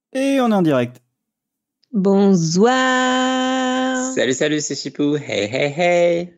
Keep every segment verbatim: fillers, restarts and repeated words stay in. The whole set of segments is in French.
Et on est en direct. Bonsoir. Salut, salut, c'est Chipou. Hey, hey, hey.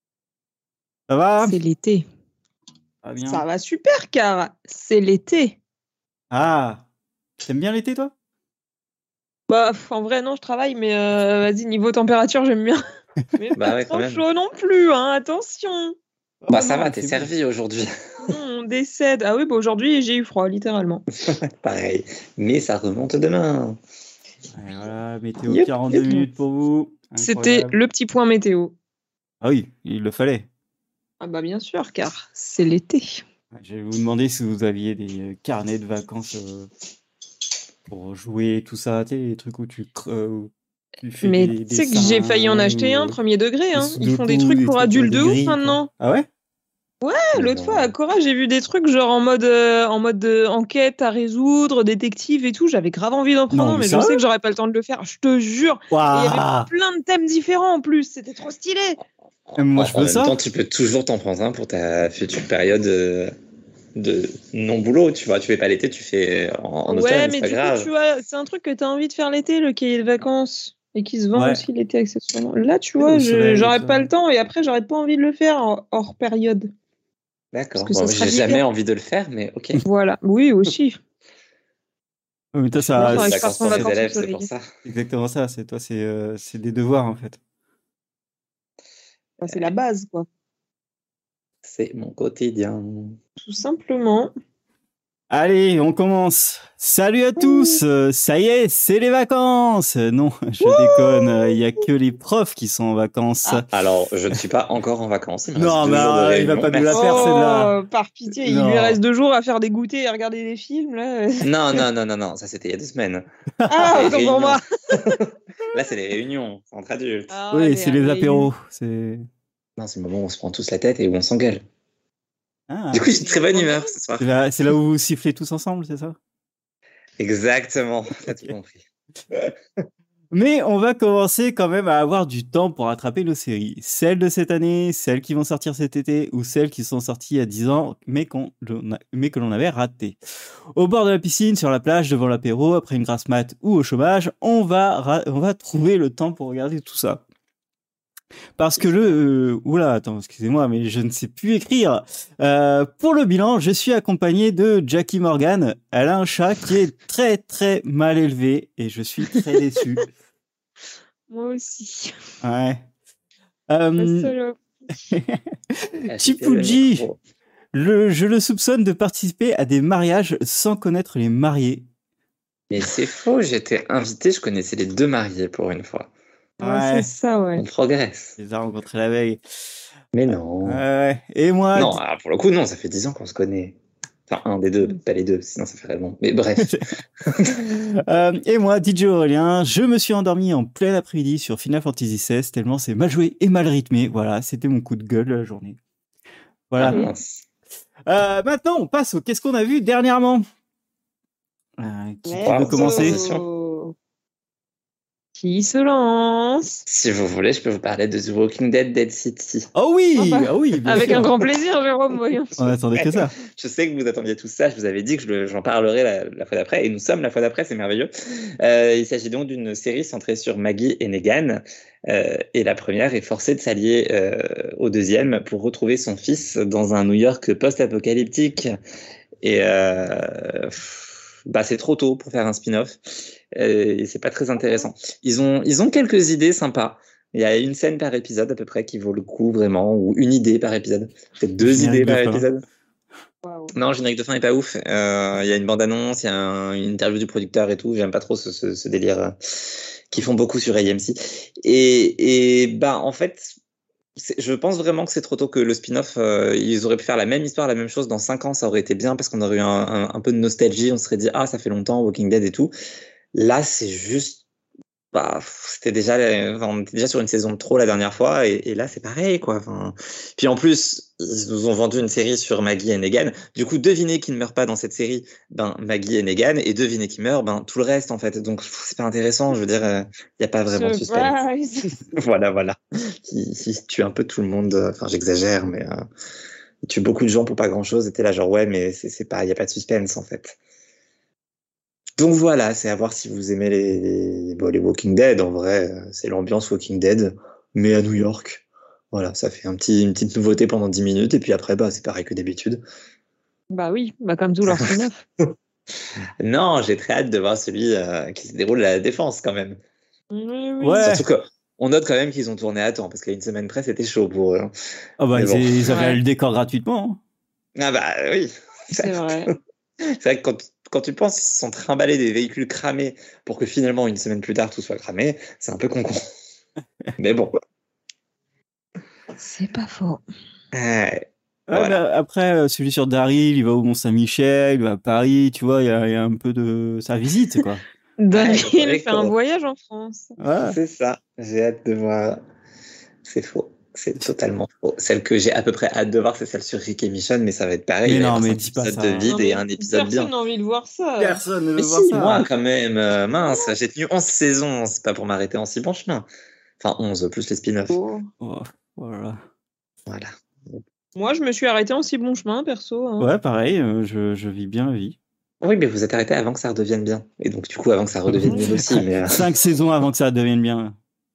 Ça va? C'est l'été. Ça va bien. Ça va super, car c'est l'été. Ah, t'aimes bien l'été, toi? Bah, en vrai, non, je travaille, mais euh, vas-y, niveau température, j'aime bien. Mais Bah pas ouais, trop quand même. chaud non plus, hein, attention. Bah Oh, ça non, va, il t'es fait servi aujourd'hui. On décède. Ah oui, bah aujourd'hui, j'ai eu froid, littéralement. Pareil. Mais ça remonte demain. beau. Ouais, voilà, météo Yep, quarante-deux yep. minutes pour vous. C'était Incroyable. le petit point météo. Ah oui, il le fallait. Ah bah bien sûr, car c'est l'été. Ouais, je vais vous demander si vous aviez des euh, carnets de vacances euh, pour jouer, tout ça, tu sais, les trucs où tu, cre- euh, où tu fais Mais tu des sais que j'ai failli en dessins acheter ou un, euh, premier degré, des hein. Ils font des sudoku, trucs des pour trucs, ouais, adultes des de ouf grilles, quoi. maintenant. Ah ouais? Ouais, l'autre fois à Cora, j'ai vu des trucs genre en mode euh, en mode euh, enquête à résoudre, détective et tout. J'avais grave envie d'en prendre Non, un, mais mais je sais sérieux? que j'aurais pas le temps de le faire. Je te jure. Et il y avait Waouh! plein de thèmes différents en plus. C'était trop stylé. Moi, En, je en veux même ça. temps, tu peux toujours t'en prendre un pour ta future période euh, de non-boulot. Tu vois, tu fais pas l'été, tu fais en, en Ouais, automne, mais c'est pas du coup, tu grave. vois, c'est un truc que t'as envie de faire l'été, le cahier de vacances, et qui se vend Ouais. aussi l'été accessoirement. Là, tu Tu sais, au vois, je- soleil et tout j'aurais ça. pas le temps et après, j'aurais pas envie de le faire en- hors période, parce D'accord. que Bon, ça moi, sera j'ai jamais l'hiver. envie de le faire, mais ok. Voilà. Oui, aussi. Ouais, mais toi, Moi, C'est ça, les faudrait que je vacances parte en pour mes vacances au élèves, c'est pour soleil. ça. c'est exactement ça. C'est toi, c'est euh, c'est des devoirs en fait. Enfin, c'est la base, quoi. C'est mon quotidien. Tout simplement. Allez, on commence. Salut à Mmh. tous. euh, ça y est, c'est les vacances. Euh, Non, je déconne. euh, Il y a que les profs qui sont en vacances. Ah. Alors, je ne suis pas encore en vacances. Il me reste Non, deux jours de mais euh, il va réunion. pas nous la Merci faire bien. celle-là. Oh, par pitié, il lui Non. reste deux jours à faire des goûters et à regarder des films, là. Non, non, non, non, non, ça c'était il y a deux semaines. Ah, Les autant pour moi. réunions. Là, c'est les réunions entre adultes. Ah, Oui, les c'est les réunions. apéros. C'est. Non, c'est le moment où on se prend tous la tête et où on s'engueule. Du Ah. coup, j'ai une très bonne humeur ce soir. C'est là, c'est là où vous sifflez tous ensemble, c'est ça? Exactement, t'as tout Ok. compris. Mais on va commencer quand même à avoir du temps pour rattraper nos séries. Celles de cette année, celles qui vont sortir cet été ou celles qui sont sorties il y a dix ans mais, qu'on, mais que l'on avait ratées. Au bord de la piscine, sur la plage, devant l'apéro, après une grasse mat ou au chômage, on va, ra- on va trouver le temps pour regarder tout ça. Parce que le... Euh, oula, attends, excusez-moi, mais je ne sais plus écrire. Euh, pour le bilan, je suis accompagné de Jackie Morgan. Elle a un chat qui est très très mal élevé et je suis très déçu. Moi aussi. Ouais. La Euh, salope. Agitez le Chipuji, micro. le, je le soupçonne de participer à des mariages sans connaître les mariés. Mais c'est faux, j'étais invité, je connaissais les deux mariés pour une fois. Ouais, Ouais, c'est ça, ouais. On progresse. je les ai rencontrés la veille. Mais non. Ouais. Et moi, Non, di- ah, pour le coup, non, ça fait dix ans qu'on se connaît. Enfin, un des deux, pas les deux, sinon ça ferait long. Mais bref. Euh, et moi, D J Aurélien, je me suis endormi en plein après-midi sur Final Fantasy seize, tellement c'est mal joué et mal rythmé. Voilà, c'était mon coup de gueule de la journée. Ah Voilà. Allez. mince. Euh, maintenant, on passe au qu'est-ce qu'on a vu dernièrement. Euh, qui, qui Wow, veut Let's commencer? transition. go. Qui se lance? Si vous voulez, je peux vous parler de The Walking Dead Dead City. Oh oui, Ah bah, ah oui, bien avec sûr. un grand plaisir, Jérôme, voyons. On attendait que ça. Je sais que vous attendiez tout ça, je vous avais dit que je le- j'en parlerai la, la fois d'après, et nous sommes la fois d'après, c'est merveilleux. Euh, il s'agit donc d'une série centrée sur Maggie et Negan, euh, et la première est forcée de s'allier euh, au deuxième pour retrouver son fils dans un New York post-apocalyptique. Et euh, bah, c'est trop tôt pour faire un spin-off, euh, et c'est pas très intéressant. Ils ont, ils ont quelques idées sympas. Il y a une scène par épisode à peu près qui vaut le coup vraiment, ou une idée par épisode. Peut-être deux Générique idées de par fin. épisode. Waouh. Non, le générique de fin est pas ouf. Euh, Il y a une bande-annonce, il y a un- une interview du producteur et tout. J'aime pas trop ce, ce, ce délire euh, qu'ils font beaucoup sur A M C. Et, et bah en fait, c'est- je pense vraiment que c'est trop tôt que le spin-off. Euh, ils auraient pu faire la même histoire, la même chose dans cinq ans, ça aurait été bien parce qu'on aurait eu un, un, un peu de nostalgie. On se serait dit ah ça fait longtemps Walking Dead et tout. Là, c'est juste bah, c'était déjà, enfin, on était déjà sur une saison de trop la dernière fois, et, et là c'est pareil, quoi. Enfin, puis en plus, ils nous ont vendu une série sur Maggie et Negan. Du coup, devinez qui ne meurt pas dans cette série, ben Maggie et Negan, et devinez qui meurt, ben tout le reste en fait. Donc pff, c'est pas intéressant. Je veux dire, il n'y a pas vraiment de suspense. Surprise. Voilà, voilà. Qui, qui tue un peu tout le monde. euh, Enfin, j'exagère, mais euh, il tue beaucoup de gens pour pas grand chose. Et t'es là genre ouais, mais c'est c'est pas, il y a pas de suspense en fait. Donc voilà, c'est à voir si vous aimez les, les, bon, les Walking Dead. En vrai, c'est l'ambiance Walking Dead, mais à New York. Voilà, ça fait un petit, une petite nouveauté pendant dix minutes, et puis après, bah, c'est pareil que d'habitude. Bah oui, bah comme tout leur spin-off. Non, j'ai très hâte de voir celui euh, qui se déroule à la Défense quand même. Oui, oui. Ouais. Surtout qu'on note quand même qu'ils ont tourné à temps, parce qu'à une semaine près, c'était chaud pour eux. hein. Ah bah, Mais ils, bon. ils avaient Ouais. le décor gratuitement. hein. Ah bah oui. C'est vrai. C'est vrai que quand, quand tu penses qu'ils se sont trimballés des véhicules cramés pour que finalement, une semaine plus tard, tout soit cramé, c'est un peu con-con. Mais bon. C'est pas faux. Ouais. Ouais, Voilà. bah, après, euh, celui sur Daryl, il va au Mont-Saint-Michel, il va à Paris, tu vois, il y a, il y a un peu de... Ça visite, quoi. Daryl Ouais, fait un comment- voyage en France. Ouais. C'est ça. J'ai hâte de voir. C'est faux. C'est totalement faux. Celle que j'ai à peu près hâte de voir, c'est celle sur Rick et Michonne, mais ça va être pareil. Mais il va y non, avoir mais cinq dis pas épisodes ça. de vide Non, et mais un épisode personne bien. n'a envie de voir ça. Personne ne veut Mais voir si, ça. moi quand même, euh, mince, j'ai tenu onze saisons, c'est pas pour m'arrêter en si bon chemin. Enfin onze, plus les spin-offs. Oh. Oh, voilà. Voilà. Moi, je me suis arrêtée en si bon chemin, perso. hein. Ouais, pareil, euh, je, je vis bien la vie. Oui, mais vous êtes arrêté avant que ça redevienne bien. Et donc du coup, avant que ça redevienne nul aussi. Mais, euh, Cinq saisons avant que ça devienne bien.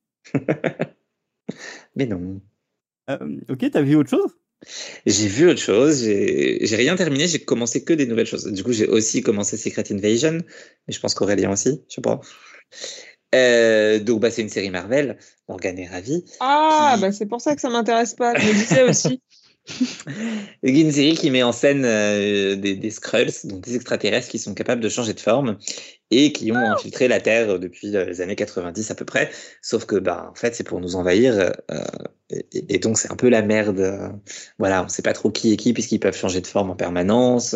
mais non. Euh, ok, t'as vu autre chose? J'ai vu autre chose, j'ai j'ai rien terminé, j'ai commencé que des nouvelles choses. Du coup, j'ai aussi commencé Secret Invasion, mais je pense qu'Aurélien aussi, je sais pas. Euh, donc, bah, c'est une série Marvel, Morgane est ravie. Ah, Qui- bah c'est pour ça que ça m'intéresse pas. Je me disais aussi. Une série qui met en scène euh, des, des Skrulls, donc des extraterrestres qui sont capables de changer de forme et qui ont infiltré la Terre depuis euh, les années quatre-vingt-dix à peu près. Sauf que, bah, en fait, c'est pour nous envahir. euh, et, et donc, c'est un peu la merde. euh, Voilà, on sait pas trop qui est qui puisqu'ils peuvent changer de forme en permanence.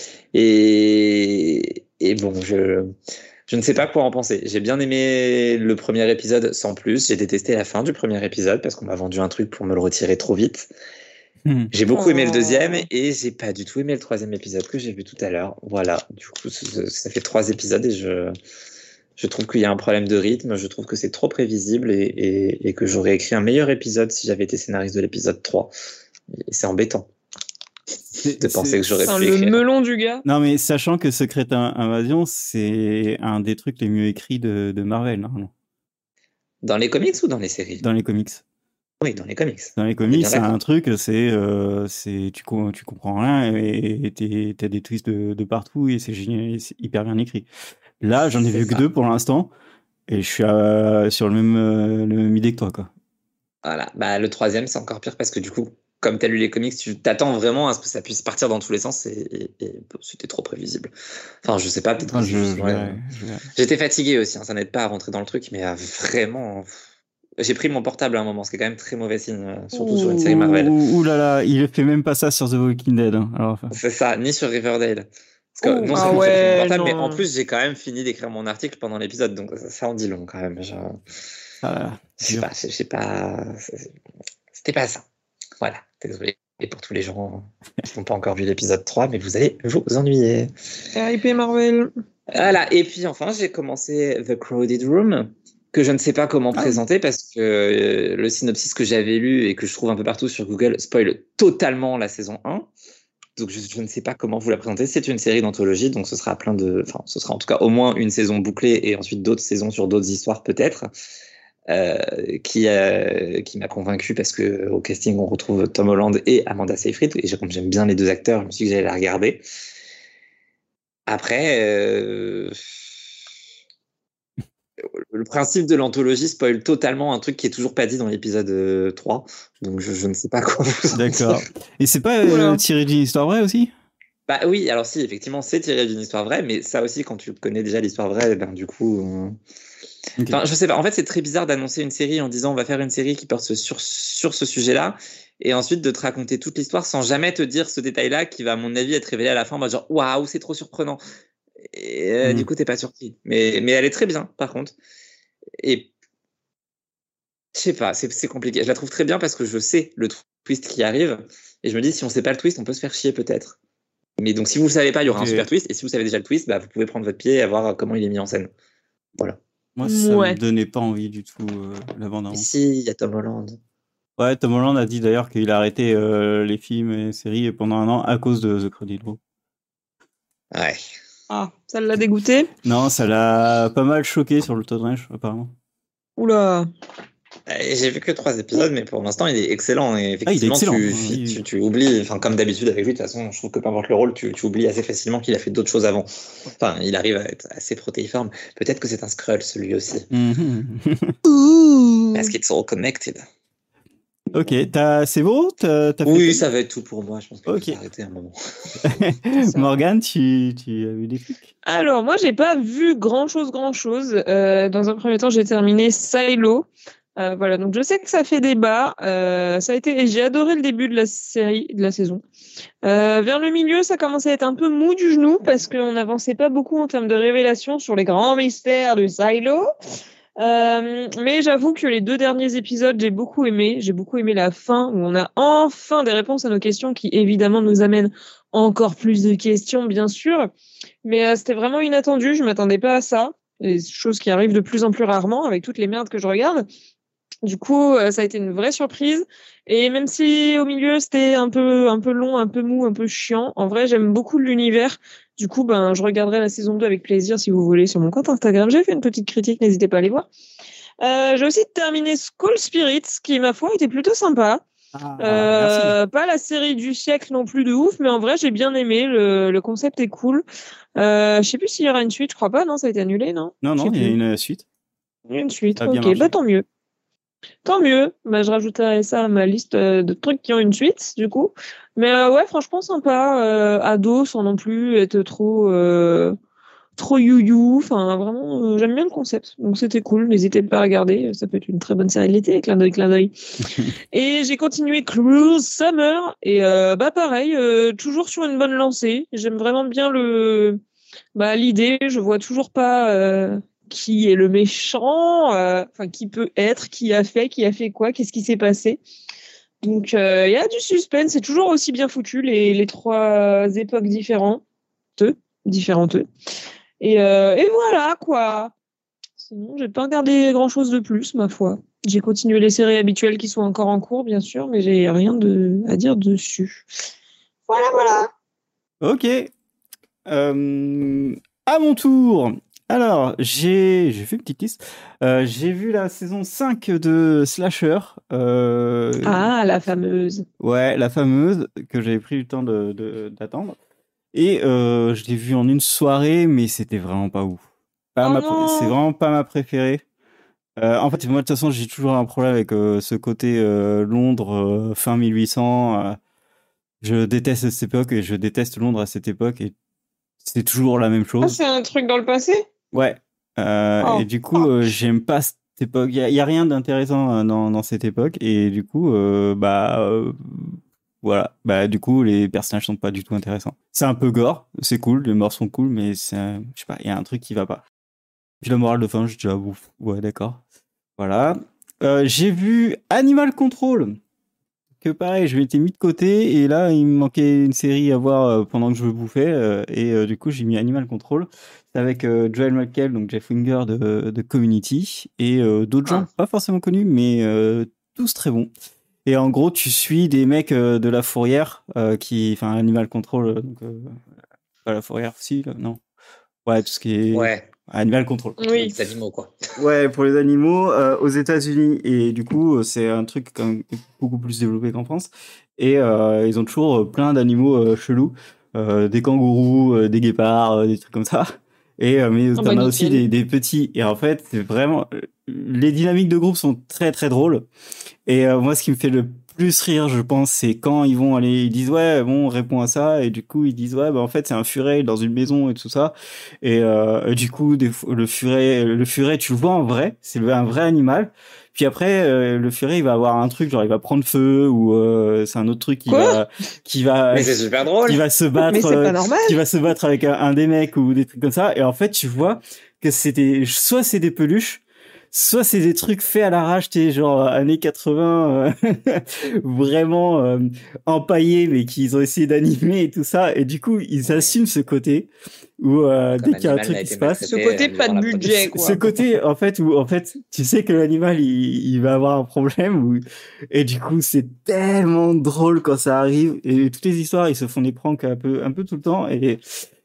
Et, et bon, je, je ne sais pas quoi en penser. J'ai bien aimé le premier épisode sans plus. J'ai détesté la fin du premier épisode parce qu'on m'a vendu un truc pour me le retirer trop vite. Hmm. J'ai beaucoup aimé le Oh. deuxième et j'ai pas du tout aimé le troisième épisode que j'ai vu tout à l'heure. Voilà, du coup, ça ça fait trois épisodes et je, je trouve qu'il y a un problème de rythme. Je trouve que c'est trop prévisible et, et, et que j'aurais écrit un meilleur épisode si j'avais été scénariste de l'épisode trois. Et c'est embêtant C'est- de penser c'est- que j'aurais Enfin, pu le écrire. melon du gars. Non, mais sachant que Secret In- Invasion, c'est un des trucs les mieux écrits de, de Marvel, normalement, Dans les comics ou dans les séries? dans les comics. Oui, dans les comics. Dans les On est comics, bien c'est d'accord. un truc, c'est, euh, c'est, tu, co- tu comprends rien et t'es- t'as des twists de, de partout et c'est génial, et c'est hyper bien écrit. Là, j'en ai C'est vu que ça. deux pour l'instant et je suis euh, sur le même, euh, le même idée que toi, quoi. Voilà. Bah, le troisième, c'est encore pire parce que du coup, comme tu as lu les comics, tu t'attends vraiment à ce que ça puisse partir dans tous les sens et, et- et c'était trop prévisible. Enfin, je sais pas, peut-être Enfin, que c'est je, juste je moi. verrai, je verrai. J'étais fatigué aussi, hein, ça n'aide pas à rentrer dans le truc, mais euh, vraiment. J'ai pris mon portable à un moment, ce qui est quand même très mauvais signe, euh, surtout sur une série Marvel. Ouh, ouh là là, il fait même pas ça sur The Walking Dead. hein. Alors, enfin, C'est ça, ni sur Riverdale. Parce que Ouh, non ah seulement j'ai pris mon ouais, portable, mais non. en plus j'ai quand même fini d'écrire mon article pendant l'épisode, donc ça, ça en dit long quand même. Genre, ah là là, je sais dur. pas, je sais pas. c'est- C'était pas ça. Voilà, désolé. Et pour tous les gens qui n'ont pas encore vu l'épisode trois, mais vous allez vous ennuyer. R I P Marvel. Voilà, et puis enfin, j'ai commencé The Crowded Room, que je ne sais pas comment Ah. présenter parce que euh, le synopsis que j'avais lu et que je trouve un peu partout sur Google spoil totalement la saison un. Donc je, je ne sais pas comment vous la présenter. C'est une série d'anthologie, donc ce sera plein de, enfin, ce sera en tout cas au moins une saison bouclée et ensuite d'autres saisons sur d'autres histoires peut-être. Euh, qui, euh, qui m'a convaincu parce que au casting on retrouve Tom Holland et Amanda Seyfried et j'ai- comme j'aime bien les deux acteurs, je me suis dit que j'allais la regarder. Après, euh, le principe de l'anthologie spoil totalement un truc qui est toujours pas dit dans l'épisode euh, trois, donc je, je ne sais pas quoi vous en D'accord. dire. Et c'est pas euh, Oula. tiré d'une histoire vraie aussi? Bah oui, alors si, effectivement, c'est tiré d'une histoire vraie, mais ça aussi, quand tu connais déjà l'histoire vraie, ben du coup... euh, Ok. Enfin, je sais pas. En fait, c'est très bizarre d'annoncer une série en disant on va faire une série qui porte sur, sur ce sujet-là, et ensuite de te raconter toute l'histoire sans jamais te dire ce détail-là qui va, à mon avis, être révélé à la fin en mode genre waouh, c'est trop surprenant. Et euh, Mhm. du coup, t'es pas surpris. Mais, mais elle est très bien, par contre. Et je sais pas, c'est c'est compliqué. Je la trouve très bien parce que je sais le twist qui arrive, et je me dis si on sait pas le twist, on peut se faire chier peut-être. Mais donc, si vous le savez pas, il y aura Ok. un super twist, et si vous savez déjà le twist, bah, vous pouvez prendre votre pied et voir comment il est mis en scène. Voilà. Moi, ça Ouais. me donnait pas envie du tout, euh, la Et bande-annonce. si, il y a Tom Holland. Ouais, Tom Holland a dit d'ailleurs qu'il a arrêté euh, les films et séries pendant un an à cause de The Crowded Room. Ouais. Ah, ça l'a dégoûté? Non, ça l'a pas mal choqué sur le Toad Ranch, apparemment. Oula. Et J'ai vu que trois épisodes, mais pour l'instant, il est excellent. Et Ah, il est effectivement, excellent. tu, Oui, oui. tu, tu oublies, enfin, comme d'habitude avec lui, de toute façon, je trouve que peu importe le rôle, tu, tu oublies assez facilement qu'il a fait d'autres choses avant. Enfin, il arrive à être assez protéiforme. Peut-être que c'est un Skrull, celui aussi. Mhm. Ouh. Parce qu'ils sont all connected. Ok, t'as... c'est bon t'as, t'as fait Oui, tout ça va être tout pour moi. Je pense qu'il Ok. faut s'arrêter un moment. ça. Morgane, tu, tu as vu des trucs? Alors, moi, j'ai pas vu grand-chose, grand-chose. Euh, dans un premier temps, j'ai terminé Silo. Euh, voilà, donc je sais que ça fait débat. Euh, ça a été, j'ai adoré le début de la série, de la saison. Euh, vers le milieu, ça commençait à être un peu mou du genou parce qu'on n'avançait pas beaucoup en termes de révélations sur les grands mystères de Silo. Euh, mais j'avoue que les deux derniers épisodes, j'ai beaucoup aimé. J'ai beaucoup aimé la fin où on a enfin des réponses à nos questions qui évidemment nous amènent encore plus de questions, bien sûr. Mais euh, c'était vraiment inattendu. Je m'attendais pas à ça. Des choses qui arrivent de plus en plus rarement avec toutes les merdes que je regarde. Du coup, euh, ça a été une vraie surprise. Et même si au milieu c'était un peu, un peu long, un peu mou, un peu chiant, en vrai, j'aime beaucoup l'univers. Du coup, ben, je regarderai la saison deux avec plaisir si vous voulez sur mon compte Instagram. J'ai fait une petite critique, n'hésitez pas à aller voir. Euh, j'ai aussi terminé Skull Spirits, qui, ma foi, était plutôt sympa. Ah, Euh, pas la série du siècle non plus de ouf, mais en vrai, j'ai bien aimé. Le, le concept est cool. Euh, je sais plus s'il y aura une suite, je crois pas, non, ça a été annulé, non? Non, Je sais non, il y a plus. une suite. Il y a une suite, Ça a bien ok, marché. bah tant mieux. Tant mieux. Bah, je rajouterai ça à ma liste euh, de trucs qui ont une suite, du coup. Mais euh, ouais, franchement sympa. Euh, ado, sans non plus être trop euh, trop you-you. Enfin, vraiment, euh, j'aime bien le concept. Donc c'était cool. N'hésitez pas à regarder. Ça peut être une très bonne série de l'été. Clin d'œil, clin d'œil. Et j'ai continué Cruel Summer. Et euh, bah pareil, euh, toujours sur une bonne lancée. J'aime vraiment bien le bah l'idée. Je vois toujours pas. Euh qui est le méchant, euh, enfin qui peut être, qui a fait, qui a fait quoi, qu'est-ce qui s'est passé. Donc il euh, y a du suspense, c'est toujours aussi bien foutu les, les trois époques différentes, différentes. Et, euh, et voilà quoi. Sinon, j'ai pas regardé grand chose de plus, ma foi. J'ai continué les séries habituelles qui sont encore en cours, bien sûr, mais j'ai rien de, à dire dessus. Voilà, voilà. Ok. Euh, à mon tour. Alors, j'ai, j'ai fait une petite liste. Euh, j'ai vu la saison cinq de Slasher. Euh, Ah, la fameuse. Ouais, la fameuse que j'avais pris le temps de, de- d'attendre. Et euh, je l'ai vue en une soirée, mais c'était vraiment pas ouf. Pas Oh ma pr- c'est non. vraiment pas ma préférée. Euh, en fait, moi, de toute façon, j'ai toujours un problème avec euh, ce côté euh, Londres, euh, fin mille huit cents. euh, je déteste cette époque et je déteste Londres à cette époque. Et c'est toujours la même Ah, chose. c'est un truc dans le passé? Ouais. Euh, Oh. Et du coup, euh, j'aime pas cette époque. Il y, a- y a rien d'intéressant euh, dans, dans cette époque. Et du coup, euh, bah, euh, voilà. Bah, du coup, les personnages sont pas du tout intéressants. C'est un peu gore, c'est cool, les morts sont cool, mais c'est, un- je sais pas, il y a un truc qui va pas. Puis la morale de fin, je dis ah ouf, ouais, d'accord. Voilà. Euh, j'ai vu Animal Control. Que pareil, je m'étais mis de côté et là il me manquait une série à voir euh, pendant que je bouffais euh, et euh, du coup j'ai mis Animal Control. C'est avec euh, Joel McHale, donc Jeff Winger de, de Community et euh, d'autres gens Ah. pas forcément connus mais euh, tous très bons. Et en gros tu suis des mecs euh, de la fourrière euh, qui, enfin Animal Control, euh, donc euh, pas la fourrière, si là, non. Ouais, tout ce qui est Ouais, Animal Control. Oui. les animaux, quoi. Ouais, pour les animaux euh, aux États-Unis et du coup euh, c'est un truc quand même beaucoup plus développé qu'en France et euh, ils ont toujours euh, plein d'animaux euh, chelous, euh, des kangourous, euh, des guépards, euh, des trucs comme ça. Et euh, mais Ah t'en bah, as aussi nickel. des, des petits et en fait c'est vraiment les dynamiques de groupe sont très très drôles et euh, moi ce qui me fait le plus rire je pense c'est quand ils vont aller ils disent ouais bon on répond à ça et du coup ils disent ouais bah en fait c'est un furet dans une maison et tout ça et euh, du coup des fois, le furet le furet tu le vois en vrai c'est un vrai animal puis après euh, le furet il va avoir un truc genre il va prendre feu ou euh, c'est un autre truc qui Quoi va qui va Mais c'est super drôle. qui va se Mais battre c'est euh, pas normal. qui va se battre avec un, un des mecs ou des trucs comme ça et en fait tu vois que c'était soit c'est des peluches soit c'est des trucs faits à l'arrache, tu sais, genre euh, années quatre-vingts, euh, vraiment euh, empaillés, mais qu'ils ont essayé d'animer et tout ça. Et du coup, ils assument ce côté où euh, Comme dès qu'il y a un l'animal truc n'a qui été se passe, Ce maltraité, côté euh, pas durant de la budget, production. quoi. ce côté en fait où en fait tu sais que l'animal il, il va avoir un problème ou et du coup c'est tellement drôle quand ça arrive et toutes les histoires ils se font des pranks un peu un peu tout le temps et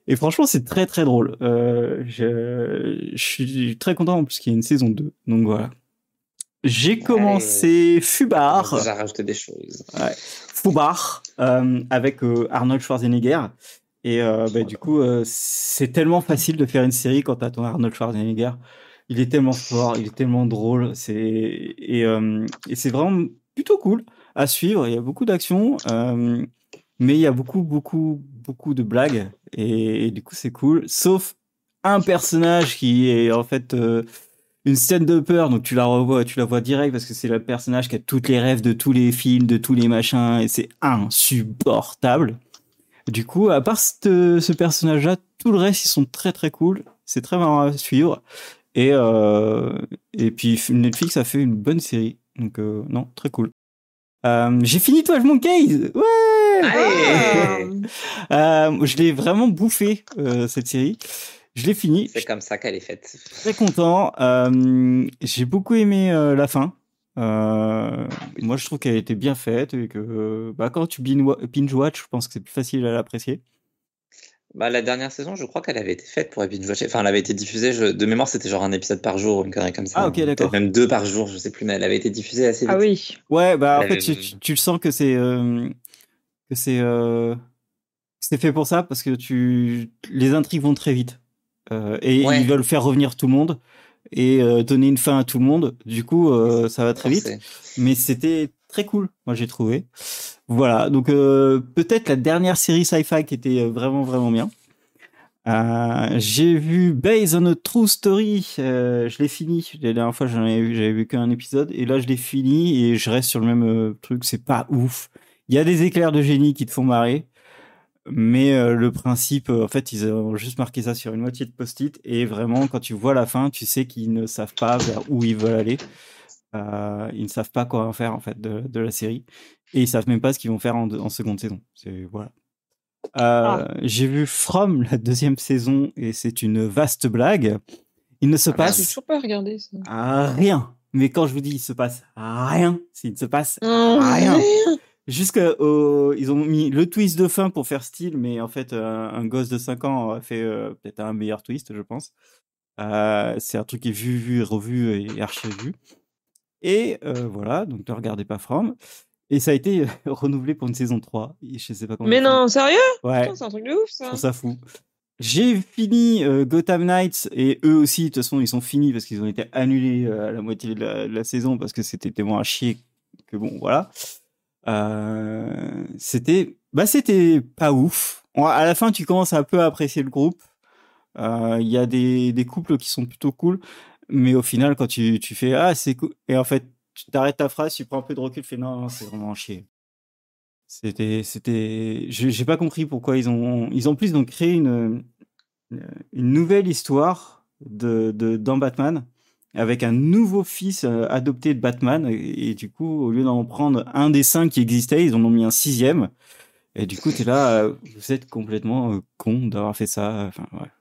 Et franchement, c'est très très drôle. Euh, je, je suis très content en plus qu'il y ait une saison deux. Donc voilà. J'ai commencé Allez, Fubar. on va déjà rajouter des choses. Ouais. Fubar euh, avec euh, Arnold Schwarzenegger. Et euh, bah, du coup, euh, c'est tellement facile de faire une série quand t'as ton Arnold Schwarzenegger. Il est tellement fort, il est tellement drôle. C'est et, euh, et c'est vraiment plutôt cool à suivre. Il y a beaucoup d'action, euh, mais il y a beaucoup, beaucoup, beaucoup de blagues. Et, et du coup, c'est cool. Sauf un personnage qui est en fait euh, une scène de peur. Donc tu la revois, tu la vois direct parce que c'est le personnage qui a toutes les rêves de tous les films, de tous les machins. Et c'est insupportable. Du coup, à part ce, ce personnage-là, tout le reste, ils sont très très cool. C'est très marrant à suivre. Et, euh, et puis Netflix a fait une bonne série. Donc euh, non, très cool. Euh, j'ai fini douze Monkeys. Ouais. Allez euh, je l'ai vraiment bouffé euh, cette série. Je l'ai fini. C'est comme ça qu'elle est faite. Très content. Euh, j'ai beaucoup aimé euh, la fin. Euh, moi, je trouve qu'elle était bien faite et que bah, quand tu binge watch, je pense que c'est plus facile à l'apprécier. Bah, la dernière saison, je crois qu'elle avait été faite pour binge watcher. Enfin, elle avait été diffusée. Je... De mémoire, c'était genre un épisode par jour, une connerie comme ça. Ah, ok, d'accord. Peut-être même deux par jour, je sais plus, mais elle avait été diffusée assez vite. Ah oui. Ouais, bah en Elle fait, avait- tu, tu le sens que c'est euh, que c'est euh, que c'est fait pour ça parce que tu les intrigues vont très vite euh, et Ouais. ils veulent faire revenir tout le monde et euh, donner une fin à tout le monde. Du coup, euh, ça va très vite. Forcé. Mais c'était très cool, moi j'ai trouvé. Voilà, donc euh, peut-être la dernière série sci-fi qui était vraiment vraiment bien. Euh, j'ai vu Based on a True Story, euh, je l'ai fini. La dernière fois j'en avais vu, j'avais vu qu'un épisode et là je l'ai fini et je reste sur le même euh, truc. C'est pas ouf. Il y a des éclairs de génie qui te font marrer, mais euh, le principe, euh, en fait, ils ont juste marqué ça sur une moitié de post-it et vraiment quand tu vois la fin, tu sais qu'ils ne savent pas vers où ils veulent aller. Euh, ils ne savent pas quoi en faire en fait de, de la série et ils savent même pas ce qu'ils vont faire en, en seconde saison. C'est voilà. Euh, Ah. J'ai vu From la deuxième saison et c'est une vaste blague. Il ne se Ah, merde. J'ai passe toujours pas regardé ça. rien. Mais quand je vous dis il se passe rien, c'est il ne se passe Oh, rien. rien. Jusqu'à au- ils ont mis le twist de fin pour faire style, mais en fait euh, un gosse de cinq ans a fait euh, peut-être un meilleur twist, je pense. Euh, c'est un truc qui est vu, vu, revu et archi-vu. Et euh, voilà, donc ne regardez pas From. Et ça a été renouvelé pour une saison trois. Et je sais pas combien Mais de fois. non, sérieux? Ouais, Putain, c'est un truc de ouf je ça. trouve ça fou. J'ai fini euh, Gotham Knights et eux aussi, de toute façon, ils sont finis parce qu'ils ont été annulés euh, à la moitié de la, de la saison parce que c'était tellement à chier que bon, voilà. Euh, c'était, bah, c'était pas ouf. On- À la fin, tu commences à un peu apprécier le groupe. Euh, Il y a des, des couples qui sont plutôt cool, mais au final, quand tu, tu fais ah, c'est cool, et en fait, tu t'arrêtes ta phrase, tu prends un peu de recul, tu fais non, non, c'est vraiment à chier. C'était, c'était, j'ai j'ai pas compris pourquoi ils ont, ils ont plus donc créé une, une nouvelle histoire de, de dans Batman avec un nouveau fils euh, adopté de Batman et, et du coup au lieu d'en prendre un des cinq qui existait, ils en ont mis un sixième et du coup t'es là, euh, vous êtes complètement euh, con d'avoir fait ça. Enfin ouais.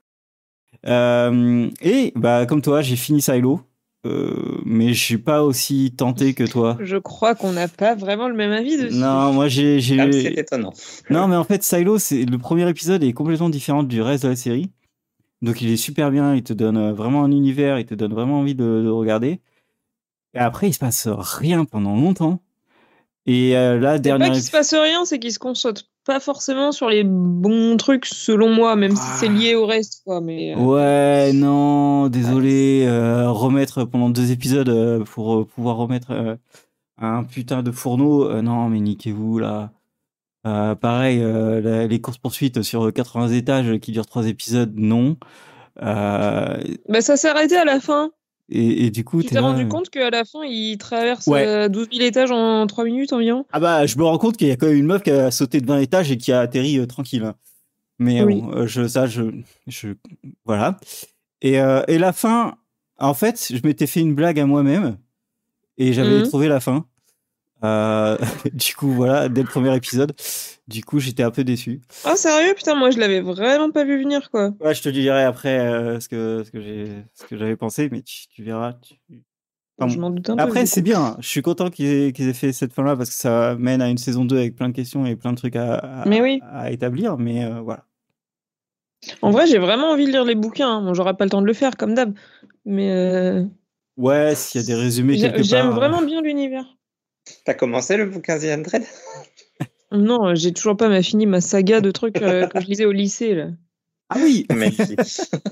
Euh, et bah comme toi, j'ai fini Silo. Euh, mais je suis pas aussi tenté que toi. Je crois qu'on n'a pas vraiment le même avis dessus. Non, moi j'ai, Comme c'est j'ai... étonnant. Non, mais en fait, Silo, c'est le premier épisode est complètement différent du reste de la série. Donc il est super bien, il te donne euh, vraiment un univers, il te donne vraiment envie de, de regarder. Et après, il se passe rien pendant longtemps. Et euh, là, C'est dernière. pas qu'il se passe rien, c'est qu'il se concentre pas forcément sur les bons trucs selon moi, même si Ah. c'est lié au reste, quoi. Mais euh, Ouais, non, désolé. Euh, remettre pendant deux épisodes euh, pour euh, pouvoir remettre euh, un putain de fourneau. Euh, non, mais niquez-vous là. Euh, pareil, euh, la- les courses poursuites sur quatre-vingts étages qui durent trois épisodes, non. Euh, bah, ça s'est arrêté à la fin. et, et du coup, Tu t'es t'es là. rendu compte qu'à la fin, il traverse Ouais. euh, douze mille étages en trois minutes environ? Ah bah, je me rends compte qu'il y a quand même une meuf qui a sauté de vingt étages et qui a atterri euh, tranquille. hein. Mais Oui. bon, euh, je, ça, je, je, voilà. Et, euh, et la fin, en fait, je m'étais fait une blague à moi-même et j'avais Mhm. trouvé la fin. Euh, du coup, voilà, dès le premier épisode. Du coup, j'étais un peu déçu. Ah, sérieux? Putain, moi, je l'avais vraiment pas vu venir, quoi. Ouais, je te dirai après euh, ce que ce que j'ai ce que j'avais pensé, mais tu, tu verras. tu- Enfin, Je bon. m'en doute un peu. Après, du c'est coup. bien. Je suis content qu'ils aient, qu'ils aient fait cette fin-là parce que ça mène à une saison deux avec plein de questions et plein de trucs à, à, Mais oui. à établir. Mais euh, voilà. En vrai, j'ai vraiment envie de lire les bouquins. Hein. Bon, j'aurai pas le temps de le faire, comme d'hab. Mais euh... Ouais, s'il y a des résumés quelque part. J'aime vraiment bien l'univers. T'as commencé le bouquin The Undead ? Non, j'ai toujours pas fini ma saga de trucs euh, que je lisais au lycée. Là. Ah oui. Magnifique.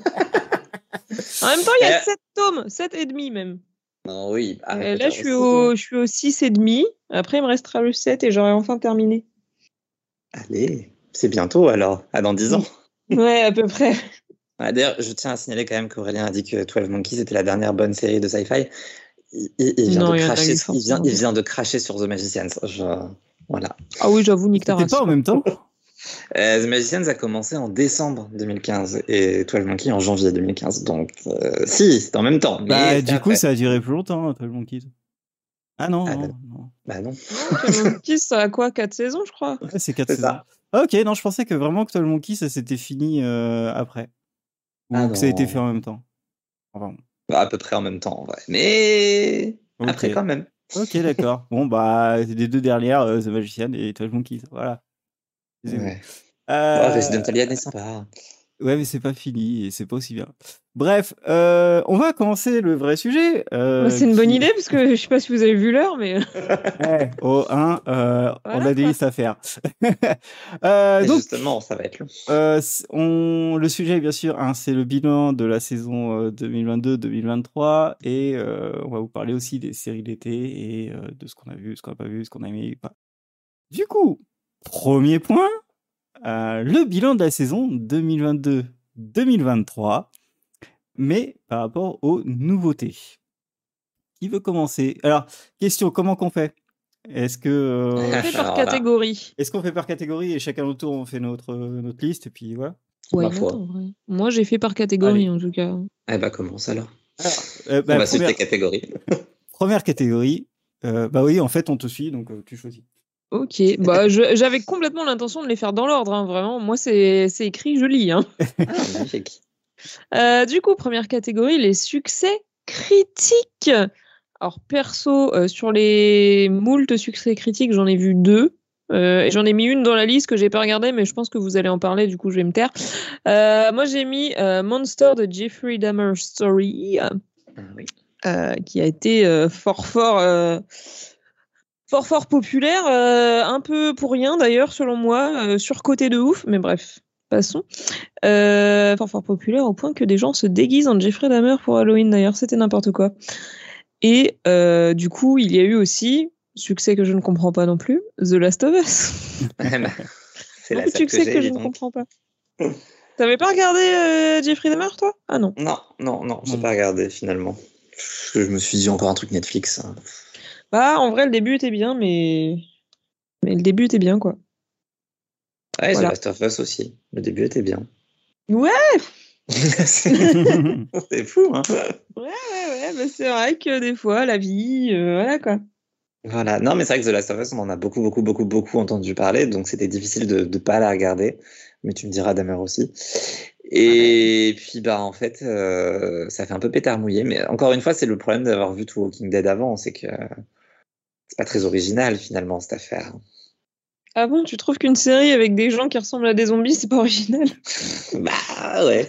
En même temps, il y a sept tomes, sept et demi même. Non, oui. Ah, euh, là, je suis, au, je suis au six et demi. Après, il me restera le sept et j'aurai enfin terminé. Allez, c'est bientôt alors. Ah, dans dix ans. Ouais, à peu près. Ah, d'ailleurs, je tiens à signaler quand même qu'Aurélien a dit que douze Monkeys était la dernière bonne série de sci-fi. Il, il, il, vient, non, de il, cracher, il, vient, il vient de cracher sur The Magicians. Je, voilà. Ah oui, j'avoue, nique ta race. C'était pas en même temps euh, The Magicians a commencé en décembre deux mille quinze et douze Monkeys en janvier deux mille quinze. Donc, euh, si, c'était en même temps. Mais bah, du coup, après. ça a duré plus longtemps, douze Monkeys. Ah non, ah, non, bah, non. Bah non. douze Monkeys, ça a quoi, quatre saisons, je crois. Ouais, c'est quatre saisons. Ah, ok, non, je pensais que vraiment que douze Monkeys, ça s'était fini euh, après. Ou ah, que non. Ça a été fait en même temps. Enfin, bon. Bah, à peu près en même temps, en vrai. Mais okay. Après, quand même. Ok, d'accord. Bon, bah, les deux dernières, euh, The Magician et douze Monkeys. Voilà. Ouais. Euh... Oh, Resident Alien est sympa. Ouais, mais c'est pas fini et c'est pas aussi bien. Bref, euh, on va commencer le vrai sujet. Euh, bah, c'est une qui... bonne idée parce que je sais pas si vous avez vu l'heure, mais. ouais, au un, euh, voilà, on a des listes à faire. euh, donc, justement, ça va être long. Euh, on, le sujet, bien sûr, hein, c'est le bilan de la saison euh, deux mille vingt-deux deux mille vingt-trois et euh, on va vous parler aussi des séries d'été et euh, de ce qu'on a vu, ce qu'on n'a pas vu, ce qu'on a aimé. Pas. Du coup, premier point. Euh, le bilan de la saison deux mille vingt-deux deux mille vingt-trois, mais par rapport aux nouveautés. Qui veut commencer ? Alors, question, comment qu'on fait ? Est-ce que... Euh, on fait par catégorie. Est-ce qu'on fait par catégorie et chacun notre tour, on fait notre, notre liste et puis voilà ? Ouais, moi, j'ai fait par catégorie, Allez. En tout cas. Eh bah, commence alors. alors euh, bah, on va suivre les catégories. Première catégorie. Euh, bah oui, en fait, on te suit, donc euh, tu choisis. Ok, bah je, j'avais complètement l'intention de les faire dans l'ordre, hein, vraiment. Moi, c'est, c'est écrit, je lis. Hein. Ah, magnifique. Euh, du coup, première catégorie, les succès critiques. Alors, perso, euh, sur les moult succès critiques, j'en ai vu deux. Euh, et j'en ai mis une dans la liste que j'ai pas regardée, mais je pense que vous allez en parler, du coup, je vais me taire. Euh, moi, j'ai mis euh, Monster de Jeffrey Dahmer Story, ah, oui. euh, qui a été euh, fort, fort... Euh, Fort fort populaire, euh, un peu pour rien d'ailleurs selon moi, euh, surcoté de ouf, mais bref, passons. Euh, fort fort populaire au point que des gens se déguisent en Jeffrey Dahmer pour Halloween d'ailleurs, c'était n'importe quoi. Et euh, du coup, il y a eu aussi, succès que je ne comprends pas non plus, The Last of Us. C'est la succès que, que je donc. ne comprends pas. T'avais pas regardé euh, Jeffrey Dahmer toi ? Ah non. Non, non, non, j'ai mmh. pas regardé finalement. Je me suis dit encore un truc Netflix. Hein. Bah, en vrai, le début était bien, mais... Mais le début était bien, quoi. Ouais, voilà. The Last of Us aussi. Le début était bien. Ouais. c'est... c'est fou, hein. Ouais, ouais, ouais. Bah, c'est vrai que des fois, la vie... Euh, voilà, quoi. Voilà. Non, mais c'est vrai que The Last of Us, on en a beaucoup, beaucoup, beaucoup, beaucoup entendu parler, donc c'était difficile de ne pas la regarder. Mais tu me diras, Dahmer aussi. Et ouais. Puis, bah, en fait, euh, ça fait un peu pétard mouillé. Mais encore une fois, c'est le problème d'avoir vu tout Walking Dead avant, c'est que... C'est pas très original, finalement, cette affaire. Ah bon, tu trouves qu'une série avec des gens qui ressemblent à des zombies, c'est pas original ? Bah ouais.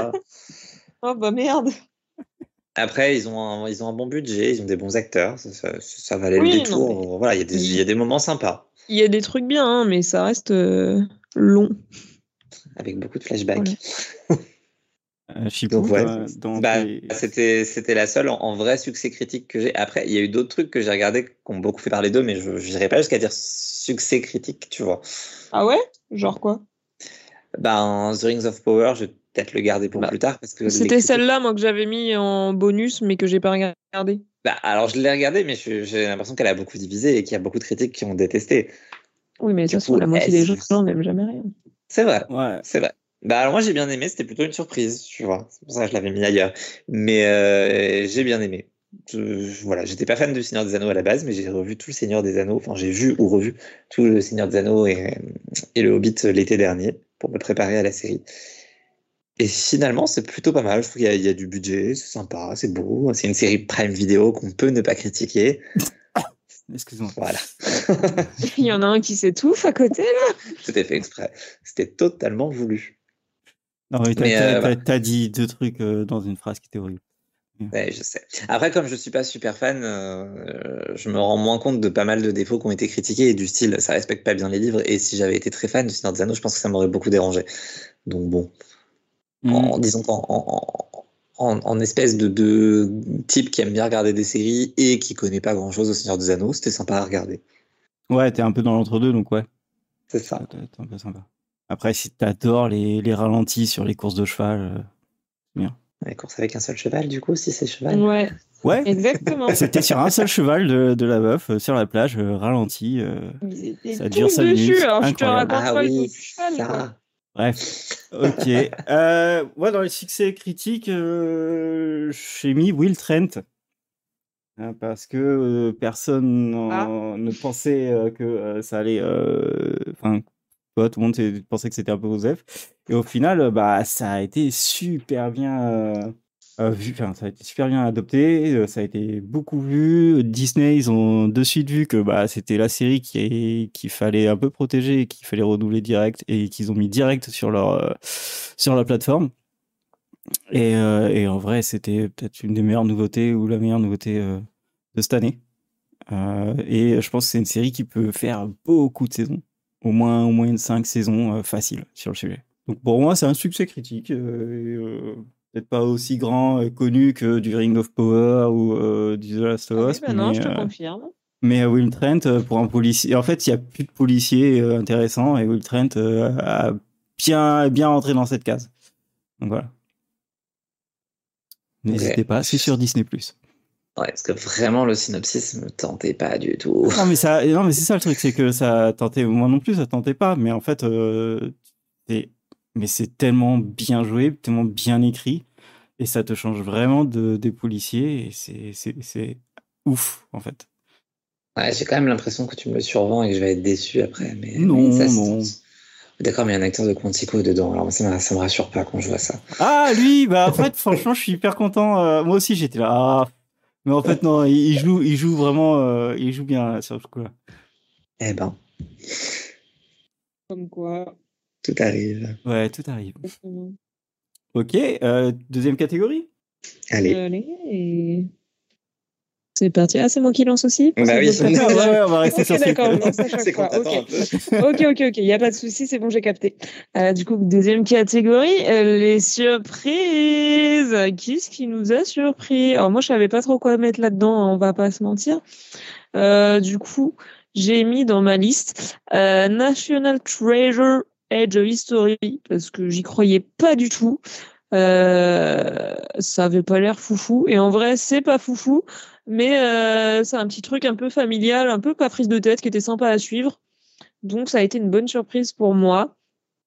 Oh bah merde. Après, ils ont, un, ils ont un bon budget, ils ont des bons acteurs, ça, ça, ça valait oui, le détour. Non, mais... Voilà, il y, a des, il y a des moments sympas. Il y a des trucs bien, hein, mais ça reste euh, long. Avec beaucoup de flashbacks. Voilà. Euh, Chipou, donc, ouais, euh, donc bah, les... c'était, c'était la seule en, en vrai succès critique que j'ai. Après, il y a eu d'autres trucs que j'ai regardés qui ont beaucoup fait parler d'eux, mais je n'irai pas jusqu'à dire succès critique, tu vois. Ah ouais ? Genre quoi ? Ben, The Rings of Power, je vais peut-être le garder pour bah, plus tard. Parce que c'était celle-là, moi, que j'avais mis en bonus, mais que j'ai pas regardé. Bah, alors, je l'ai regardé, mais je, j'ai l'impression qu'elle a beaucoup divisé et qu'il y a beaucoup de critiques qui ont détesté. Oui, mais de toute façon, la moitié des gens n'aiment jamais rien. C'est vrai, ouais. c'est vrai. Bah alors moi j'ai bien aimé, c'était plutôt une surprise, tu vois. C'est pour ça que je l'avais mis ailleurs. Mais euh, j'ai bien aimé. Je, voilà, j'étais pas fan du Seigneur des Anneaux à la base, mais j'ai revu tout le Seigneur des Anneaux. Enfin, j'ai vu ou revu tout le Seigneur des Anneaux et, et le Hobbit l'été dernier pour me préparer à la série. Et finalement, c'est plutôt pas mal. Je trouve qu'il y a, il y a du budget, c'est sympa, c'est beau. C'est une série Prime Video qu'on peut ne pas critiquer. Excuse-moi. Voilà. Il y en a un qui s'étouffe à côté là. C'était fait exprès. C'était totalement voulu. Non, mais t'as, Mais, t'as, euh, t'as, voilà. t'as dit deux trucs euh, dans une phrase qui étaient horribles. Ouais, je sais. Après, comme je suis pas super fan, euh, je me rends moins compte de pas mal de défauts qui ont été critiqués et du style, ça respecte pas bien les livres. Et si j'avais été très fan du Seigneur des Anneaux, je pense que ça m'aurait beaucoup dérangé. Donc bon, Mm. en disons qu'en en, en, en espèce de, de type qui aime bien regarder des séries et qui connaît pas grand-chose au Seigneur des Anneaux, c'était sympa à regarder. Ouais, t'es un peu dans l'entre-deux, donc ouais. C'est Ça ça. doit être un peu sympa. Après, si t'adores les, les ralentis sur les courses de cheval, euh, c'est bien. Les courses avec un seul cheval, du coup, si c'est cheval. Ouais, Ouais, exactement. c'était sur un seul cheval de, de la meuf, euh, sur la plage, euh, ralenti. euh, Ils étaient ça dure tous cinq dessus, minutes. alors je te Incroyable. raconte Ah pas le coup oui, du cheval, quoi. ça. Bref, ok. Euh, moi, dans les succès critiques, euh, j'ai mis Will Trent. Hein, parce que euh, personne Ah. n'en- ne pensait euh, que euh, ça allait. euh, Enfin, toi, tout le monde s'est- pensait que c'était un peu osef. Et au final, euh, bah, ça a été super bien euh, euh, vu. Enfin, ça a été super bien adopté. euh, Ça a été beaucoup vu. Disney, ils ont de suite vu que bah, c'était la série qui est- qu'il fallait un peu protéger, et qu'il fallait renouveler direct et qu'ils ont mis direct sur leur euh, sur la plateforme. Et, euh, et en vrai, c'était peut-être une des meilleures nouveautés ou la meilleure nouveauté euh, de cette année. Euh, et je pense que c'est une série qui peut faire beaucoup de saisons. Au moins, au moins une cinq saisons euh, faciles sur le sujet. Donc pour moi, c'est un succès critique. Euh, et, euh, peut-être pas aussi grand et connu que du Ring of Power ou euh, du The Last Ah of oui, Us, bah non, je mais, te euh, confirme. mais euh, Will Trent, euh, pour un policier... En fait, il n'y a plus de policiers euh, intéressants et Will Trent euh, a bien, bien rentré dans cette case. Donc voilà. N'hésitez Ok. pas, c'est sur Disney+. Ouais, parce que vraiment, le synopsis me tentait pas du tout. Non mais ça, non mais c'est ça le truc, c'est que ça tentait, moi non plus ça tentait pas, mais en fait, euh, c'est, mais c'est tellement bien joué, tellement bien écrit, et ça te change vraiment de des policiers, et c'est c'est c'est ouf en fait. Ouais, j'ai quand même l'impression que tu me survends et que je vais être déçu après. Mais, mais ça Non se non. tente. D'accord, mais il y a un acteur de Quantico dedans. Alors ça me, ça me rassure pas quand je vois ça. Ah lui, bah en fait franchement je suis hyper content. euh, moi aussi j'étais là, ah, mais en fait non, il, il joue, il joue vraiment, euh, il joue bien là, sur ce coup-là. Eh ben, Comme quoi. tout arrive. Ouais, tout arrive. Exactement. Ok, euh, deuxième catégorie. Allez. Allez. C'est parti. Ah, c'est moi qui lance aussi pour Bah cette oui. boîte Ouais, papier. ouais, on va rester Ok, sur ce d'accord, truc. on lance à chaque C'est qu'on fois. t'attend Ok, un peu. ok, ok, ok. Il n'y a pas de souci, c'est bon, j'ai capté. Euh, du coup, deuxième catégorie, euh, les surprises. Qu'est-ce qui nous a surpris? Alors moi, je savais pas trop quoi mettre là-dedans, on va pas se mentir. Euh, du coup, j'ai mis dans ma liste euh, National Treasure Edge of History parce que j'y croyais pas du tout. Euh, ça avait pas l'air foufou et en vrai, c'est pas foufou, mais euh, c'est un petit truc un peu familial, un peu pas prise de tête, qui était sympa à suivre. Donc ça a été une bonne surprise pour moi.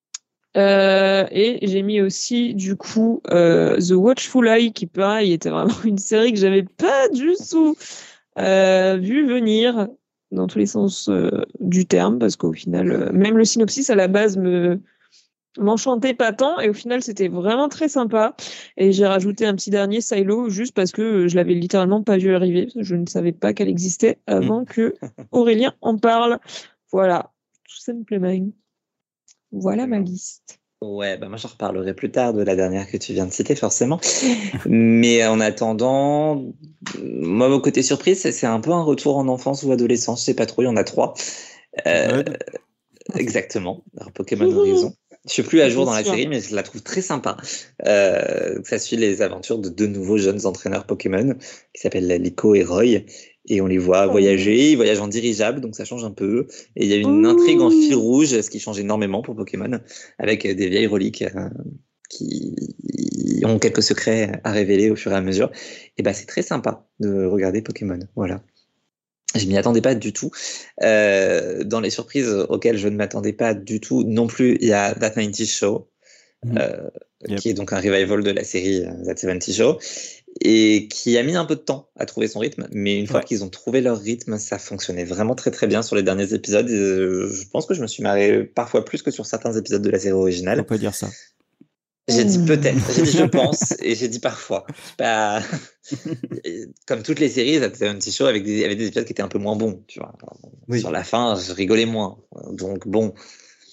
Euh, et j'ai mis aussi du coup euh, The Watchful Eye qui pareil était vraiment une série que j'avais pas du tout euh, vu venir dans tous les sens euh, du terme parce qu'au final euh, même le synopsis à la base me m'enchantait pas tant et au final c'était vraiment très sympa et j'ai rajouté un petit dernier Silo juste parce que je l'avais littéralement pas vu arriver, je ne savais pas qu'elle existait avant que Aurélien en parle. Voilà, tout simplement. Voilà ma liste. Ouais, bah moi j'en reparlerai plus tard de la dernière que tu viens de citer, forcément. Mais en attendant, moi, mon côté surprise, c'est c'est un peu un retour en enfance ou adolescence, je sais pas trop, il y en a trois. Euh, Pokémon. exactement, alors, Pokémon Horizon. Je suis plus à jour Bien dans la sûr. série, mais je la trouve très sympa. Euh, ça suit les aventures de deux nouveaux jeunes entraîneurs Pokémon qui s'appellent Liko et Roy. Et on les voit Oh. voyager, ils voyagent en dirigeable, donc ça change un peu. Et il y a une intrigue en fil rouge, ce qui change énormément pour Pokémon, avec des vieilles reliques euh, qui ont quelques secrets à révéler au fur et à mesure. Et bah c'est très sympa de regarder Pokémon, voilà. Je m'y attendais pas du tout. Euh, dans les surprises auxquelles je ne m'attendais pas du tout non plus, il y a That nineties Show, Mhm. euh, Yep. qui est donc un revival de la série euh, That seventies Show, et qui a mis un peu de temps à trouver son rythme, mais une fois Ouais. qu'ils ont trouvé leur rythme, ça fonctionnait vraiment très très bien sur les derniers épisodes. Euh, je pense que je me suis marré parfois plus que sur certains épisodes de la série Faut originale. pas dire ça. J'ai dit Mmh. peut-être, j'ai dit je pense, et j'ai dit parfois. C'est pas comme toutes les séries, ça un petit show avec des, avec des épisodes qui étaient un peu moins bons, tu vois. Oui. Sur la fin, je rigolais moins. Donc bon,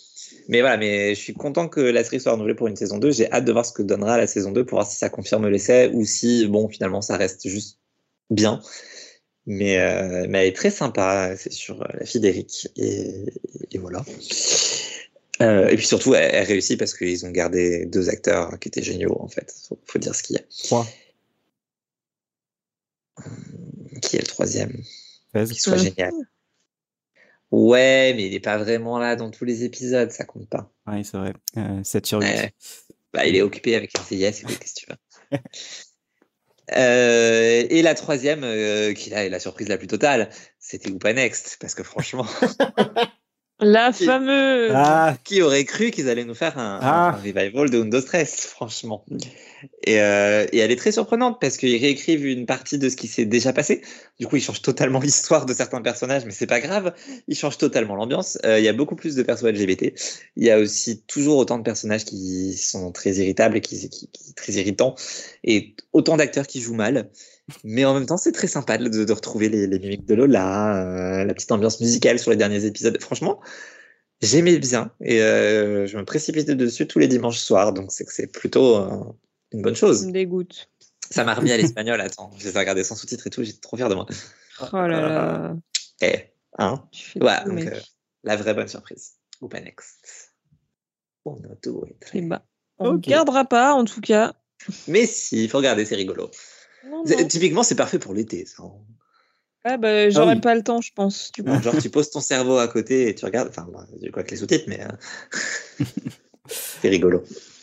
Mais voilà, mais je suis content que la série soit renouvelée pour une saison deux. J'ai hâte de voir ce que donnera la saison deux pour voir si ça confirme l'essai ou si, bon, finalement, ça reste juste bien. Mais, euh, mais elle est très sympa, c'est sur la fille d'Eric. Et, et voilà. Euh, et puis surtout, elle, elle réussit parce qu'ils ont gardé deux acteurs qui étaient géniaux, en fait. Faut, faut dire ce qu'il y a. Trois. Qui est le troisième? Fez. Qui soit génial. Ouais, mais il n'est pas vraiment là dans tous les épisodes, ça compte pas. Oui, c'est vrai. Euh, sept sur huit. Ouais. Bah, il est occupé avec les C I S, qu'est-ce que tu veux. euh, et la troisième, euh, qui là est la surprise la plus totale, c'était Whoop Next, parce que franchement... La fameuse. Ah, Qui aurait cru qu'ils allaient nous faire un, Ah. un, un revival de Undo Stress, franchement. Et, euh, et elle est très surprenante parce qu'ils réécrivent une partie de ce qui s'est déjà passé. Du coup, ils changent totalement l'histoire de certains personnages, mais c'est pas grave. Ils changent totalement l'ambiance. Euh, Il y a beaucoup plus de persos L G B T. Il y a aussi toujours autant de personnages qui sont très irritables et qui, qui, qui très irritants, et autant d'acteurs qui jouent mal. Mais en même temps, c'est très sympa de, de retrouver les, les mimiques de Lola, euh, la petite ambiance musicale sur les derniers épisodes. Franchement, j'aimais bien et euh, je me précipitais dessus tous les dimanches soirs, donc c'est que c'est plutôt euh, une bonne chose. Ça me dégoûte. Ça m'a remis à l'espagnol, attends, je les ai regardés sans sous-titres et tout, j'étais trop fier de moi. Oh là là. Eh, hein Tu fais voilà, tout, donc mec. euh, la vraie bonne surprise. Whoop Next. Oh, no, do it. Eh ben, on ne Ok. gardera pas, en tout cas. Mais si, il faut regarder, c'est rigolo. Non, C'est- non. Typiquement, c'est parfait pour l'été, ça. Ah bah, j'aurais oui. pas le temps, je pense. Du coup. Genre, tu poses ton cerveau à côté et tu regardes. Enfin, bah, du coup, avec les sous-titres, mais euh, c'est rigolo.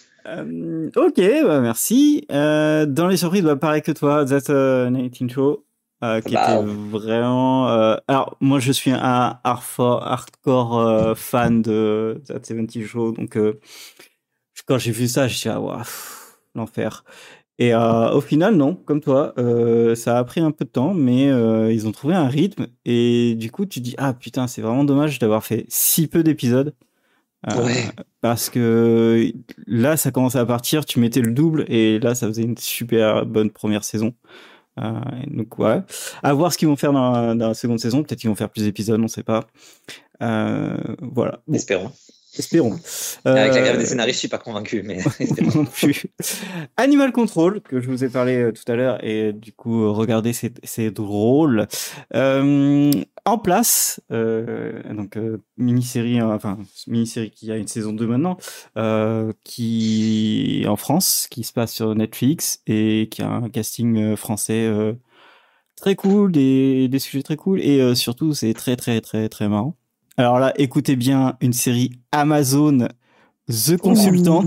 Euh, ok, bah merci. Euh, dans les surprises, bah, pareil que toi, That uh, dix-neuf Show, euh, qui Bah, était vraiment... euh, alors, moi, je suis un hardcore, hardcore euh, fan de That dix-sept Show, donc euh, quand j'ai vu ça, j'ai dit, ah, ouah, pff, l'enfer. Et euh, au final, non, comme toi, euh, ça a pris un peu de temps, mais euh, ils ont trouvé un rythme, et du coup, tu dis, ah putain, c'est vraiment dommage d'avoir fait si peu d'épisodes. Euh, Ouais. Parce que là, ça commençait à partir, tu mettais le double, et là, ça faisait une super bonne première saison. Euh, donc, ouais. À voir ce qu'ils vont faire dans la, dans la seconde saison. Peut-être qu'ils vont faire plus d'épisodes, on sait pas. Euh, voilà. Bon, Espérons. espérons. Avec la Euh, grève des scénaristes, je suis pas convaincu, mais espérons. non plus. Animal Control, que je vous ai parlé euh, tout à l'heure, et euh, du coup, euh, regardez, c'est, c'est drôle. Euh, en place, euh, donc euh, mini-série, euh, enfin mini-série qui a une saison deux maintenant, euh, qui est en France, qui se passe sur Netflix et qui a un casting euh, français euh, très cool, des, des sujets très cool, et euh, surtout c'est très très très très marrant. Alors là, écoutez bien, une série Amazon, The Consultant.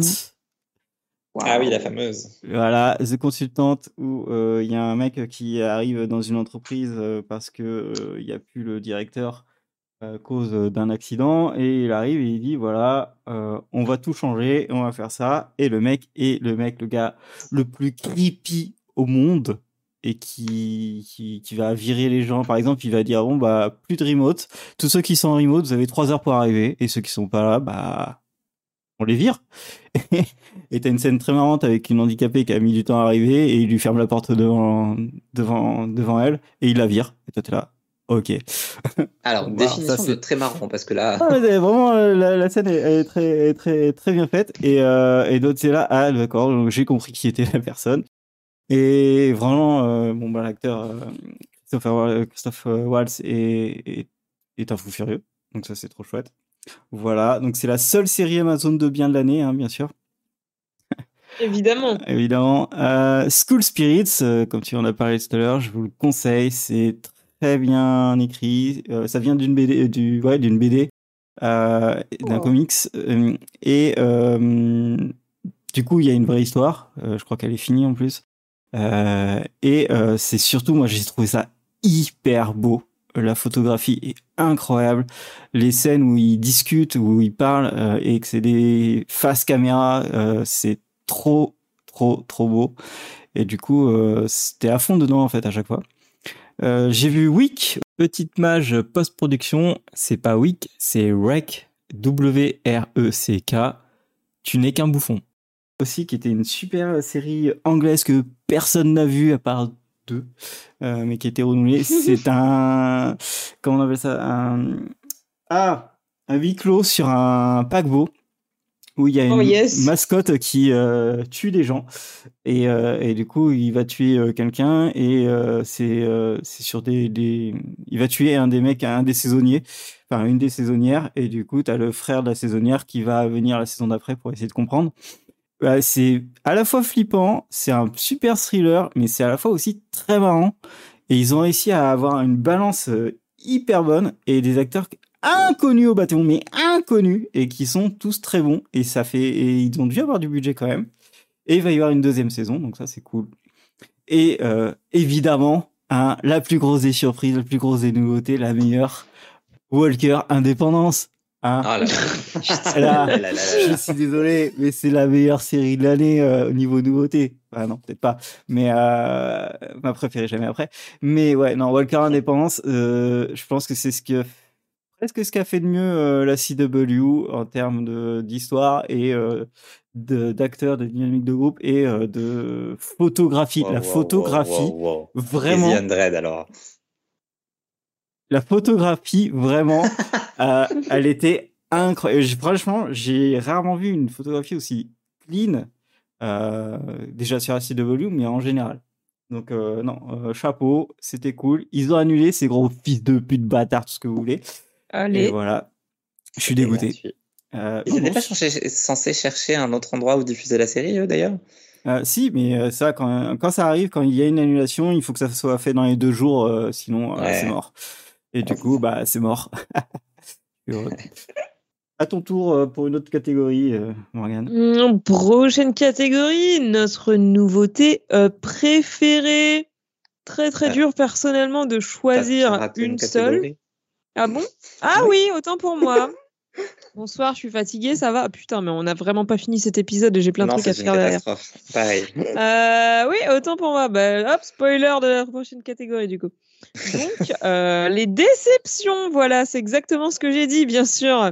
Ah oui, la fameuse. Voilà, The Consultant, où il euh, y a un mec qui arrive dans une entreprise euh, parce que il euh, y a plus le directeur à cause d'un accident, et il arrive et il dit voilà, euh, on va tout changer, on va faire ça, et le mec est le mec, le gars le plus creepy au monde, et qui, qui qui va virer les gens. Par exemple, il va dire bon bah plus de remote, tous ceux qui sont en remote, vous avez trois heures pour arriver, et ceux qui sont pas là, bah on les vire. Et t'as une scène très marrante avec une handicapée qui a mis du temps à arriver, et il lui ferme la porte devant, devant, devant elle, et il la vire. Et toi, t'es là. Ok. Alors, Wow, définition ça, de c'est- très marrant, parce que là, Ah, mais vraiment, euh, la, la scène est, est très, est très, très bien faite. Et, euh, et d'autres, c'est là. Ah, d'accord. Donc, j'ai compris qui était la personne. Et vraiment, euh, bon, bah, l'acteur, euh, Christopher, Wa- Christophe euh, Waltz est, est, est un fou furieux. Donc, ça, c'est trop chouette. Voilà. Donc, c'est la seule série Amazon de bien de l'année, hein, bien sûr. Évidemment. Évidemment. Euh, School Spirits, euh, comme tu en as parlé tout à l'heure, je vous le conseille. C'est très bien écrit. Euh, ça vient d'une B D, du, ouais, d'une B D, euh, d'un Oh. comics. euh, et euh, du coup, il y a une vraie histoire. Euh, je crois qu'elle est finie en plus. Euh, et euh, c'est surtout, moi, j'ai trouvé ça hyper beau. La photographie est incroyable. Les scènes où ils discutent, où ils parlent, euh, et que c'est des face caméra, euh, c'est trop, trop, trop beau. Et du coup, euh, c'était à fond dedans, en fait, à chaque fois. Euh, j'ai vu Wick, petite mage post-production. C'est pas Wick, c'est Rec, W R E C K. Tu n'es qu'un bouffon. Aussi, qui était une super série anglaise que personne n'a vue à part deux, euh, mais qui était renouvelée. C'est un, comment on appelle ça, un, ah, un huis clos sur un paquebot. où il y a une Oh, yes. mascotte qui euh, tue des gens et, euh, et du coup il va tuer euh, quelqu'un et euh, c'est euh, c'est sur des, des il va tuer un des mecs, un des saisonniers, enfin une des saisonnières, et du coup t'as le frère de la saisonnière qui va venir la saison d'après pour essayer de comprendre. Bah, c'est à la fois flippant, c'est un super thriller, mais c'est à la fois aussi très marrant. Et ils ont réussi à avoir une balance euh, hyper bonne et des acteurs inconnus au bâton, mais inconnus, et qui sont tous très bons. Et ça fait, et ils ont dû avoir du budget quand même. Et il va y avoir une deuxième saison, donc ça c'est cool. Et euh, évidemment, hein, la plus grosse des surprises, la plus grosse des nouveautés, la meilleure, Walker Indépendance. Hein. Ah là là. Là, Là, là, là, là. je suis désolé, mais c'est la meilleure série de l'année euh, au niveau nouveauté. Enfin, non, peut-être pas, mais euh, ma préférée jamais après. Mais ouais, non, Walker Indépendance, euh, je pense que c'est ce que presque ce qu'a fait de mieux euh, la C W en termes de d'histoire et euh, de d'acteurs, de dynamique de groupe et euh, de photographie. Wow, La wow, photographie, wow, wow, wow. vraiment. Easy Andred alors. La photographie, vraiment, euh, elle était incroyable. J'ai- Franchement, j'ai rarement vu une photographie aussi clean, euh, déjà sur la C W, mais en général. Donc, euh, non, euh, chapeau, c'était cool. Ils ont annulé ces gros fils de pute bâtards, tout ce que vous voulez. Et Allez. voilà, je suis C'était dégoûté. gratuit. Euh, Ils non, n'étaient non, pas cherché- censés chercher un autre endroit où diffuser la série, eux, d'ailleurs? euh, si, mais euh, ça, quand, quand ça arrive, quand il y a une annulation, il faut que ça soit fait dans les deux jours, euh, sinon euh, c'est Ouais. mort. Et du Ouais, c'est coup, ça. bah, c'est mort. Heureux. À ton tour euh, pour une autre catégorie, euh, Morgane. Hum, Prochaine catégorie, notre nouveauté euh, préférée. Très très Ah, dur personnellement de T'as tu choisir rates une une seule. catégorie? Ah bon? Ah Oui. oui, autant pour moi. Bonsoir, je suis fatiguée, ça va? Ah, putain, mais on n'a vraiment pas fini cet épisode et j'ai plein de Non, trucs à c'est une faire derrière. catastrophe. Pareil. Euh, oui, autant pour moi. Bah, hop, spoiler de la prochaine catégorie du coup. Donc, euh, les déceptions, voilà, c'est exactement ce que j'ai dit, bien sûr.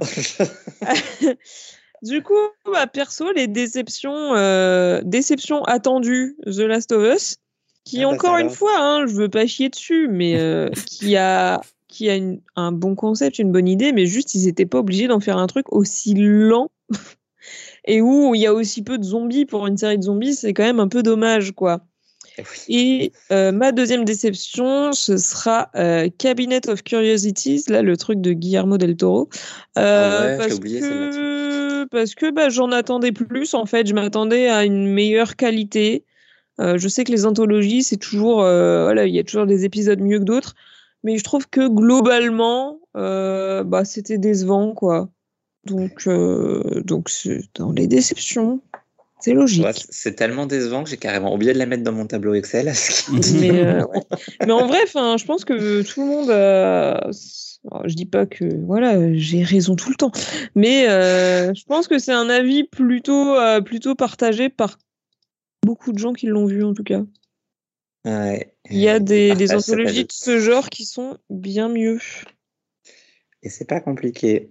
Du coup, bah, perso, les déceptions, euh, déceptions attendues, The Last of Us, qui Ah bah encore ça une alors. fois, hein, je veux pas chier dessus, mais euh, qui a, qui a une- un bon concept, une bonne idée, mais juste ils étaient pas obligés d'en faire un truc aussi lent et où il y a aussi peu de zombies pour une série de zombies, c'est quand même un peu dommage, quoi. Eh oui. Et euh, ma deuxième déception, ce sera euh, Cabinet of Curiosities, là le truc de Guillermo del Toro, Ah euh, ouais, je l'ai parce oublié celle-là. tiens. que parce que bah, j'en attendais plus en fait, je m'attendais à une meilleure qualité. Euh, je sais que les anthologies c'est toujours euh, voilà, il y a toujours des épisodes mieux que d'autres, mais je trouve que globalement euh, bah c'était décevant quoi. Donc euh, donc c'est dans les déceptions, c'est Tu vois, logique. c- c'est tellement décevant que j'ai carrément oublié de la mettre dans mon tableau Excel. ce qui dit Mais, long. euh, ouais. Mais en vrai, enfin, je pense que tout le monde. euh, alors, je dis pas que voilà, j'ai raison tout le temps, mais euh, je pense que c'est un avis plutôt euh, plutôt partagé par beaucoup de gens qui l'ont vu en tout cas. Ouais. Il y a Euh, ils des, des partagent cet anthologies avis. de ce genre qui sont bien mieux. Et c'est pas compliqué.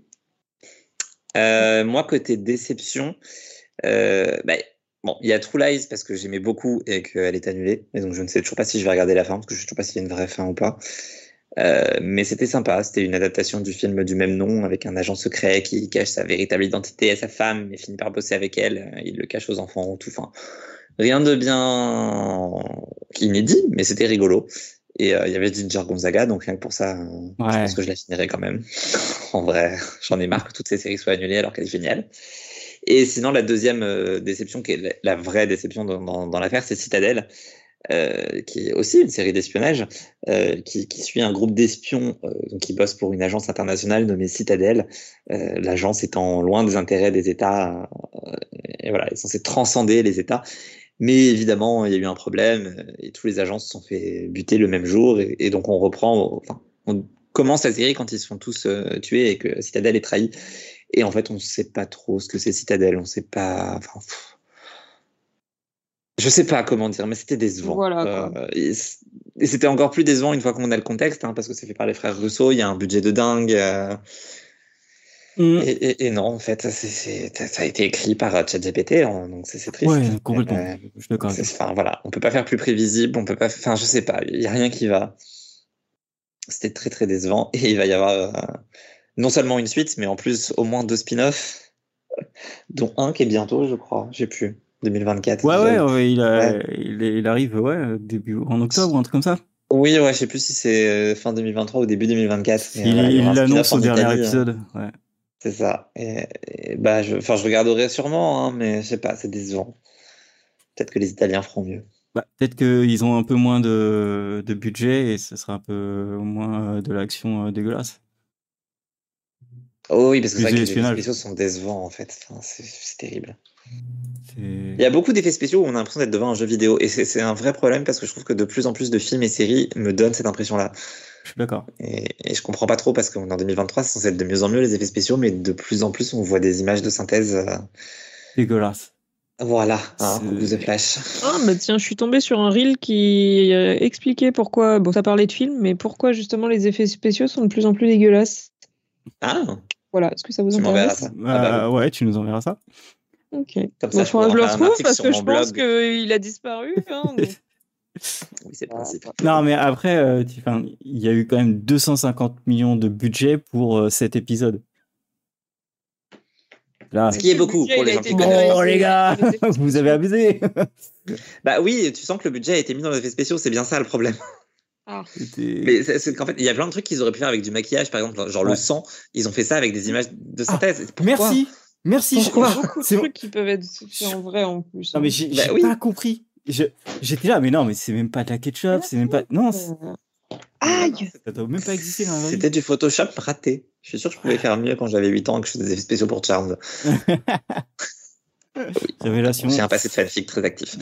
Euh, moi, côté déception, euh, bah, bon, il y a True Lies parce que j'aimais beaucoup et qu'elle est annulée. Et donc, je ne sais toujours pas si je vais regarder la fin parce que je ne sais toujours pas s'il y a une vraie fin ou pas. Euh, mais c'était sympa. C'était une adaptation du film du même nom avec un agent secret qui cache sa véritable identité à sa femme mais finit par bosser avec elle. Il le cache aux enfants, tout. Enfin, rien de bien inédit, mais c'était rigolo. Et euh, il y avait Ginger Gonzaga, donc rien que pour ça, euh, je Ouais. pense que je la finirai quand même. En vrai, j'en ai marre que toutes ces séries soient annulées alors qu'elle est géniale. Et sinon, la deuxième euh, déception, qui est la, la vraie déception dans, dans, dans l'affaire, c'est Citadel, euh, qui est aussi une série d'espionnage, euh, qui, qui suit un groupe d'espions euh, donc qui bossent pour une agence internationale nommée Citadel. Euh, l'agence étant loin des intérêts des États, euh, et voilà, elle est censée transcender les États. Mais évidemment, il y a eu un problème et tous les agents se sont fait buter le même jour. Et, et donc, on reprend, enfin, on commence la série quand ils se font tous euh, tués et que Citadel est trahi. Et en fait, on ne sait pas trop ce que c'est Citadel. On sait pas. Enfin, pff, je sais pas comment dire, mais c'était décevant. Voilà quoi. Euh, et c- et c'était encore plus décevant une fois qu'on a le contexte, hein, parce que c'est fait par les frères Russo. Il y a un budget de dingue. euh, Mm. et, et, et non, en fait, ça, c'est, c'est- ça a été écrit par euh, ChatGPT, hein, donc c'est, c'est triste. Ouais, complètement. Euh, Je suis d'accord avec c'est- Enfin, voilà, on peut pas faire plus prévisible, on peut pas. Enfin, je sais pas, il y a rien qui va. C'était très très décevant et il va y avoir euh, non seulement une suite, mais en plus au moins deux spin-offs. Dont un qui est bientôt, je crois. J'ai plus. deux mille vingt-quatre. Ouais, ouais, je- ouais, il, a, Ouais. il, il arrive ouais, début en octobre ou un truc comme ça. Oui, ouais, je sais plus si c'est euh, fin deux mille vingt-trois ou début deux mille vingt-quatre. Mais euh, Il voilà, il y il aura un spin-off l'annonce en au dernier Italie. euh, épisode. Ouais. C'est ça. Et, et bah, je, enfin, je regarderai sûrement, hein, mais je sais pas, c'est décevant. Peut-être que les Italiens feront mieux. Bah, peut-être qu'ils ont un peu moins de, de budget et ce sera un peu moins euh, de l'action euh, dégueulasse. Oh oui, parce que c'est Plus vrai que les effets d'espionnage. spéciaux sont décevants en fait. Enfin, c'est c'est terrible. C'est- Il y a beaucoup d'effets spéciaux où on a l'impression d'être devant un jeu vidéo. Et c'est c'est un vrai problème parce que je trouve que de plus en plus de films et séries me donnent cette impression-là. Je suis d'accord. Et, et je comprends pas trop parce qu'on est en deux mille vingt-trois, c'est censé être de mieux en mieux les effets spéciaux, mais de plus en plus on voit des images de synthèse. euh, Dégueulasse. Voilà, hein, C'est- coucou The Flash. Ah, bah tiens, je suis tombée sur un reel qui euh, expliquait pourquoi. Bon, ça parlait de film, mais pourquoi justement les effets spéciaux sont de plus en plus dégueulasses. Ah, Voilà, est-ce que ça vous tu m'enverras intéresse? ça. Euh, Ah bah oui. Ouais, tu nous enverras ça. Ok. Comme Bon, ça, je faudra que je pourrais le en faire un retrouve article parce sur que je mon pense blog. qu'il a disparu. Hein, donc- Oui, c'est le principe. Non, mais après, euh, tu- enfin, il y a eu quand même deux cent cinquante millions de budget pour euh, cet épisode. Là, Ce qui est beaucoup Le budget, pour il les a gens été qui mis connaissent. dans oh les gars, dans les effets vous avez abusé. Bah oui, tu sens que le budget a été mis dans les effets spéciaux, c'est bien ça le problème. Ah. C'était- Mais c'est c'est qu'en fait, il y a plein de trucs qu'ils auraient pu faire avec du maquillage, par exemple, genre Ouais. le sang, ils ont fait ça avec des images de Ah, synthèse. Pourquoi Merci, merci. je- Pourquoi je- beaucoup de c'est bon. trucs qui peuvent être faits en vrai en plus. Non hein. mais j'ai Bah j'ai oui. pas compris. Je- J'étais là, mais non, mais c'est même pas de la ketchup, c'est même pas. Non, c'est- Euh, Aïe. ça doit même pas exister dans la vraie vie. C'était du Photoshop raté. Je suis sûr que je pouvais faire mieux quand j'avais huit ans et que je faisais des effets spéciaux pour Charmed. Révélation. J'ai un passé de fanfic très actif.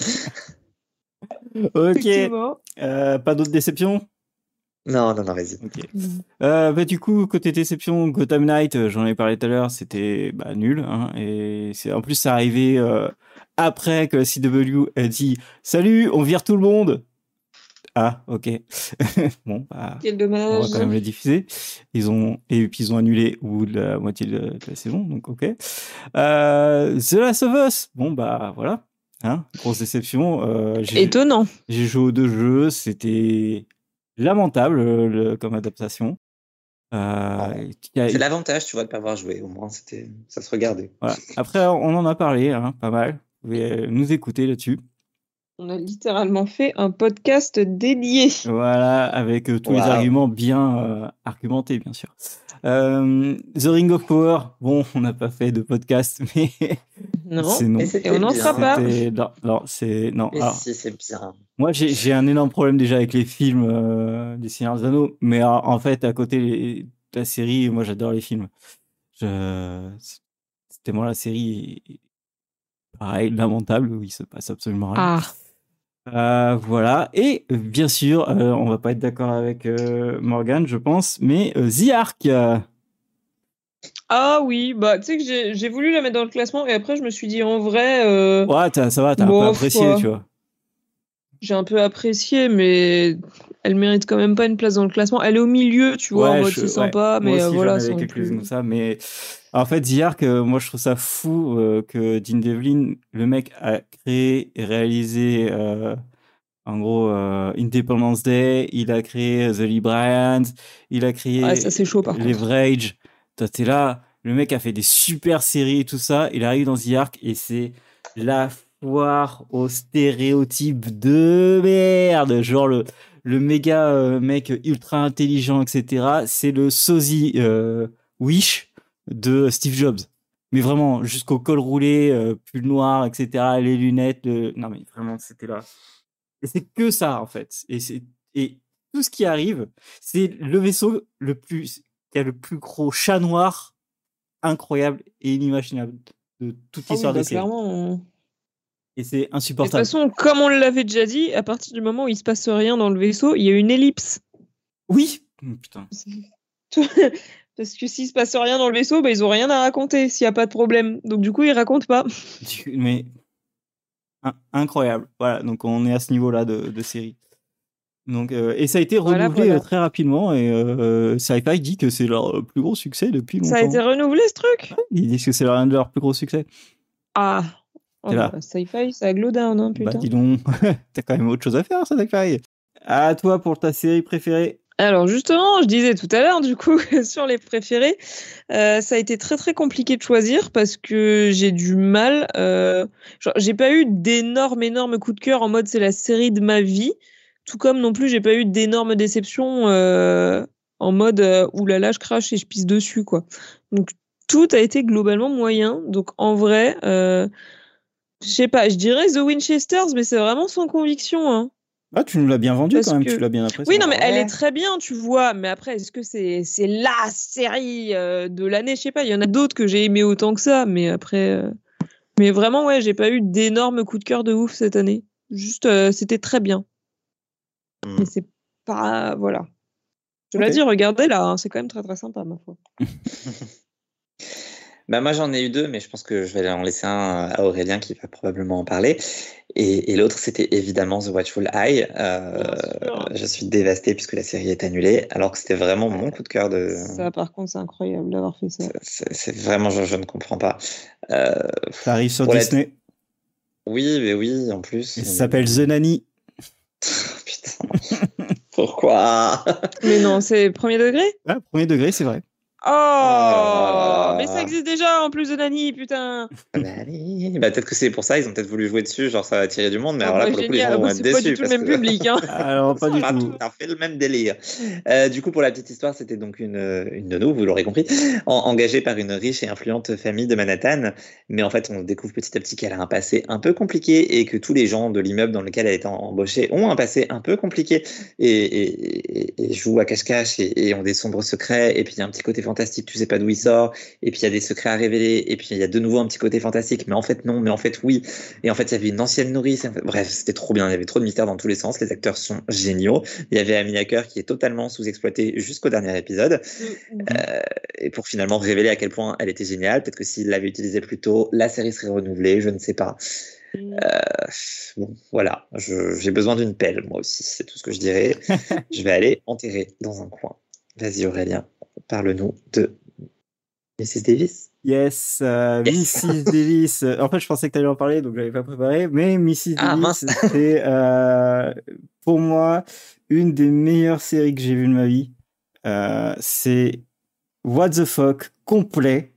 Ok. Effectivement. Euh, pas d'autres déceptions. Non, non, non, vas-y. Ok. Euh, bah, du coup, côté déception, Gotham Knight, euh, j'en ai parlé tout à l'heure, c'était bah, nul. Hein, et c'est en plus, ça arrivait euh, après que C W a dit Salut, on vire tout le monde. Ah, ok. Bon, bah, Quel on dommage. va quand même le diffuser. Ils ont et puis ils ont annulé au bout de la moitié de, de la saison, donc ok. Euh, The Last of Us. Bon bah voilà. Hein, grosse déception. Euh, j'ai- Étonnant. j'ai joué aux deux jeux, c'était lamentable euh, le- comme adaptation. Euh, il y a- C'est l'avantage, tu vois, de pas avoir joué. Au moins, c'était, ça se regardait. voilà. Après, on en a parlé, hein, pas mal. Vous pouvez euh, nous écouter là-dessus. On a littéralement fait un podcast dédié. Voilà, avec euh, tous les Wow. arguments bien euh, argumentés, bien sûr. Euh, The Ring of Power, bon, on n'a pas fait de podcast, mais Non. c'est non. Mais c'était Et on n'en bien. sera pas. C'était- Non, non, c'est non. Mais Alors, si, c'est bien. moi, j'ai j'ai un énorme problème déjà avec les films euh, des Seigneurs des Anneaux, mais en, en fait, à côté les- de la série, moi, j'adore les films. Je... C'était moi la série, est- pareil, lamentable, où il se passe absolument rien. Ah. Euh, voilà. Et euh, bien sûr, euh, on va pas être d'accord avec euh, Morgane, je pense, mais euh, The Ark. euh, Ah oui, bah tu sais que j'ai j'ai voulu la mettre dans le classement et après je me suis dit en vrai, euh, Ouais, t'as- ça va, t'as un peu Bof, apprécié, quoi. tu vois. j'ai un peu apprécié, mais elle mérite quand même pas une place dans le classement. Elle est au milieu, tu vois, Ouais, en mode je- c'est sympa, ouais. Moi mais aussi, euh, voilà, j'en avais sans quelques plus. comme ça, mais en fait, The Ark, euh, moi, je trouve ça fou euh, que Dean Devlin, le mec, a créé et réalisé, euh, en gros, euh, Independence Day, il a créé The Librarians, il a créé Ouais, ça c'est chaud par contre. Leverage. Toi, t'es là, le mec a fait des super séries et tout ça, il arrive dans The Ark et c'est la foire aux stéréotypes de merde. Genre le, le méga euh, mec ultra intelligent, et cetera. C'est le sosie euh, Wish de Steve Jobs. Mais vraiment, jusqu'au col roulé, euh, pull noir, et cetera. Les lunettes. le- Non mais vraiment, c'était là. Et c'est que ça, en fait. Et, c'est... et tout ce qui arrive, c'est le vaisseau le plus... qui a le plus gros chat noir incroyable et inimaginable de toute Ah oui, l'histoire bah, des séries. clairement. euh. Et c'est Et de toute insupportable. façon, comme on l'avait déjà dit, à partir du moment où il se passe rien dans le vaisseau, il y a une ellipse. Oui. Hum, Putain. Parce que s'il se passe rien dans le vaisseau, bah, ils ont rien à raconter s'il n'y a pas de problème. Donc du coup, ils racontent pas. Du- Mais in- incroyable. Voilà. Donc on est à ce niveau-là de, de série. Donc euh, et ça a été Voilà, renouvelé voilà. euh, très rapidement et euh, Sci-Fi dit que c'est leur euh, plus gros succès depuis longtemps. Ça a été renouvelé ce truc? Ils disent que c'est l'un de leurs plus gros succès. Ah. Oh, T'es là. bah, Sci-Fi, ça a glow down, hein, Bah putain. dis donc, t'as quand même autre chose à faire, ça, Sci-Fi. À toi pour ta série préférée. Alors justement, je disais tout à l'heure, du coup, sur les préférés, euh, ça a été très très compliqué de choisir parce que j'ai du mal. Euh, genre, j'ai pas eu d'énormes énormes coups de cœur en mode c'est la série de ma vie, tout comme non plus j'ai pas eu d'énormes déceptions euh, en mode euh, oulala je crache et je pisse dessus quoi. Donc tout a été globalement moyen. Donc en vrai, euh, je sais pas, je dirais The Winchesters, mais c'est vraiment sans conviction, hein. Ah, tu nous l'as bien vendu Parce quand même, que tu l'as bien apprécié. oui, non, mais Ah elle ouais. est très bien, tu vois. Mais après, est-ce que c'est c'est la série euh, de l'année? Je sais pas. Il y en a d'autres que j'ai aimé autant que ça, mais après, euh, mais vraiment, ouais, j'ai pas eu d'énormes coups de cœur de ouf cette année. Juste, euh, c'était très bien, mais Hmm. c'est pas, voilà. Je Ok. l'ai dit, regardez là, hein, c'est quand même très très sympa, ma foi. Bah moi j'en ai eu deux, mais je pense que je vais en laisser un à Aurélien qui va probablement en parler. Et, et l'autre c'était évidemment The Watchful Eye. Euh, Bien sûr. je suis dévasté puisque la série est annulée, alors que c'était vraiment mon coup de cœur de. Ça, par contre, c'est incroyable d'avoir fait ça. C'est c'est vraiment je, je ne comprends pas. Euh, Ça arrive sur pour la- Disney. Oui, mais oui, en plus. Et ça s'appelle The Nanny. Putain. Pourquoi? Mais non, c'est premier degré? Ah, premier degré, c'est vrai. Oh, là mais ça là. existe déjà en plus de Nani, putain. Allez. Bah, peut-être que c'est pour ça, ils ont peut-être voulu jouer dessus, genre ça va attirer du monde, mais Oh, alors là, bah, pour le coup, les génial. gens vont Bah, être c'est pas du déçus. tout le parce même que- public, hein. Alors, pas du Pas tout. tout à fait le même délire. Euh, du coup, pour la petite histoire, c'était donc une, une nono, vous l'aurez compris, en- engagée par une riche et influente famille de Manhattan. Mais en fait, on découvre petit à petit qu'elle a un passé un peu compliqué et que tous les gens de l'immeuble dans lequel elle est embauchée ont un passé un peu compliqué et, et, et- et jouent à cache-cache et, et ont des sombres secrets. Et puis, il y a un petit côté fantastique, tu sais pas d'où il sort. Et puis, il y a des secrets à révéler. Et puis, il y a de nouveau un petit côté fantastique. Mais en fait, non. Mais en fait, oui. Et en fait, il y avait une ancienne nourrice. Bref, c'était trop bien. Il y avait trop de mystères dans tous les sens. Les acteurs sont géniaux. Il y avait Amy Acker qui est totalement sous-exploitée jusqu'au dernier épisode. Euh, et pour finalement révéler à quel point elle était géniale. Peut-être que s'il l'avait utilisée plus tôt, la série serait renouvelée. Je ne sais pas. Euh, bon, voilà. Je- j'ai besoin d'une pelle, moi aussi. C'est tout ce que je dirais. Je vais aller enterrer dans un coin. Vas-y, Aurélien. Parle-nous de missus Davis. Yes, euh, Yes. missus Davis. Euh, En fait, je pensais que tu allais en parler, donc je l'avais pas préparé. Mais missus Ah, Davis, mince. c'est euh, pour moi une des meilleures séries que j'ai vues de ma vie. Euh, c'est what the fuck complet,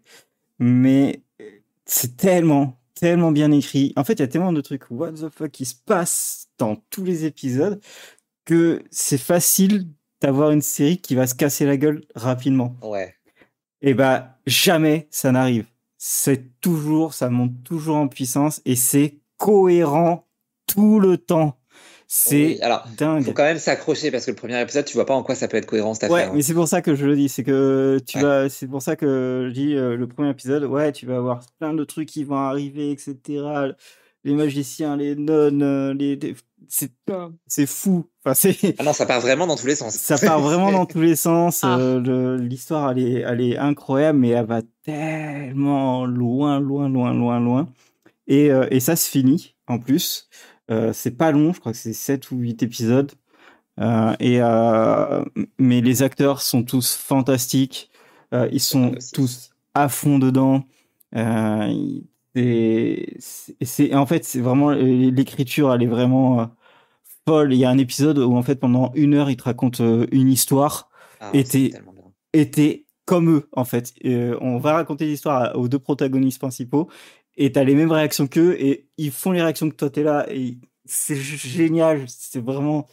mais c'est tellement, tellement bien écrit. En fait, il y a tellement de trucs what the fuck qui se passent dans tous les épisodes que c'est facile d'avoir une série qui va se casser la gueule rapidement. Ouais. Et bah, jamais ça n'arrive. C'est toujours, ça monte toujours en puissance et c'est cohérent tout le temps. C'est Oui, alors, dingue. faut quand même s'accrocher parce que le premier épisode, tu vois pas en quoi ça peut être cohérent cette Ouais, affaire. hein. mais c'est pour ça que je le dis. C'est que tu Ouais. vas, c'est pour ça que je dis euh, le premier épisode. Ouais, tu vas avoir plein de trucs qui vont arriver, et cetera. Les magiciens, les nonnes, euh, les, les- c'est, c'est fou. Enfin, c'est, Ah non, ça part vraiment dans tous les sens. ça part vraiment dans tous les sens. Ah. euh, le- l'histoire, elle est, elle est incroyable, mais elle va tellement loin, loin, loin, loin, loin. Et, euh, et ça se finit, en plus. Euh, c'est pas long, je crois que c'est sept ou huit épisodes. Euh, et, euh, mais les acteurs sont tous fantastiques. Euh, ils sont Aussi. tous à fond dedans. Euh, il- c'est, c'est, c'est- en fait, c'est vraiment, l'écriture, elle est vraiment euh, folle. Il y a un épisode où, en fait, pendant une heure, ils te racontent euh, une histoire. Ah, Et c'est t'es, tellement bien. et t'es comme eux, en fait. Euh, on va raconter l'histoire aux deux protagonistes principaux. Et t'as les mêmes réactions qu'eux. Et ils font les réactions que toi, t'es là. Et c'est g- génial. C'est vraiment...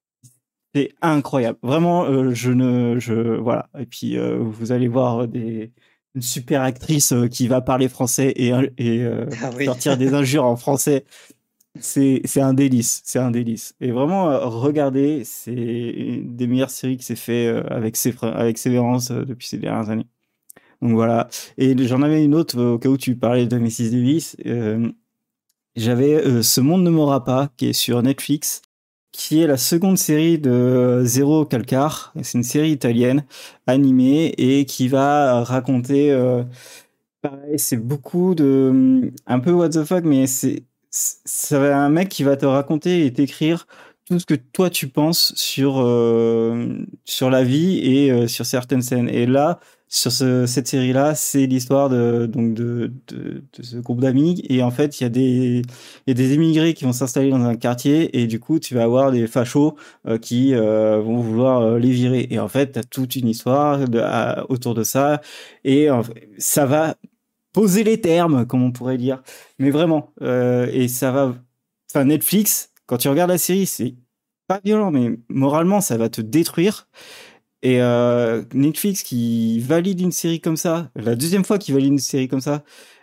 C'est incroyable. Vraiment, euh, je ne... Je, voilà. Et puis, euh, vous allez voir des, une super actrice euh, qui va parler français et, et euh, Ah oui. sortir des injures en français. C'est, c'est un délice. C'est un délice. Et vraiment, euh, regardez, c'est une des meilleures séries qui s'est fait euh, avec, ses, avec Sévérance euh, depuis ces dernières années. Donc voilà. Et j'en avais une autre euh, au cas où tu parlais de missus Davis. Euh, j'avais euh, Ce monde ne m'aura pas, qui est sur Netflix, qui est la seconde série de Zero Calcar. C'est une série italienne animée et qui va raconter, euh, pareil, c'est beaucoup de, un peu what the fuck, mais c'est, c'est un mec qui va te raconter et t'écrire tout ce que toi tu penses sur euh, sur la vie et euh, sur certaines scènes. Et là, sur ce, cette série-là, c'est l'histoire de donc de, de de ce groupe d'amis. Et en fait, il y a des il y a des immigrés qui vont s'installer dans un quartier et du coup, tu vas avoir des fachos euh, qui euh, vont vouloir euh, les virer. Et en fait, t'as toute une histoire de, à, autour de ça et en fait, ça va poser les termes, comme on pourrait dire. Mais vraiment, euh, et ça va. Enfin, Netflix, quand tu regardes la série, c'est pas violent, mais moralement, ça va te détruire. Et euh, Netflix qui valide une série comme ça, la deuxième fois qu'il valide une série comme ça,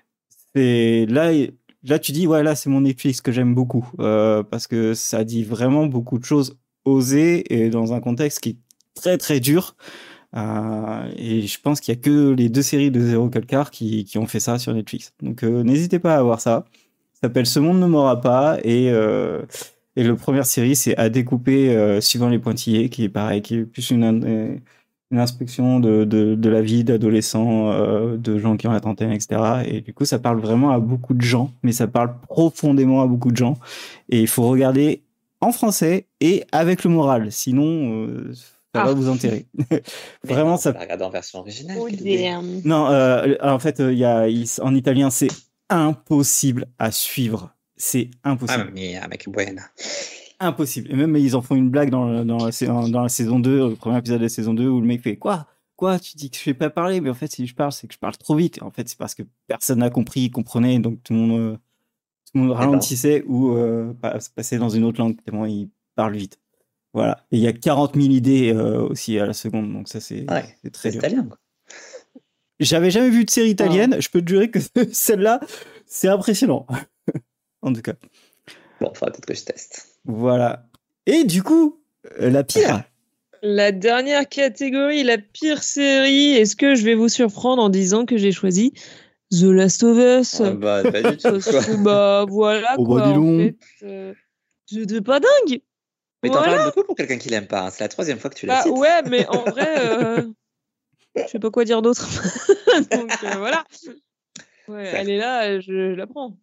c'est là, là tu dis ouais là c'est mon Netflix que j'aime beaucoup euh, parce que ça dit vraiment beaucoup de choses osées et dans un contexte qui est très très dur. Euh, et je pense qu'il y a que les deux séries de Zéro Calcar qui qui ont fait ça sur Netflix. Donc euh, n'hésitez pas à voir ça. Ça s'appelle Ce monde ne m'aura pas et euh, et le première série c'est À découper euh, suivant les pointillés qui est pareil qui est plus une une inspection de de de la vie d'adolescents euh, de gens qui ont la trentaine etc et du coup ça parle vraiment à beaucoup de gens mais ça parle profondément à beaucoup de gens et il faut regarder en français et avec le moral sinon euh, ça Ah. va vous enterrer. Vraiment non, ça. la regarder en version originale. Oh quelle idée. damn. Non, euh, en fait, il y a il- en italien, c'est impossible à suivre. C'est Ah, impossible. mais ah, mec, buena. Impossible. Et même, ils en font une blague dans, dans, la, sa- dans la saison deux, le premier épisode de la saison deux, où le mec fait quoi? Quoi? Tu dis que je vais pas parler, mais en fait, si je parle, c'est que je parle trop vite. Et en fait, c'est parce que personne n'a compris, comprenait, donc tout le monde, euh, tout le monde ralentissait ou euh, pa- passait dans une autre langue, tellement il parle vite. Voilà. Et il y a quarante mille idées euh, aussi à la seconde, donc ça, c'est Ouais, c'est très c'est dur. italien, quoi. J'avais jamais vu de série italienne, je peux te jurer que celle-là, c'est impressionnant. En tout cas. Bon, faudra peut-être que je teste. Voilà. Et du coup, euh, la pire. La dernière catégorie, la pire série. Est-ce que je vais vous surprendre en disant que j'ai choisi The Last of Us? Ah, bah, pas du tout. Parce Quoi. que, bah, voilà, Oh, bah, quoi, dis en donc. fait. Euh, C'était pas dingue. Mais t'en Voilà. parles beaucoup pour quelqu'un qui l'aime pas. hein. C'est la troisième fois que tu la Bah, cites. ouais, mais en vrai, euh, je sais pas quoi dire d'autre. Donc, euh, voilà. Ouais, Certes. elle est là, je, je la prends.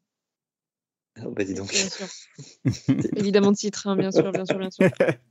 Oh, bah, dis donc. Bien sûr. Évidemment, de titre, hein, bien sûr, bien sûr, bien sûr.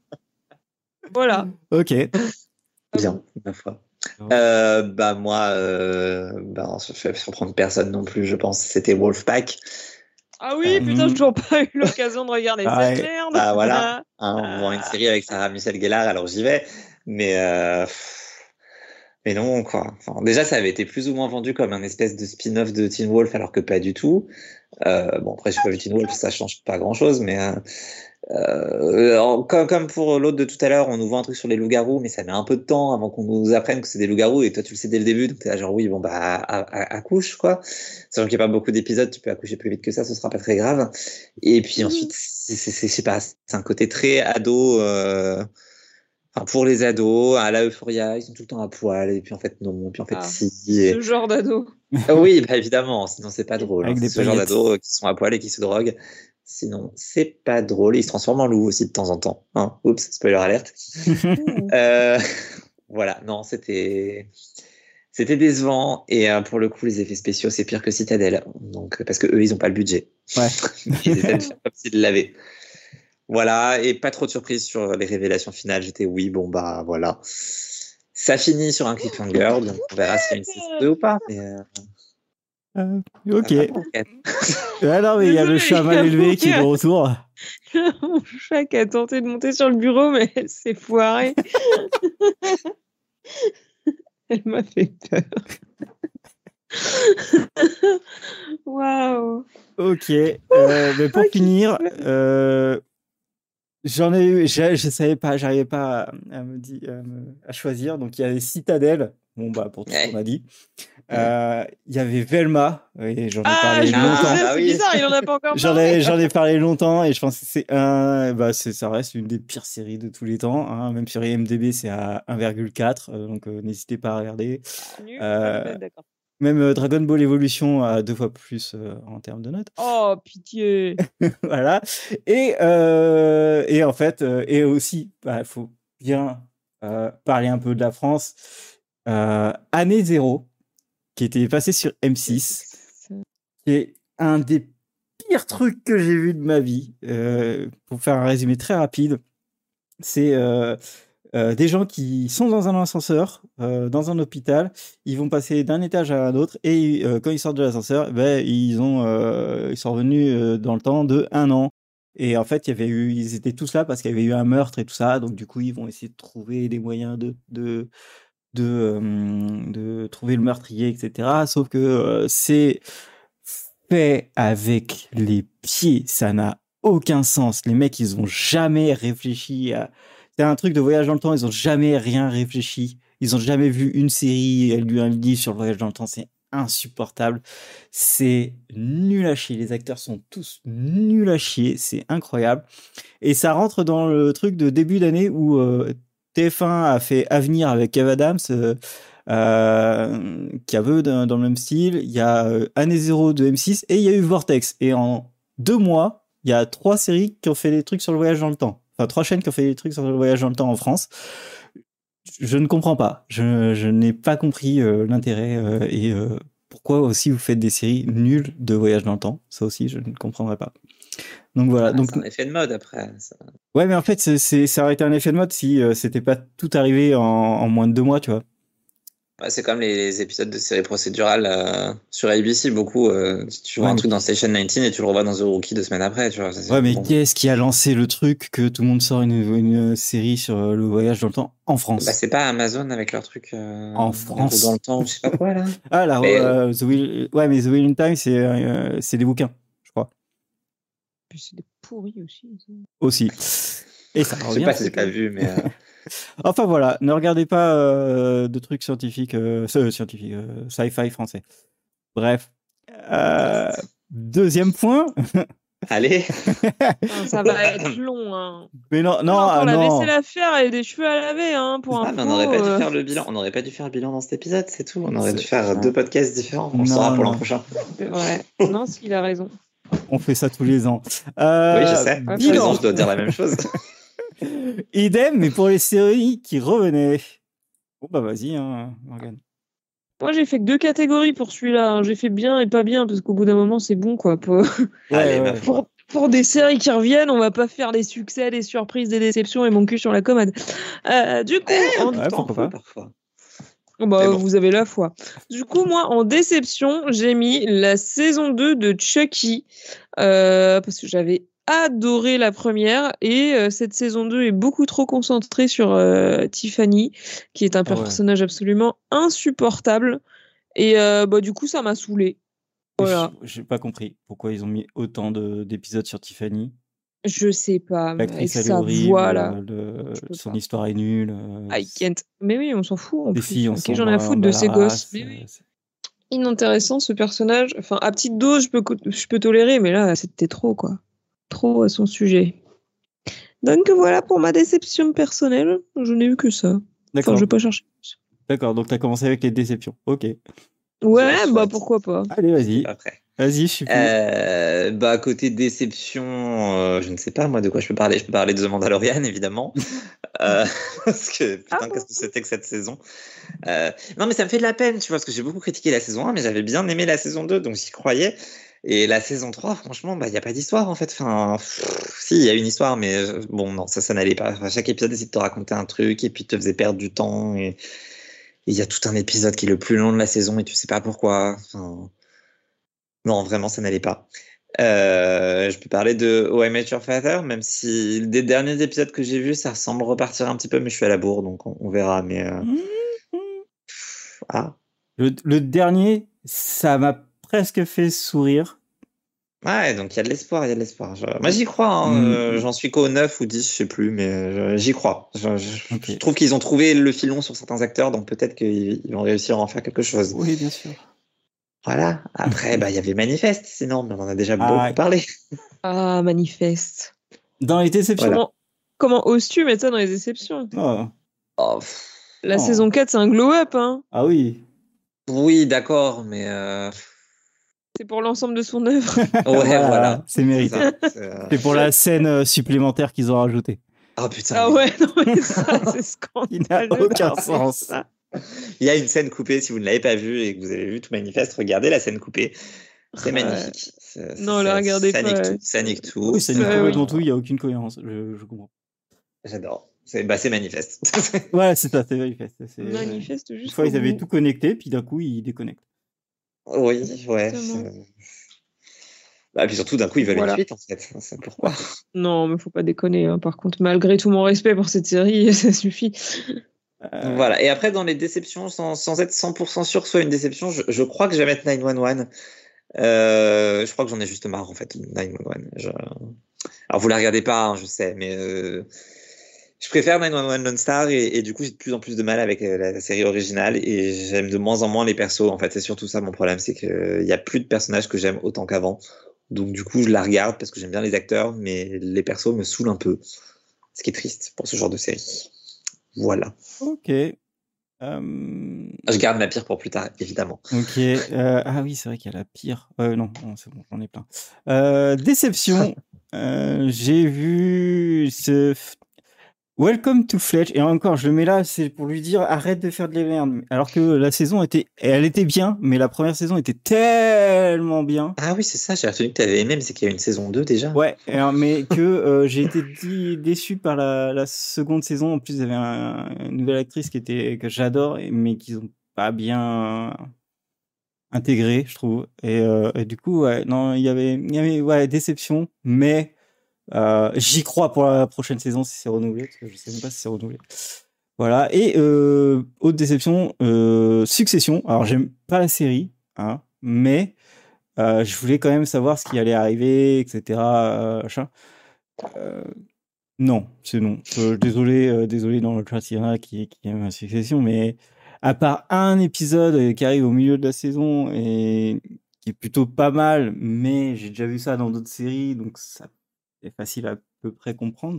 Voilà. Ok. Bien, ma foi. Euh, bah, moi, euh, bah, je vais surprendre personne non plus, je pense. C'était Wolfpack. Ah oui, Euh, putain, hmm. j'ai toujours pas eu l'occasion de regarder Ah cette ouais. merde. Ah, voilà. Hein, on voit une série avec Sarah Michelle Gellar, alors j'y vais. Mais, euh, mais non, quoi. Enfin, déjà, ça avait été plus ou moins vendu comme un espèce de spin-off de Teen Wolf, alors que pas du tout. Euh, bon, après, je suis pas vu Teen Wolf, ça change pas grand-chose, mais euh, euh, comme, comme pour l'autre de tout à l'heure, on nous voit un truc sur les loups-garous, mais ça met un peu de temps avant qu'on nous apprenne que c'est des loups-garous, et toi, tu le sais dès le début, donc t'es là genre, oui, bon, bah, à- à- accouche, quoi. Sachant qu'il n'y a pas beaucoup d'épisodes, tu peux accoucher plus vite que ça, ce sera pas très grave. Et puis ensuite, c'est, c'est, c'est, je sais pas, c'est un côté très ado, euh, enfin, pour les ados, à la Euphoria, ils sont tout le temps à poil, et puis en fait, non, puis en fait, Ah, si. Et... ce genre d'ado. Ah oui, bah évidemment, sinon c'est pas drôle. Avec hein. des C'est ce genre paillettes. d'ados qui sont à poil et qui se droguent. Sinon, c'est pas drôle. Ils se transforment en loup aussi de temps en temps. Hein. Oups, spoiler alerte. euh, voilà, non, c'était c'était décevant. Et euh, pour le coup, les effets spéciaux, c'est pire que Citadel. Donc, parce que eux, ils ont pas le budget. Ouais. Ils essaient de faire comme s'ils l'avaient. Voilà, et pas trop de surprises sur les révélations finales. J'étais oui, bon bah voilà. Ça finit sur un cliffhanger, donc on verra s'il y a une saison deux ou pas. Mais euh, Euh, ok. ah, pas Ah non, mais il y a le Désolée, chat il y mal a élevé qui est de mon- retour. Mon chat qui a tenté de monter sur le bureau, mais c'est foiré. Elle m'a fait peur. Waouh. Ok. Euh, mais pour Ok. finir, euh, j'en ai eu, je, je savais pas, j'arrivais pas à, à me dire, à, me- à choisir. Donc il y avait Citadel. Bon bah pour tout ce qu'on a dit. Euh, Il y avait Velma. Et j'en ai Ah, parlé je me longtemps. disais, Ah c'est oui. bizarre, il en a pas encore J'en parlé. ai, j'en ai parlé longtemps et je pense que c'est un, bah c'est, ça reste une des pires séries de tous les temps. Hein. Même sur I M D B, c'est à un virgule quatre, euh, donc euh, n'hésitez pas à regarder. Nul. Euh, Ouais, d'accord. Même euh, Dragon Ball Evolution a deux fois plus euh, en termes de notes. Oh, pitié. Voilà. Et, euh, et en fait, euh, et aussi, il bah, faut bien euh, parler un peu de la France. Euh, Année Zéro, qui était passé sur M six, qui est un des pire truc que j'ai vu de ma vie, euh, pour faire un résumé très rapide, c'est euh, euh, des gens qui sont dans un ascenseur, euh, dans un hôpital, ils vont passer d'un étage à un autre et euh, quand ils sortent de l'ascenseur, ben, ils, ont, euh, ils sont revenus euh, dans le temps de un an. Et en fait, il y avait eu, ils étaient tous là parce qu'il y avait eu un meurtre et tout ça. Donc, du coup, ils vont essayer de trouver des moyens de, de, de, euh, de trouver le meurtrier, et cetera. Sauf que euh, c'est fait avec les pieds. Ça n'a aucun sens. Les mecs, ils ont jamais réfléchi à... C'est un truc de voyage dans le temps. Ils ont jamais rien réfléchi. Ils ont jamais vu une série, lu un livre sur le voyage dans le temps. C'est insupportable. C'est nul à chier. Les acteurs sont tous nuls à chier. C'est incroyable. Et ça rentre dans le truc de début d'année où euh, T F un a fait Avenir avec Kev Adams, euh, euh, qui a vu dans, dans le même style. Il y a euh, Année Zéro de M six et il y a eu Vortex. Et en deux mois, il y a trois séries qui ont fait des trucs sur le voyage dans le temps. Enfin, trois chaînes qui ont fait des trucs sur le voyage dans le temps en France. Je ne comprends pas. Je, je n'ai pas compris euh, l'intérêt euh, et euh, pourquoi aussi vous faites des séries nulles de voyage dans le temps. Ça aussi, je ne comprendrai pas. Donc voilà. Ah, donc c'est un effet de mode après. Ça... Ouais, mais en fait, c'est, c'est, ça aurait été un effet de mode si euh, c'était pas tout arrivé en, en moins de deux mois, tu vois. Ouais, c'est comme les, les épisodes de séries procédurales euh, sur A B C, beaucoup. Euh, tu vois Ouais, un mais... truc dans Station dix-neuf et tu le revois dans The Rookie deux semaines après, tu vois. Ça, ouais, mais bon. Qu'est-ce qui a lancé le truc que tout le monde sort une, une série sur le voyage dans le temps en France? Bah, c'est pas Amazon avec leur truc euh, en France dans le temps ou je sais pas quoi là. Ah là, mais, euh, The Wheel... ouais, mais The Wheel in Time, c'est, euh, c'est des bouquins, je crois. Puis c'est des pourris aussi. Ça. Aussi. Et ça je revient. sais pas si j'ai pas vu, mais. Euh... Enfin voilà, ne regardez pas euh, de trucs scientifiques, euh, euh, scientifiques, euh, sci-fi français. Bref. Euh, deuxième point. Allez. Non, ça va être long. Hein. Mais non, non, ah, non. la vaisselle à faire et des cheveux à laver, hein, pour ah, un mais on n'aurait pas dû faire le bilan. On n'aurait pas dû faire le bilan dans cet épisode, c'est tout. On aurait c'est... dû faire non. deux podcasts différents. On non, le saura pour non. l'an prochain. Ouais. Non, s'il a raison. On fait ça tous les ans. Euh, oui, je sais. Bilan. Tous les ans, je dois dire la même chose. Idem, mais pour les séries qui revenaient. Bon bah vas-y, hein, Morgane. Moi, j'ai fait que deux catégories pour celui-là. Hein. J'ai fait bien et pas bien, parce qu'au bout d'un moment, c'est bon, quoi. Pour... Ouais, Allez, ouais. Pour, pour des séries qui reviennent, on va pas faire des succès, des surprises, des déceptions et mon cul sur la commode. Euh, du coup, eh, en... ouais, pourquoi pas. Parfois. Bah, bon. vous avez la foi. Du coup, moi, en déception, j'ai mis la saison deux de Chucky, euh, parce que j'avais adoré la première, et euh, cette saison deux est beaucoup trop concentrée sur euh, Tiffany, qui est un Ah ouais. personnage absolument insupportable, et euh, bah, du coup, ça m'a saoulée. Voilà. J'ai pas compris pourquoi ils ont mis autant de, d'épisodes sur Tiffany. Je sais pas, mais avec L'actrice, elle est sa horrible, voix, là. le- son pas. histoire est nulle. euh, I can't. Mais oui, on s'en fout, en Les plus. filles, on Ok, s'en j'en ai à bat- foutre bat de la ces race, gosses. Mais euh, oui. c'est- Inintéressant ce personnage. Enfin, à petite dose, je peux, co- je peux tolérer, mais là, c'était trop, quoi. Trop à son sujet. Donc voilà pour ma déception personnelle. Je n'ai eu que ça. D'accord. Enfin, je vais pas chercher. D'accord, donc t'as commencé avec les déceptions. Ok. Ouais, Je bah souhaite. pourquoi pas. Allez, vas-y. Après. Vas-y, je suis fou. Euh, bah, côté déception, euh, je ne sais pas moi de quoi je peux parler. Je peux parler de The Mandalorian, évidemment. euh, parce que, putain, Ah. qu'est-ce que c'était que cette saison. Euh, non, mais ça me fait de la peine, tu vois, parce que j'ai beaucoup critiqué la saison un, mais j'avais bien aimé la saison deux, donc j'y croyais. Et la saison trois, franchement, bah, il n'y a pas d'histoire, en fait. Enfin, pff, si, il y a une histoire, mais euh, bon, non, ça, ça n'allait pas. Enfin, chaque épisode essayait de te raconter un truc, et puis te faisait perdre du temps, et il y a tout un épisode qui est le plus long de la saison, et tu sais pas pourquoi. Enfin, non, vraiment, ça n'allait pas. Euh, je peux parler de How I Met Your Father, même si des derniers épisodes que j'ai vus, ça semble repartir un petit peu, mais je suis à la bourre, donc on, on verra. Mais euh... ah. Le, le dernier, ça m'a presque fait sourire. Ouais, donc il y a de l'espoir, il y a de l'espoir. Je... Moi, j'y crois. Hein. Mm. Euh, j'en suis qu'au neuf ou dix, je sais plus, mais euh, j'y crois. Je, je, Okay. je trouve qu'ils ont trouvé le filon sur certains acteurs, donc peut-être qu'ils ils vont réussir à en faire quelque chose. Oui, bien sûr. Voilà. Après, bah, il y avait Manifeste, sinon, mais on en a déjà Ah, beaucoup parlé. Ah, manifeste. Dans les déceptions. Voilà. Comment, comment oses-tu mettre ça dans les déceptions? Oh. Oh, pff. La Oh. saison quatre, c'est un glow-up, hein. Ah oui. Oui, d'accord, mais euh... C'est pour l'ensemble de son œuvre. ouais, voilà. voilà. C'est mérité. Ça, c'est, euh... C'est pour la scène euh, supplémentaire qu'ils ont rajoutée. Oh putain. Ah oui. ouais, non, mais ça, c'est Il n'a scandaleux. aucun d'avoir fait sens. ça. Il y a une scène coupée, si vous ne l'avez pas vue et que vous avez vu tout Manifeste, regardez la scène coupée. C'est Ouais. magnifique. Ça, Non, ça, la ça, regardez ça pas. nique tout. Ça nique tout. Oui, ça nique Euh, complètement oui. tout, il n'y a aucune cohérence. Je, je comprends. J'adore. C'est, bah, c'est manifeste. Ouais, c'est ça, c'est manifeste. C'est... Manifeste Une jusqu'au fois, ils avaient bout. tout connecté, puis d'un coup, ils déconnectent. Oui, ouais. Exactement. c'est- Bah, puis surtout, d'un coup, ils veulent Voilà. une suite, en fait. C'est pourquoi. Non, mais faut pas déconner. Hein. Par contre, malgré tout mon respect pour cette série, ça suffit. Euh, Voilà. Et après, dans les déceptions, sans, sans être cent pour cent sûr que ce soit une déception, je, je crois que je vais mettre neuf un un. Euh, je crois que j'en ai juste marre, en fait, neuf un un. Je... Alors, vous la regardez pas, hein, je sais, mais euh, je préfère neuf un un Lone Star et, et du coup, j'ai de plus en plus de mal avec euh, la, la série originale et j'aime de moins en moins les persos. En fait, c'est surtout ça mon problème, c'est qu'il y a plus de personnages que j'aime autant qu'avant. Donc, du coup, je la regarde parce que j'aime bien les acteurs, mais les persos me saoulent un peu. Ce qui est triste pour ce genre de série. Voilà. Ok. Euh, Je garde ma pire pour plus tard, évidemment. Ok. euh, Ah oui, c'est vrai qu'il y a la pire. Euh, non, non, c'est bon, j'en ai plein. Euh, déception. euh, J'ai vu ce f- Welcome to Fletch. Et encore, je le mets là, c'est pour lui dire arrête de faire de la merde. Alors que la saison était, elle était bien, mais la première saison était tellement bien. Ah oui, c'est ça, j'ai retenu que tu avais aimé, mais c'est qu'il y a une saison deux déjà. Ouais, et, euh, mais que euh, j'ai été di- déçu par la, la seconde saison. En plus, il y avait un- une nouvelle actrice qui était que j'adore, et- mais qu'ils ont pas bien intégré, je trouve. Et, euh, et du coup, ouais, non, il y avait, il y avait, ouais, déception, mais euh, j'y crois pour la prochaine saison si c'est renouvelé, parce que je sais même pas si c'est renouvelé. Voilà. Et euh, autre déception, euh, Succession. Alors, j'aime pas la série, hein, mais euh, je voulais quand même savoir ce qui allait arriver, et cetera. Euh, machin. Euh, non, c'est non. Euh, désolé, euh, désolé dans le chat, il y en a qui, qui aiment la Succession, mais à part un épisode euh, qui arrive au milieu de la saison et qui est plutôt pas mal, mais j'ai déjà vu ça dans d'autres séries, donc ça est facile à peu près comprendre.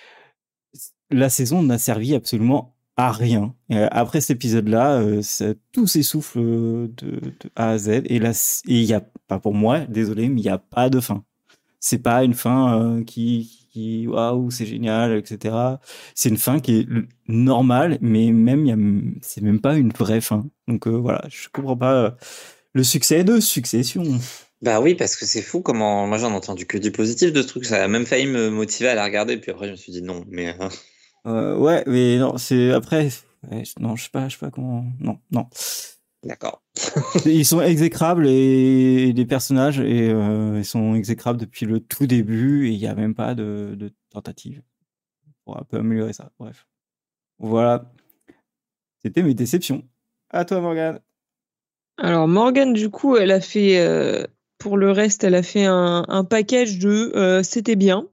La saison n'a servi absolument à rien. Et euh, après cet épisode-là, euh, ça- tout s'essouffle euh, de, de A à Z. Et là, c- et il y a, pas pour moi, désolé, mais il n'y a pas de fin. C'est pas une fin euh, qui, qui, waouh, c'est génial, et cetera. C'est une fin qui est l- normale, mais même, il y a, c'est même pas une vraie fin. Donc euh, voilà, je comprends pas euh, le succès de Succession. Bah oui, parce que c'est fou comment. Moi, j'en ai entendu que du positif de ce truc. Ça a même failli me motiver à la regarder, puis après, je me suis dit non. Mais euh, Euh, ouais, mais non, c'est après, ouais, non, je sais pas, je sais pas comment, non, non. d'accord. Ils sont exécrables et les personnages et euh, ils sont exécrables depuis le tout début et il y a même pas de, de tentative pour un peu améliorer ça. Bref, voilà, c'était mes déceptions. À toi, Morgane. Alors, Morgane, du coup, elle a fait. euh, Pour le reste, elle a fait un, un package de euh, c'était bien.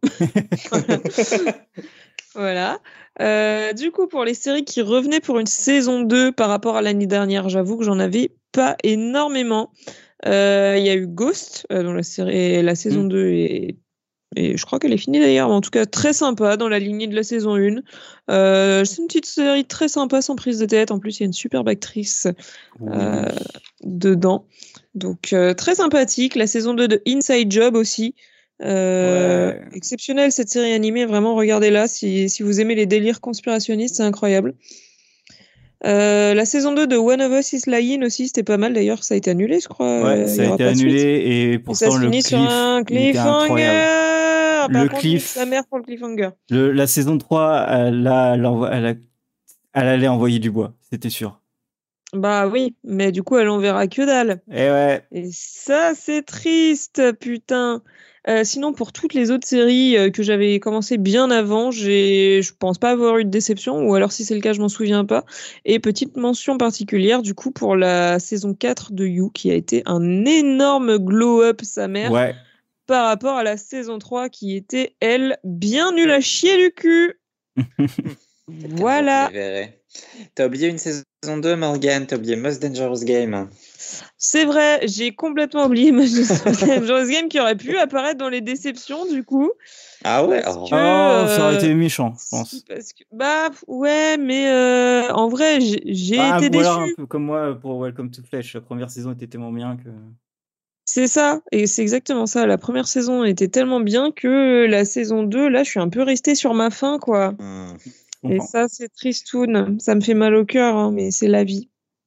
Voilà. Euh, du coup, pour les séries qui revenaient pour une saison deux par rapport à l'année dernière, j'avoue que j'en avais pas énormément. Euh, Il y a eu Ghost, euh, dont la série, la saison Mm. deux est, et je crois qu'elle est finie d'ailleurs, mais en tout cas très sympa dans la lignée de la saison un. Euh, c'est une petite série très sympa, sans prise de tête. En plus, il y a une superbe actrice euh, dedans. Donc, euh, très sympathique. La saison deux de Inside Job aussi. Euh, Ouais. Exceptionnelle cette série animée, vraiment regardez-la si, si vous aimez les délires conspirationnistes, c'est incroyable. Euh, la saison deux de One of Us is Lying aussi, c'était pas mal d'ailleurs, ça a été annulé je crois. Ouais, Euh, il ça y a aura été pas de suite. annulé et Et ça pourtant se le finit cliff, sur un il était incroyable. cliffhanger. Par Le contre, cliff- nique sa mère pour le cliffhanger. Le, la saison trois, elle, a- elle, envo- elle, a- elle allait envoyer du bois, c'était sûr. Bah oui, mais du coup elle en verra que dalle. Et ouais, Et ça, c'est triste, putain. Euh, sinon, pour toutes les autres séries euh, que j'avais commencé bien avant, j'ai, je pense pas avoir eu de déception, ou alors si c'est le cas, je m'en souviens pas. Et petite mention particulière, du coup, pour la saison quatre de You, qui a été un énorme glow-up, sa mère, ouais. par rapport à la saison trois, qui était, elle, bien nulle à chier du cul. Voilà. Je les verrai. T'as oublié une saison deux, Morgane. T'as oublié Most Dangerous Game. C'est vrai, j'ai complètement oublié Most Dangerous Game qui aurait pu apparaître dans les déceptions, du coup. Ah ouais. Parce oh. que, Oh, ça aurait euh, été méchant, je pense. Parce que, bah, ouais, mais euh, en vrai, j'ai j'ai Ah, été ou alors déçue. un peu comme moi pour Welcome to Fletch. La première saison était tellement bien que. C'est ça, et c'est exactement ça. La première saison était tellement bien que la saison deux, là, je suis un peu restée sur ma faim, quoi. Hmm. Je Et comprends. ça, c'est tristoun. Ça me fait mal au cœur, hein, mais c'est la vie.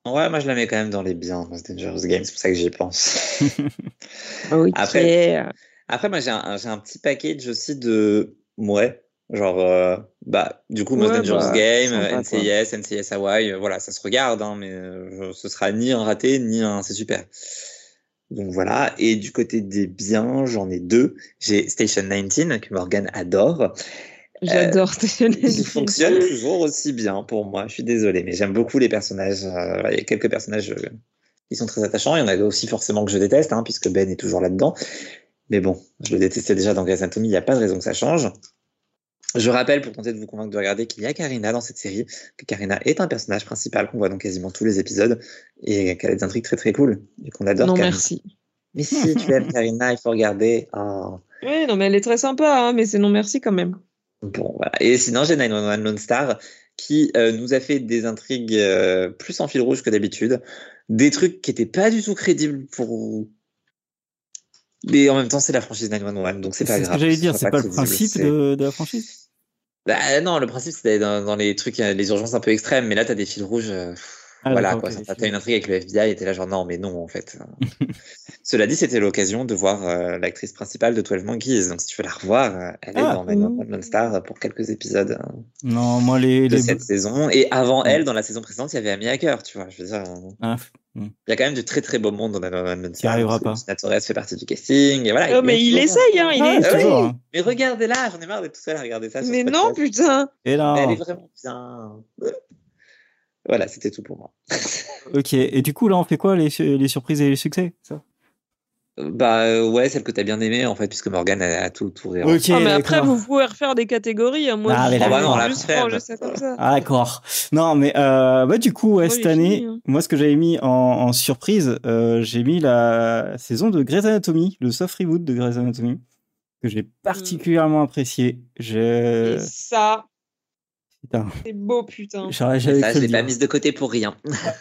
Ouais, moi je la mets quand même dans les biens, dans ce Dangerous Game, c'est pour ça que j'y pense. Ok. Après, après moi j'ai un, j'ai un petit package aussi de. Ouais, genre, euh, bah, du coup, Most Ouais, Dangerous bah, Game, sympa, N C I S, N C I S Hawaii, euh, voilà, ça se regarde, hein, mais euh, ce sera ni un raté, ni un c'est super. Donc voilà, et du côté des biens, j'en ai deux. J'ai Station dix-neuf, que Morgan adore. J'adore Euh, Station qui dix-neuf. fonctionne toujours aussi bien pour moi. Je suis désolé, mais j'aime beaucoup les personnages. Euh, il y a quelques personnages euh, qui sont très attachants. Il y en a aussi forcément que je déteste, hein, puisque Ben est toujours là-dedans. Mais bon, je le détestais déjà dans Grey's Anatomy, il n'y a pas de raison que ça change. Je rappelle, pour tenter de vous convaincre de regarder, qu'il y a Karina dans cette série, que Karina est un personnage principal qu'on voit dans quasiment tous les épisodes, et qu'elle a des intrigues très très cool, et qu'on adore Non, Karina. merci. Mais si tu aimes Karina, il faut regarder. Oh. Oui, non, mais elle est très sympa, hein, mais c'est non merci quand même. Bon, voilà. Et sinon, j'ai neuf un un Lone Star qui euh, nous a fait des intrigues euh, plus en fil rouge que d'habitude. Des trucs qui étaient pas du tout crédibles pour. Mais en même temps, c'est la franchise neuf un un, donc c'est pas C'est ce grave. que j'allais ce dire, soit c'est pas le crédible, principe c'est- de, de la franchise. Bah, non, le principe, c'était dans, dans les trucs, euh, les urgences un peu extrêmes, mais là, t'as des fils rouges. euh, pff, Ah, voilà, d'accord, quoi. ok, Ça- les T'as films. t'as une intrigue avec le F B I et t'es là, genre, non, mais non, en fait. Cela dit, c'était l'occasion de voir euh, l'actrice principale de douze Monkeys. Donc, si tu veux la revoir, euh, elle est Ah. dans neuf un un Lone Star pour quelques épisodes. euh, Non, moi, les. de les... cette saison. Et avant Ouais. elle, dans la saison précédente, il y avait Amy Hacker, tu vois. Je veux dire, euh, Ah, hmm. il y a quand même du très très beau monde dans Neverland Qui arrivera pas. Tina Torres fait partie du casting. Et voilà, Oh, mais il toujours- essaye, hein, il Ah ouais, essaye. toujours, Oui, hein. mais regardez-la, j'en ai marre d'être tout seul à regarder ça. sur Mais ce non, podcast. putain. Et Mais elle est là. vraiment bien. Voilà, c'était tout pour moi. Ok, et du coup, là, on fait quoi, les, su- les surprises et les succès ça Bah euh, ouais, celle que t'as bien aimée en fait, puisque Morgane a, a tout tout réen. Ok, Ah, mais après, d'accord. vous pouvez refaire des catégories. hein. Moi, Ah, mais je Oh bah non, d'accord. la juste flemme. ranger ça comme ça. Ah, d'accord. Non, mais euh, bah, du coup, ouais, Moi, cette j'ai année, fini, hein. moi, ce que j'avais mis en, en surprise, euh, j'ai mis la saison de Grey's Anatomy, le soft reboot de Grey's Anatomy, que j'ai particulièrement apprécié. Et Je... ça, Putain, c'est beau, putain. j'aurais Mais jamais ça, cru je le l'ai pas dire. mise de côté pour rien.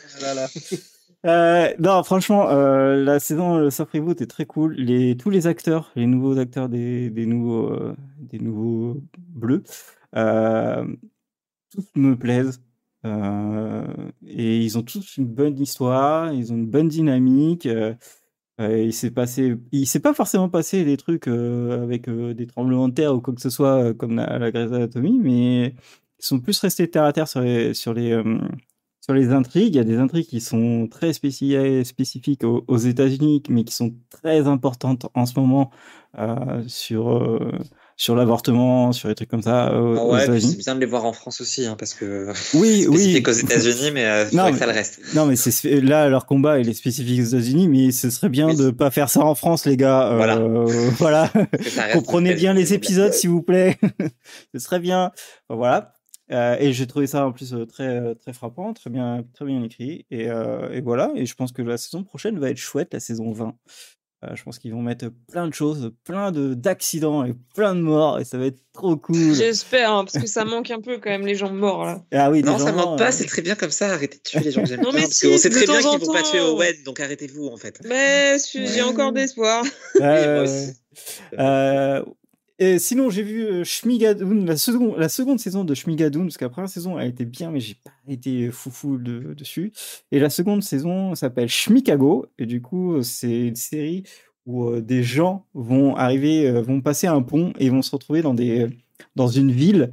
Euh, non, franchement, euh, la saison le soft reboot est très cool. Les, tous les acteurs, les nouveaux acteurs des, des nouveaux, euh, des nouveaux bleus, euh, tous me plaisent. Euh, et ils ont tous une bonne histoire, ils ont une bonne dynamique. Euh, euh, il s'est passé, il s'est pas forcément passé des trucs euh, avec euh, des tremblements de terre ou quoi que ce soit euh, comme la, la Grey's Anatomy, mais ils sont plus restés terre à terre sur les, sur les, euh, sur les intrigues. Il y a des intrigues qui sont très spéci- spécifiques aux, aux États-Unis, mais qui sont très importantes en ce moment euh, sur euh, sur l'avortement, sur les trucs comme ça euh, Ah aux ouais, puis États-Unis. c'est bien de les voir en France aussi, hein, parce que Oui, spécifique oui. aux États-Unis, mais euh, Non, faudrait que mais- ça le reste. Non, mais c'est là leur combat il est spécifique aux États-Unis, mais ce serait bien Oui. de pas faire ça en France, les gars. Euh, Voilà. voilà. Que ça reste Comprenez aux bien les États-Unis, épisodes, s'il s'il vous plaît. Ce serait bien. Enfin, voilà. Euh, et j'ai trouvé ça en plus euh, très euh, très frappant, très bien très bien écrit. Et, euh, et voilà. Et je pense que la saison prochaine va être chouette, la saison vingt. Euh, je pense qu'ils vont mettre plein de choses, plein de d'accidents et plein de morts, et ça va être trop cool. J'espère, hein, parce que ça manque un peu quand même les gens morts là. Ah oui, Non, des ça gens manque morts, pas, euh, c'est très bien comme ça. Arrêtez de tuer les gens que j'aime Non, pas. mais Parce si, qu'on sait de très temps bien en qu'ils vont pas temps. tuer Owen, donc arrêtez-vous en fait. Mais je- j'ai encore d'espoir. Ouais, Oui, ouais, moi ouais. aussi. Euh, et sinon, j'ai vu euh, Shmigadoon, la seconde, la seconde saison de Shmigadoon, parce que la première saison a été bien, mais j'ai pas été foufou de, dessus. Et la seconde saison s'appelle Shmikago, et du coup, c'est une série où euh, des gens vont arriver, euh, vont passer un pont et vont se retrouver dans des dans une ville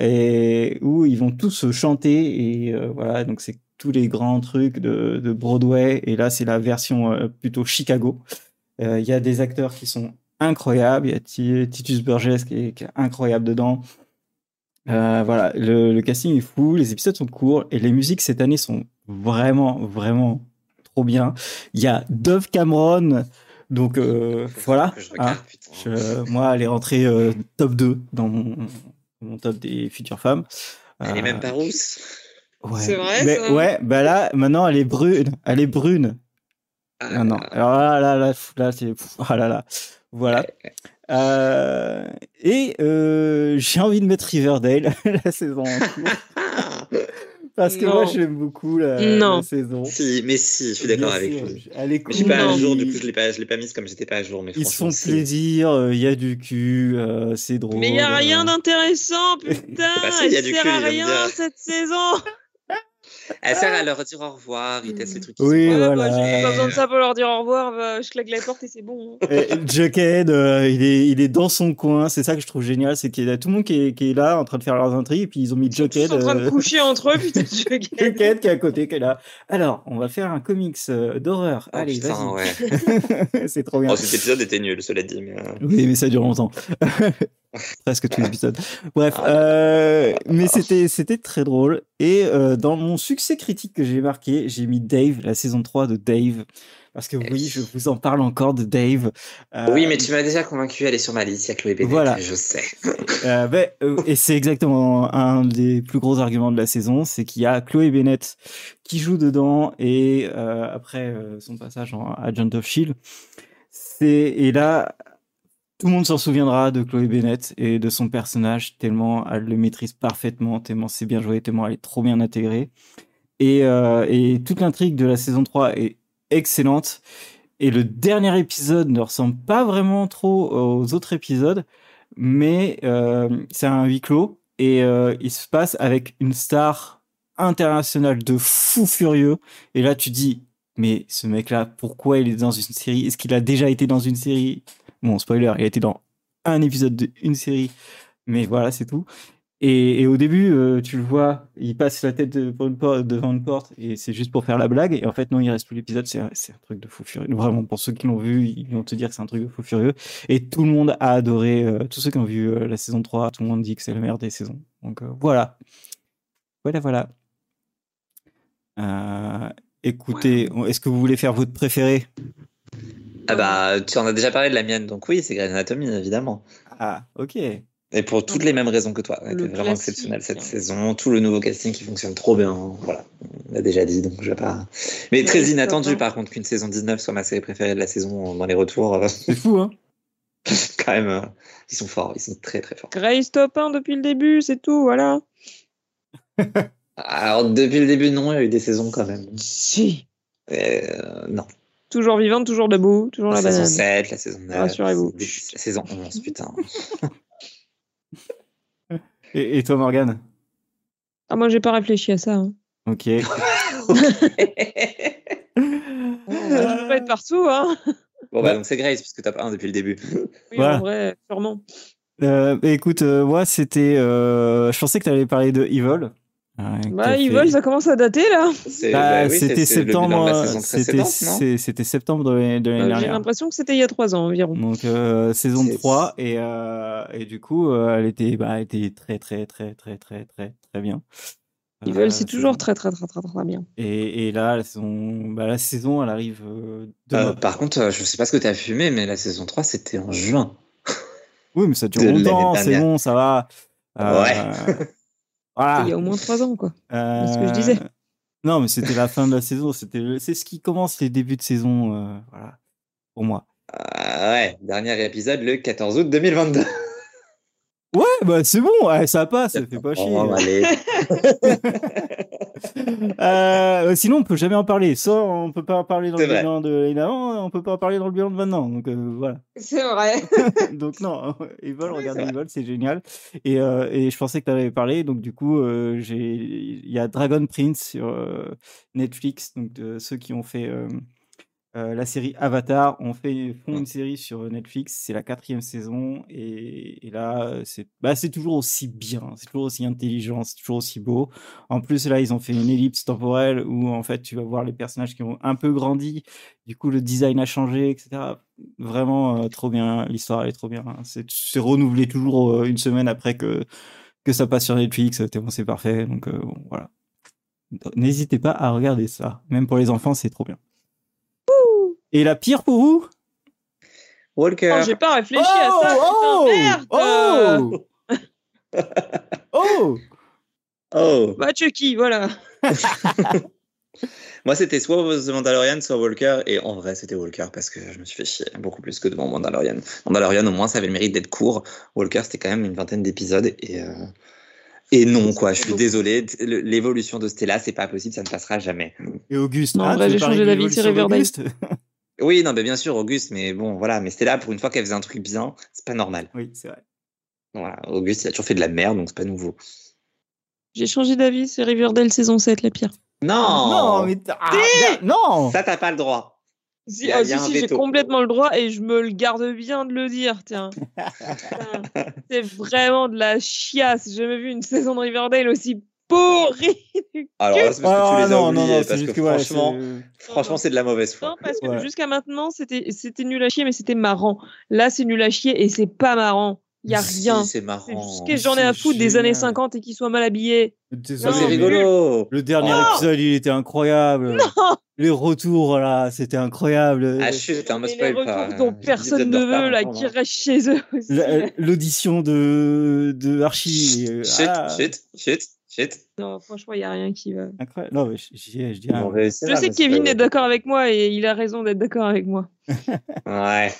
et où ils vont tous chanter et euh, voilà, donc c'est tous les grands trucs de, de Broadway, et là c'est la version euh, plutôt Chicago. Il euh, y a des acteurs qui sont incroyables. Il y a T- Titus Burgess qui est, qui est incroyable dedans. Euh, voilà, le, le casting est fou, les épisodes sont courts et les musiques cette année sont vraiment, vraiment trop bien. Il y a Dove Cameron, donc euh, Faut- faut voilà. que je regarde, hein. putain. Je- moi, elle est rentrée euh, top deux dans mon, mon top des futures femmes. Elle est Euh, même pas rousse. ouais. C'est vrai, Mais, ça ouais, bah là, maintenant, elle est brune. Elle est brune. Ah, Non, non. Alors là, là, là, là, c'est. Ah là là. Voilà. Euh, et euh, j'ai envie de mettre Riverdale, la saison en cours. Parce que Non. moi, j'aime beaucoup la, Non. la saison. Si, mais si, je suis d'accord Bien avec sûr, lui. Elle est Mais je suis pas Non. à jour, du ils- coup je l'ai pas, je l'ai pas mise comme j'étais pas à jour. Mais Ils se franchement, font si. plaisir, il y a du cul, euh, c'est drôle. Mais il y a rien euh. d'intéressant, putain. Bah si, y a Elle du sert cul, à il vient de rien dire. cette saison. Elle sert à leur dire au revoir, ils testent les trucs qu'ils Oui, ont Ouais, pas. bah, j'ai voilà. pas besoin de ça pour leur dire au revoir. bah, je claque la porte et c'est bon. hein. Et Jughead, euh, il est, il est dans son coin. C'est ça que je trouve génial, c'est qu'il y a tout le monde qui est, qui est là en train de faire leurs intrigues, et puis ils ont mis Ils sont tous Jughead, en train de euh, coucher entre eux, putain, je gagne. Jughead qui est à côté, qui est là. Alors, on va faire un comics euh, d'horreur. Oh Allez, putain, vas-y. ouais. C'est trop bien. Oh, cet épisode était nul, cela dit. Mais... euh, Oui, mais ça dure longtemps. Presque tous les épisodes. Bref, Ah, euh, mais c'était c'était très drôle. Et euh, dans mon succès critique que j'ai marqué, j'ai mis Dave, la saison trois de Dave. Parce que oui, je vous en parle encore de Dave. Euh, Oui, mais tu m'as déjà convaincu, elle est sur ma liste, il y a Chloé Bennett, Voilà. je sais. euh, ben, euh, et c'est exactement un des plus gros arguments de la saison, c'est qu'il y a Chloé Bennett qui joue dedans, et euh, après euh, son passage en Agent of Shield, c'est et là tout le monde s'en souviendra de Chloé Bennett et de son personnage, tellement elle le maîtrise parfaitement, tellement c'est bien joué, tellement elle est trop bien intégrée. Et, euh, et toute l'intrigue de la saison trois est excellente. Et le dernier épisode ne ressemble pas vraiment trop aux autres épisodes, mais euh, c'est un huis clos. Et euh, il se passe avec une star internationale de fou furieux. Et là, tu dis, mais ce mec-là, pourquoi il est dans une série? Est-ce qu'il a déjà été dans une série? Bon, spoiler, il a été dans un épisode d'une série, mais voilà, c'est tout. Et, et au début, euh, tu le vois, il passe la tête de- pour une porte- devant une porte, et c'est juste pour faire la blague. Et en fait, non, il reste tout l'épisode. C'est un, c'est un truc de fou furieux. Vraiment, pour ceux qui l'ont vu, ils vont te dire que c'est un truc de fou furieux. Et tout le monde a adoré. euh, tous ceux qui ont vu euh, la saison trois, tout le monde dit que c'est la meilleure des saisons. Donc euh, voilà. Voilà, voilà. Euh, écoutez, est-ce que vous voulez faire votre préféré? Ah bah, tu en as déjà parlé de la mienne, donc oui, c'est Grey's Anatomy, évidemment. Ah, ok. Et pour toutes les mêmes raisons que toi. Elle Le était vraiment classique. exceptionnelle cette saison. Tout le nouveau casting qui fonctionne trop bien. Voilà. On l'a déjà dit, donc je vais pas. Mais très Ouais, inattendu, c'est par contre, qu'une saison dix-neuf soit ma série préférée de la saison dans les retours. euh, C'est fou, hein? Quand même, euh, ils sont forts. Ils sont très, très forts. Grace top un depuis le début, c'est tout, voilà. Alors, depuis le début, non, il y a eu des saisons quand même. Si. Euh, non. Toujours vivante, toujours debout, toujours La la saison banane. sept, la saison neuf. Rassurez-vous. La saison onze, putain. Et, et toi, Morgane? Ah, moi, j'ai pas réfléchi à ça. Hein. Ok. Ouais, je veux pas être partout, hein. Bon, bah, Ouais. donc c'est Grace, puisque top un depuis le début. Oui, Voilà. en vrai, sûrement. Euh, bah, écoute, euh, moi, c'était. euh, je pensais que tu allais parler de Evil. Euh, qui Bah, a ils fait- veulent, ça commence à dater, là. C'est- Bah, bah oui, c'est- c'était c'est le bilan septembre. de la euh, saison C'était précédente, non c'est- c'était septembre de l'année de l'année Euh, J'ai dernière. l'impression que c'était il y a trois ans environ. Donc euh, saison C'est- trois, et euh, et du coup euh, elle était bah elle était très très très très très très très bien. Ils Euh, veulent, c'est la toujours saison. très, très, très, très, très bien. Et, et là la saison bah la saison elle arrive euh, demain. Euh, par contre, euh, je sais pas ce que t'as fumé, mais la saison trois, c'était en juin. Oui, mais ça dure de l'année longtemps, c'est dernière. bon, ça va. Euh, Ouais. Voilà. Il y a au moins trois ans, quoi. Euh, ce que je disais. Non, mais c'était la fin de la saison. C'était le- c'est ce qui commence les débuts de saison. euh, voilà, pour moi. Ah ouais, dernier épisode le quatorze août deux mille vingt-deux. Ouais, bah c'est bon, ouais, ça passe, ça fait pas chier. Oh, allez. Euh, sinon, on peut jamais en parler. Soit on peut pas en parler dans C'est le vrai. bilan de l'année d'avant, on peut pas en parler dans le bilan de maintenant. Donc euh, voilà. C'est vrai. Donc non, Evil, Oui, regardez c'est vrai. Evil, c'est génial. Et, euh, et je pensais que tu avais parlé. Donc du coup, euh, j'ai, il y a Dragon Prince sur euh, Netflix. Donc de ceux qui ont fait euh, euh, la série Avatar, on fait font une série sur Netflix. C'est la quatrième saison et, et là, euh, c'est bah c'est toujours aussi bien, c'est toujours aussi intelligent, c'est toujours aussi beau. En plus, là, ils ont fait une ellipse temporelle où en fait, tu vas voir les personnages qui ont un peu grandi. Du coup, le design a changé, et cetera. Vraiment euh, trop bien, l'histoire elle est trop bien. C'est, c'est renouvelé toujours euh, une semaine après que que ça passe sur Netflix. Tellement c'est parfait. Donc euh, bon, voilà. Donc, n'hésitez pas à regarder ça. Même pour les enfants, c'est trop bien. Et la pire pour vous? Walker. Oh, j'ai pas réfléchi à ça, oh, putain, merde. oh, oh, Oh. Bah, Chucky, voilà. Moi, c'était soit The Mandalorian, soit Walker. Et en vrai, c'était Walker parce que je me suis fait chier beaucoup plus que devant Mandalorian. Mandalorian, au moins, ça avait le mérite d'être court. Walker, c'était quand même une vingtaine d'épisodes. Et, euh... et non, quoi. Je suis désolé. Le- L'évolution de Stella, c'est pas possible. Ça ne passera jamais. Et Auguste? Non, en Ah, vrai, tu veux j'ai parler changé de d'avis, c'est l'évolution Riverdale. d'Auguste? Oui, non, mais bien sûr, Auguste. Mais bon, voilà. Mais Stella, pour une fois qu'elle faisait un truc bien, c'est pas normal. Oui, c'est vrai. Voilà. Auguste, il a toujours fait de la merde, donc c'est pas nouveau. J'ai changé d'avis, c'est Riverdale saison sept, la pire. Non, Non, mais t'as- ah, non. ça, t'as pas le droit. Si, Il y a- oh, il y a si, un si, j'ai veto. complètement le droit et je me le garde bien de le dire, tiens. Putain, c'est vraiment de la chiasse. J'ai jamais vu une saison de Riverdale aussi pourrie. Alors là, c'est parce que Ah, tu les as non, non, oubliés, non, c'est parce que juste que, ouais, franchement, c'est- franchement, c'est de la mauvaise foi. Non, parce que Ouais. jusqu'à maintenant, c'était c'était nul à chier, mais c'était marrant. Là, c'est nul à chier et c'est pas marrant. Il y a Si, rien. c'est C'est marrant. juste que j'en ai à C'est foutre des années génial. cinquante et qu'ils soient mal habillés. Désolé, Ça, c'est Non, mais- rigolo. Le dernier Oh épisode, il était incroyable. Non. Les retours, là, c'était incroyable. Ah, chut, un me Mais les spoil retours pas. dont J'ai personne dit ne de leur part veut, là, encore, qui non. restent chez eux aussi. La- là. L'audition de, de Archie. euh, Chut, ah, chut, chut, chut. Non, franchement, il y a rien qui va. incroyable. Non, mais j'y ai, je dis Ils rien. vont réussir Je à sais me que Kevin spoiler. est d'accord avec moi et il a raison d'être d'accord avec moi. Ouais.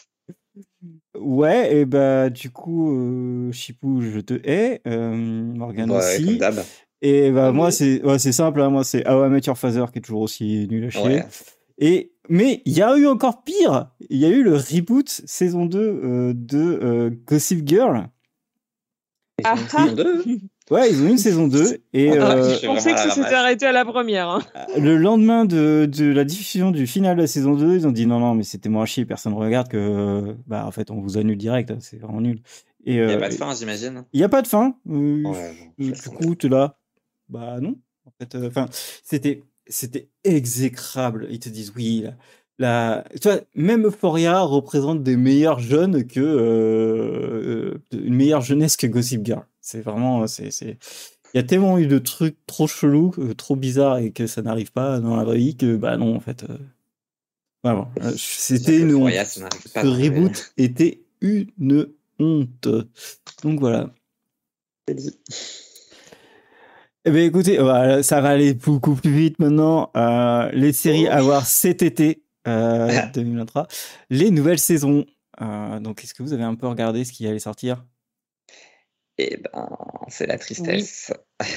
Ouais, et bah, du coup, euh, Chipou, je te hais. Euh, Morgane Ouais, aussi. comme d'hab. Et bah, Ah moi, oui. c'est ouais, c'est simple, hein, moi, c'est How I Met Your Father qui est toujours aussi nul à chier. Ouais. Et, mais il y a eu encore pire. Il y a eu le reboot saison deux euh, de euh, Gossip Girl. Ah, Ils sont deux. Ouais, ils ont eu une saison deux. Et Ah, euh, Je pensais que ça s'était arrêté à la première. Hein. le lendemain de, de la diffusion du final de la saison deux, ils ont dit non, non, mais c'était moins chier, personne ne regarde que. Bah, en fait, on vous annule direct, hein, c'est vraiment nul. Et, Il n'y a euh, pas de fin, j'imagine. Il n'y a pas de fin. Euh, Ouais, bon, euh, ça du semble. coup, tu es là. Bah non. En fait, euh, enfin, c'était, c'était exécrable. Ils te disent oui. La, la... Tu vois, même Euphoria représente des meilleurs jeunes que euh, euh, une meilleure jeunesse que Gossip Girl. C'est vraiment, c'est, c'est. Il y a tellement eu de trucs trop chelous, euh, trop bizarres et que ça n'arrive pas dans la vraie vie que bah non en fait. Euh... Vraiment, euh, c'était une honte. Euphoria, ça n'arrive pas Ce dans la vraie reboot vie. était une honte. Donc voilà. C'est dit. Eh bien, écoutez, voilà, ça va aller beaucoup plus vite maintenant. Euh, les séries à voir cet été euh, deux mille vingt-trois. Les nouvelles saisons. Euh, donc, est-ce que vous avez un peu regardé ce qui allait sortir? Eh ben, c'est la tristesse.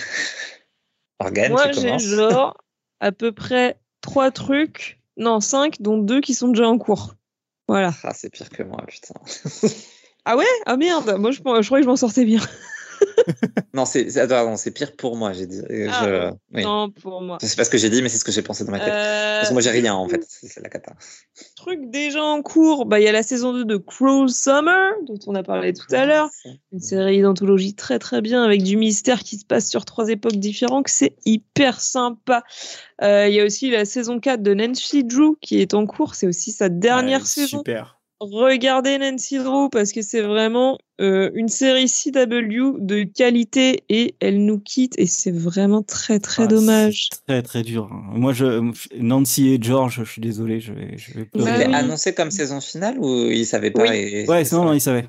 Morgane, Moi, tu j'ai commences. genre à peu près trois trucs, non, cinq, dont deux qui sont déjà en cours. Voilà. Ah, c'est pire que moi, putain. Ah ouais? Ah merde, moi je, je croyais que je m'en sortais bien. Non, c'est c'est- attends, non, c'est pire pour moi, j'ai dit. Euh, Ah, je- oui. Non, pour moi. Je sais pas ce que j'ai dit, mais c'est ce que j'ai pensé dans ma tête. Parce que moi, j'ai rien, en fait. C'est c'est la cata. Truc déjà en cours, bah il y a la saison deux de Cruel Summer, dont on a parlé tout à l'heure. Une série d'anthologie très très bien, avec du mystère qui se passe sur trois époques différentes, que c'est hyper sympa. Euh, Il y a aussi la saison quatre de Nancy Drew qui est en cours, c'est aussi sa dernière Ouais, saison. Super. Regardez Nancy Drew parce que c'est vraiment euh, une série C W de qualité et elle nous quitte et c'est vraiment très très Ah, dommage. c'est très très dur. hein. Moi, je, Nancy et George, je suis désolé, je vais, je vais pleurer. Bah C'était oui. annoncé comme saison finale ou ils savaient pas Oui. et- Ouais, c'est non, ça non, il savait.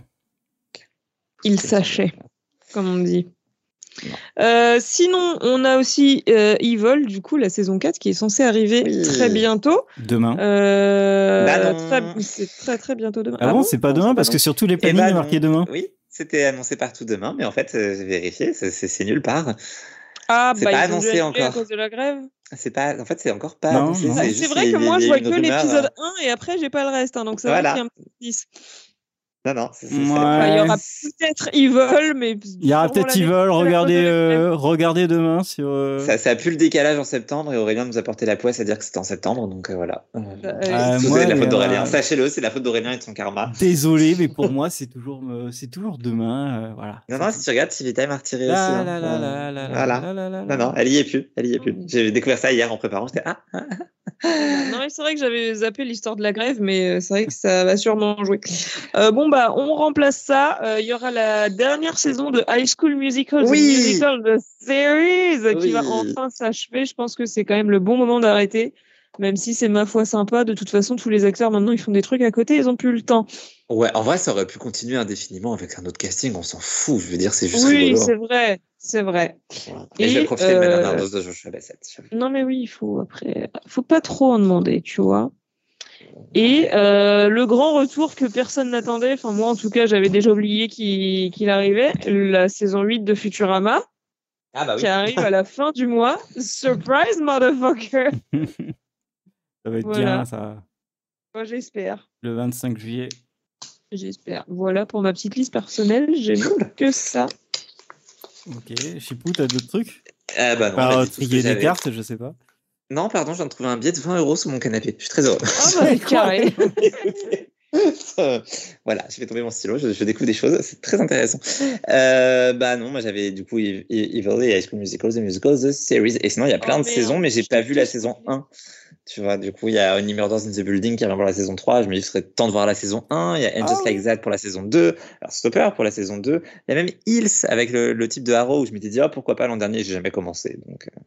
Il C'est sachait, ça. comme on dit. Non. Euh, sinon, on a aussi euh, Evil, du coup, la saison quatre qui est censée arriver Oui. très bientôt. Demain. Euh, Bah non. très- c'est très très bientôt demain. ah bon, c'est pas Non, demain c'est parce pas que non. sur tous les Eh plannings, ben il est non. marqué demain. Oui, c'était annoncé partout demain, mais en fait, euh, j'ai vérifié, c'est- c'est c'est nulle part. Ah, c'est bah, pas ils ont dû annoncé annuler à encore. cause de la grève. C'est pas, en fait, c'est encore pas Non, annoncé. non. Bah, C'est c'est juste vrai qu'il que y a- moi, il y je a vois une que rumeur, l'épisode euh, un et après, j'ai pas le reste. Hein, donc ça Voilà. va qu'il y a un petit indice. Non, non, c'est c'est- Ouais. c'est- Enfin, il y aura peut-être Evil, mais. Il y aura sûrement peut-être l'année Evil, prochaine à cause de regardez, la grève. euh, regardez demain sur. euh, Ça, ça a pu le décalage en septembre et Aurélien nous a porté la poisse à dire que c'était en septembre, donc euh, voilà. Euh, Euh, Ah, c'est moi, la faute les, d'Aurélien. euh, Sachez-le, c'est la faute d'Aurélien et de son karma. Désolé, mais pour moi, c'est toujours, me- c'est toujours demain. euh, voilà. Non, non, si tu regardes, T V Time a retiré aussi. La, hein. la, la, Euh, la, la, la, voilà. la, la, la, Non, la. non, elle y est plus. Elle y est plus. Mm. J'ai découvert ça hier en préparant. J'étais ah, ah, ah. Non, mais c'est vrai que j'avais zappé l'histoire de la grève, mais euh, c'est vrai que ça va sûrement jouer. Euh, bon, bah, on remplace ça. Euh, Il y aura la dernière saison de High School Musical, The Oui. Musical The Series, qui Oui. va enfin s'achever. Je pense que c'est quand même le bon moment d'arrêter, même si c'est ma foi sympa. De toute façon, tous les acteurs, maintenant, ils font des trucs à côté, ils ont plus le temps. Ouais, en vrai, ça aurait pu continuer indéfiniment avec un autre casting. On s'en fout. Je veux dire, c'est juste Oui, rigolo. c'est vrai, c'est vrai. Voilà. Mais je Et, vais profiter de ma euh, dernière dose de Joshua Bassett. Non, mais oui, il faut après, faut pas trop en demander, tu vois. Et euh, le grand retour que personne n'attendait, enfin moi en tout cas j'avais déjà oublié qu'il qu'il arrivait, la saison huit de Futurama, Ah bah oui. qui arrive à la fin du mois. Surprise, motherfucker. Ça va être Voilà. bien, ça. Moi j'espère, Le vingt-cinq juillet. j'espère. Voilà pour ma petite liste personnelle, j'ai vu que ça. Ok. Chipou, t'as d'autres trucs? Ah bah non, Par on a euh, dit tout ce que trier des j'avais. cartes, je sais pas. Non, pardon, je viens de trouver un billet de vingt euros sous mon canapé. Je suis très heureux. Ah bah c'est carré. Voilà, j'ai fait tomber mon stylo, je, je découvre des choses, c'est très intéressant. Euh, bah non, moi j'avais du coup Evil et High School Musical, The Musical, The Series. Et sinon, il y a plein Oh, de merde. saisons, mais j'ai Je pas t'ai vu la tous saison oublié. un. Tu vois, du coup, il y a Only Murders in the Building qui vient voir la saison trois. Je me dis, ce serait temps de voir la saison un. Il y a And Just Ah Like That pour la saison deux. Alors, Stopper pour la saison deux. Il y a même Hills avec le, le type de Arrow où je m'étais dit, oh, pourquoi pas l'an dernier, j'ai jamais commencé. Donc, euh...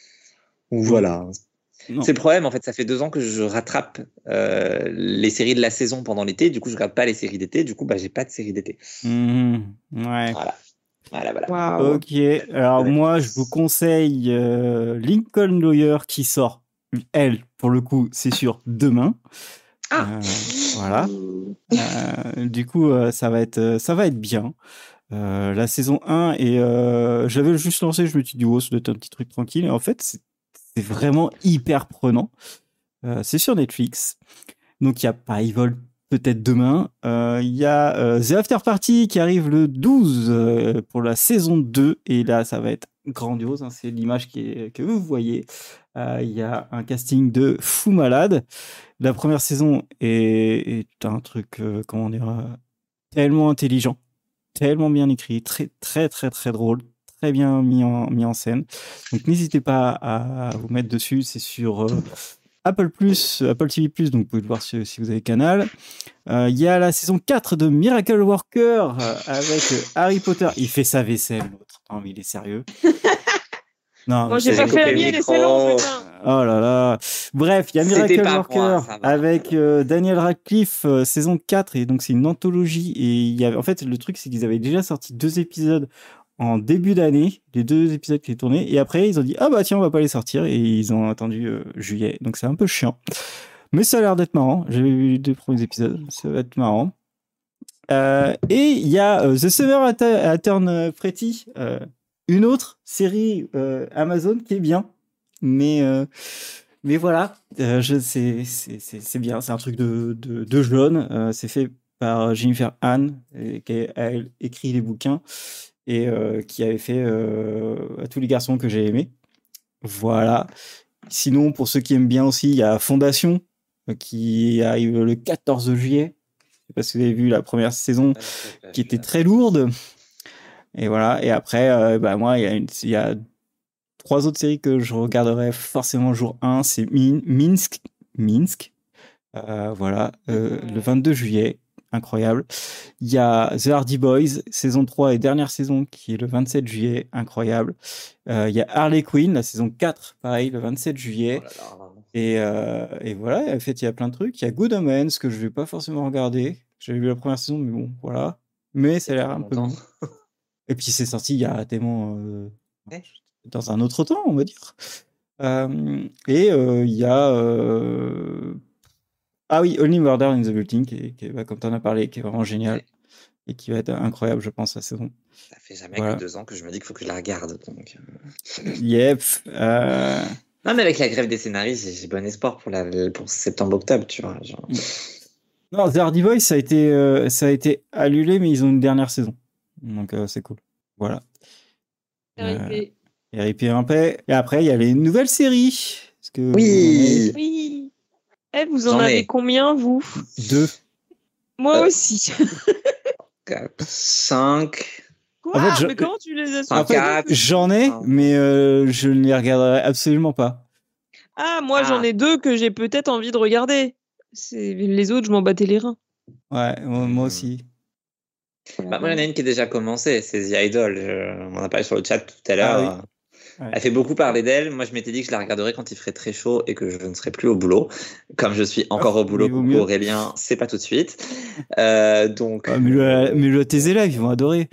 voilà. Non. C'est le problème, en fait, ça fait deux ans que je rattrape euh, les séries de la saison pendant l'été. Du coup, je regarde pas les séries d'été. Du coup, bah, j'ai pas de séries d'été. Mmh, ouais. Voilà. Voilà, voilà. Waouh. Ok, alors moi je vous conseille euh, Lincoln Lawyer qui sort, elle, pour le coup, c'est sûr, demain. Ah. Euh, voilà. Euh, du coup, euh, ça va être, euh, ça va être bien. Euh, la saison un, et euh, j'avais juste lancé, je me suis dit, oh, ça doit être un petit truc tranquille. Et en fait, c'est c'est vraiment hyper prenant. Euh, c'est sur Netflix. Donc, il y a pareil, vol peut-être demain. Il euh, y a euh, The After Party qui arrive le douze euh, pour la saison deux. Et là, ça va être grandiose. Hein, c'est l'image qui est, que vous voyez. Il euh, y a un casting de fou malade. La première saison est, est un truc, euh, comment dire, euh, tellement intelligent, tellement bien écrit, très, très, très, très drôle, très bien mis en, mis en scène. Donc, n'hésitez pas à, à vous mettre dessus. C'est sur... Euh, Apple Plus, Apple T V Plus, donc vous pouvez le voir si, si vous avez Canal. Il euh, y a la saison quatre de Miracle Worker euh, avec euh, Harry Potter. Il fait sa vaisselle, l'autre. Non, mais il est sérieux. Non, Moi, j'ai pas fait la mienne et c'est long, putain. Oh là là. Bref, il y a Miracle Worker moi, avec euh, Daniel Radcliffe, euh, saison quatre, et donc c'est une anthologie. Et il y a, en fait, le truc, c'est qu'ils avaient déjà sorti deux épisodes en début d'année, les deux épisodes qui étaient tournés, et après ils ont dit ah bah tiens on va pas les sortir, et ils ont attendu euh, juillet, donc c'est un peu chiant, mais ça a l'air d'être marrant. J'ai vu les deux premiers épisodes, ça va être marrant. Euh, et il y a euh, The Summer at, at Turn Pretty, euh, une autre série euh, Amazon qui est bien, mais euh, mais voilà, euh, je c'est c'est c'est c'est bien, c'est un truc de de, de jeune, euh, c'est fait par Jennifer Anne, qui a écrit les bouquins et euh, qui avait fait euh, à tous les garçons que j'ai aimés. Voilà. Sinon, pour ceux qui aiment bien aussi, il y a Fondation euh, qui arrive le quatorze juillet. Je sais pas si vous avez vu la première saison qui était très lourde. Et voilà. Et après, euh, bah moi, il y a une, il y a trois autres séries que je regarderai forcément jour un. C'est Min- Minsk, Minsk. Euh, voilà, euh, le vingt-deux juillet. Incroyable. Il y a The Hardy Boys, saison trois et dernière saison, qui est le vingt-sept juillet, incroyable. Euh, il y a Harley Quinn, la saison quatre, pareil, le vingt-sept juillet. Oh là là. Et, euh, et voilà, en fait, il y a plein de trucs. Il y a Good Omens, que je vais pas forcément regarder. J'avais vu la première saison, mais bon, voilà. Mais ça a l'air un peu long. Et puis c'est sorti il y a tellement... Euh, ouais. Dans un autre temps, on va dire. Euh, et il euh, y a... Euh, Ah oui, Only Murder in the Building, qui est, qui est, bah, comme tu en as parlé, qui est vraiment génial ouais. Et qui va être incroyable, je pense, la saison. Ça fait jamais voilà. que deux ans que je me dis qu'il faut que je la regarde. Donc... Yep. Euh... Non, mais avec la grève des scénaristes, j'ai bon espoir pour, la, pour septembre-octobre, tu vois. Genre... Non, The Hardy Boys, ça a été, euh, ça a été annulé, mais ils ont une dernière saison. Donc, euh, c'est cool. Voilà. R I P. Euh, R I P un paix. Et après, il y a les nouvelles séries. Parce que oui. Oui. Eh, vous en avez ai. combien, vous? Deux. Moi euh, aussi. quatre, cinq. Quoi? En fait, je... Mais comment tu les as en fait, j'en ai, mais euh, je ne les regarderai absolument pas. Ah, moi, ah. j'en ai deux que j'ai peut-être envie de regarder. C'est... Les autres, je m'en battais les reins. Ouais, moi aussi. Bah, moi, il y en a une qui est déjà commencée, c'est The Idol. Je... On en a parlé sur le chat tout à l'heure. Ah, oui. Ouais. Elle fait beaucoup parler d'elle. Moi, je m'étais dit que je la regarderais quand il ferait très chaud et que je ne serais plus au boulot. Comme je suis encore oh, au boulot pour Aurélien, c'est pas tout de suite. Euh, donc. Ah, mais le, mais le tes élèves, ils vont adorer.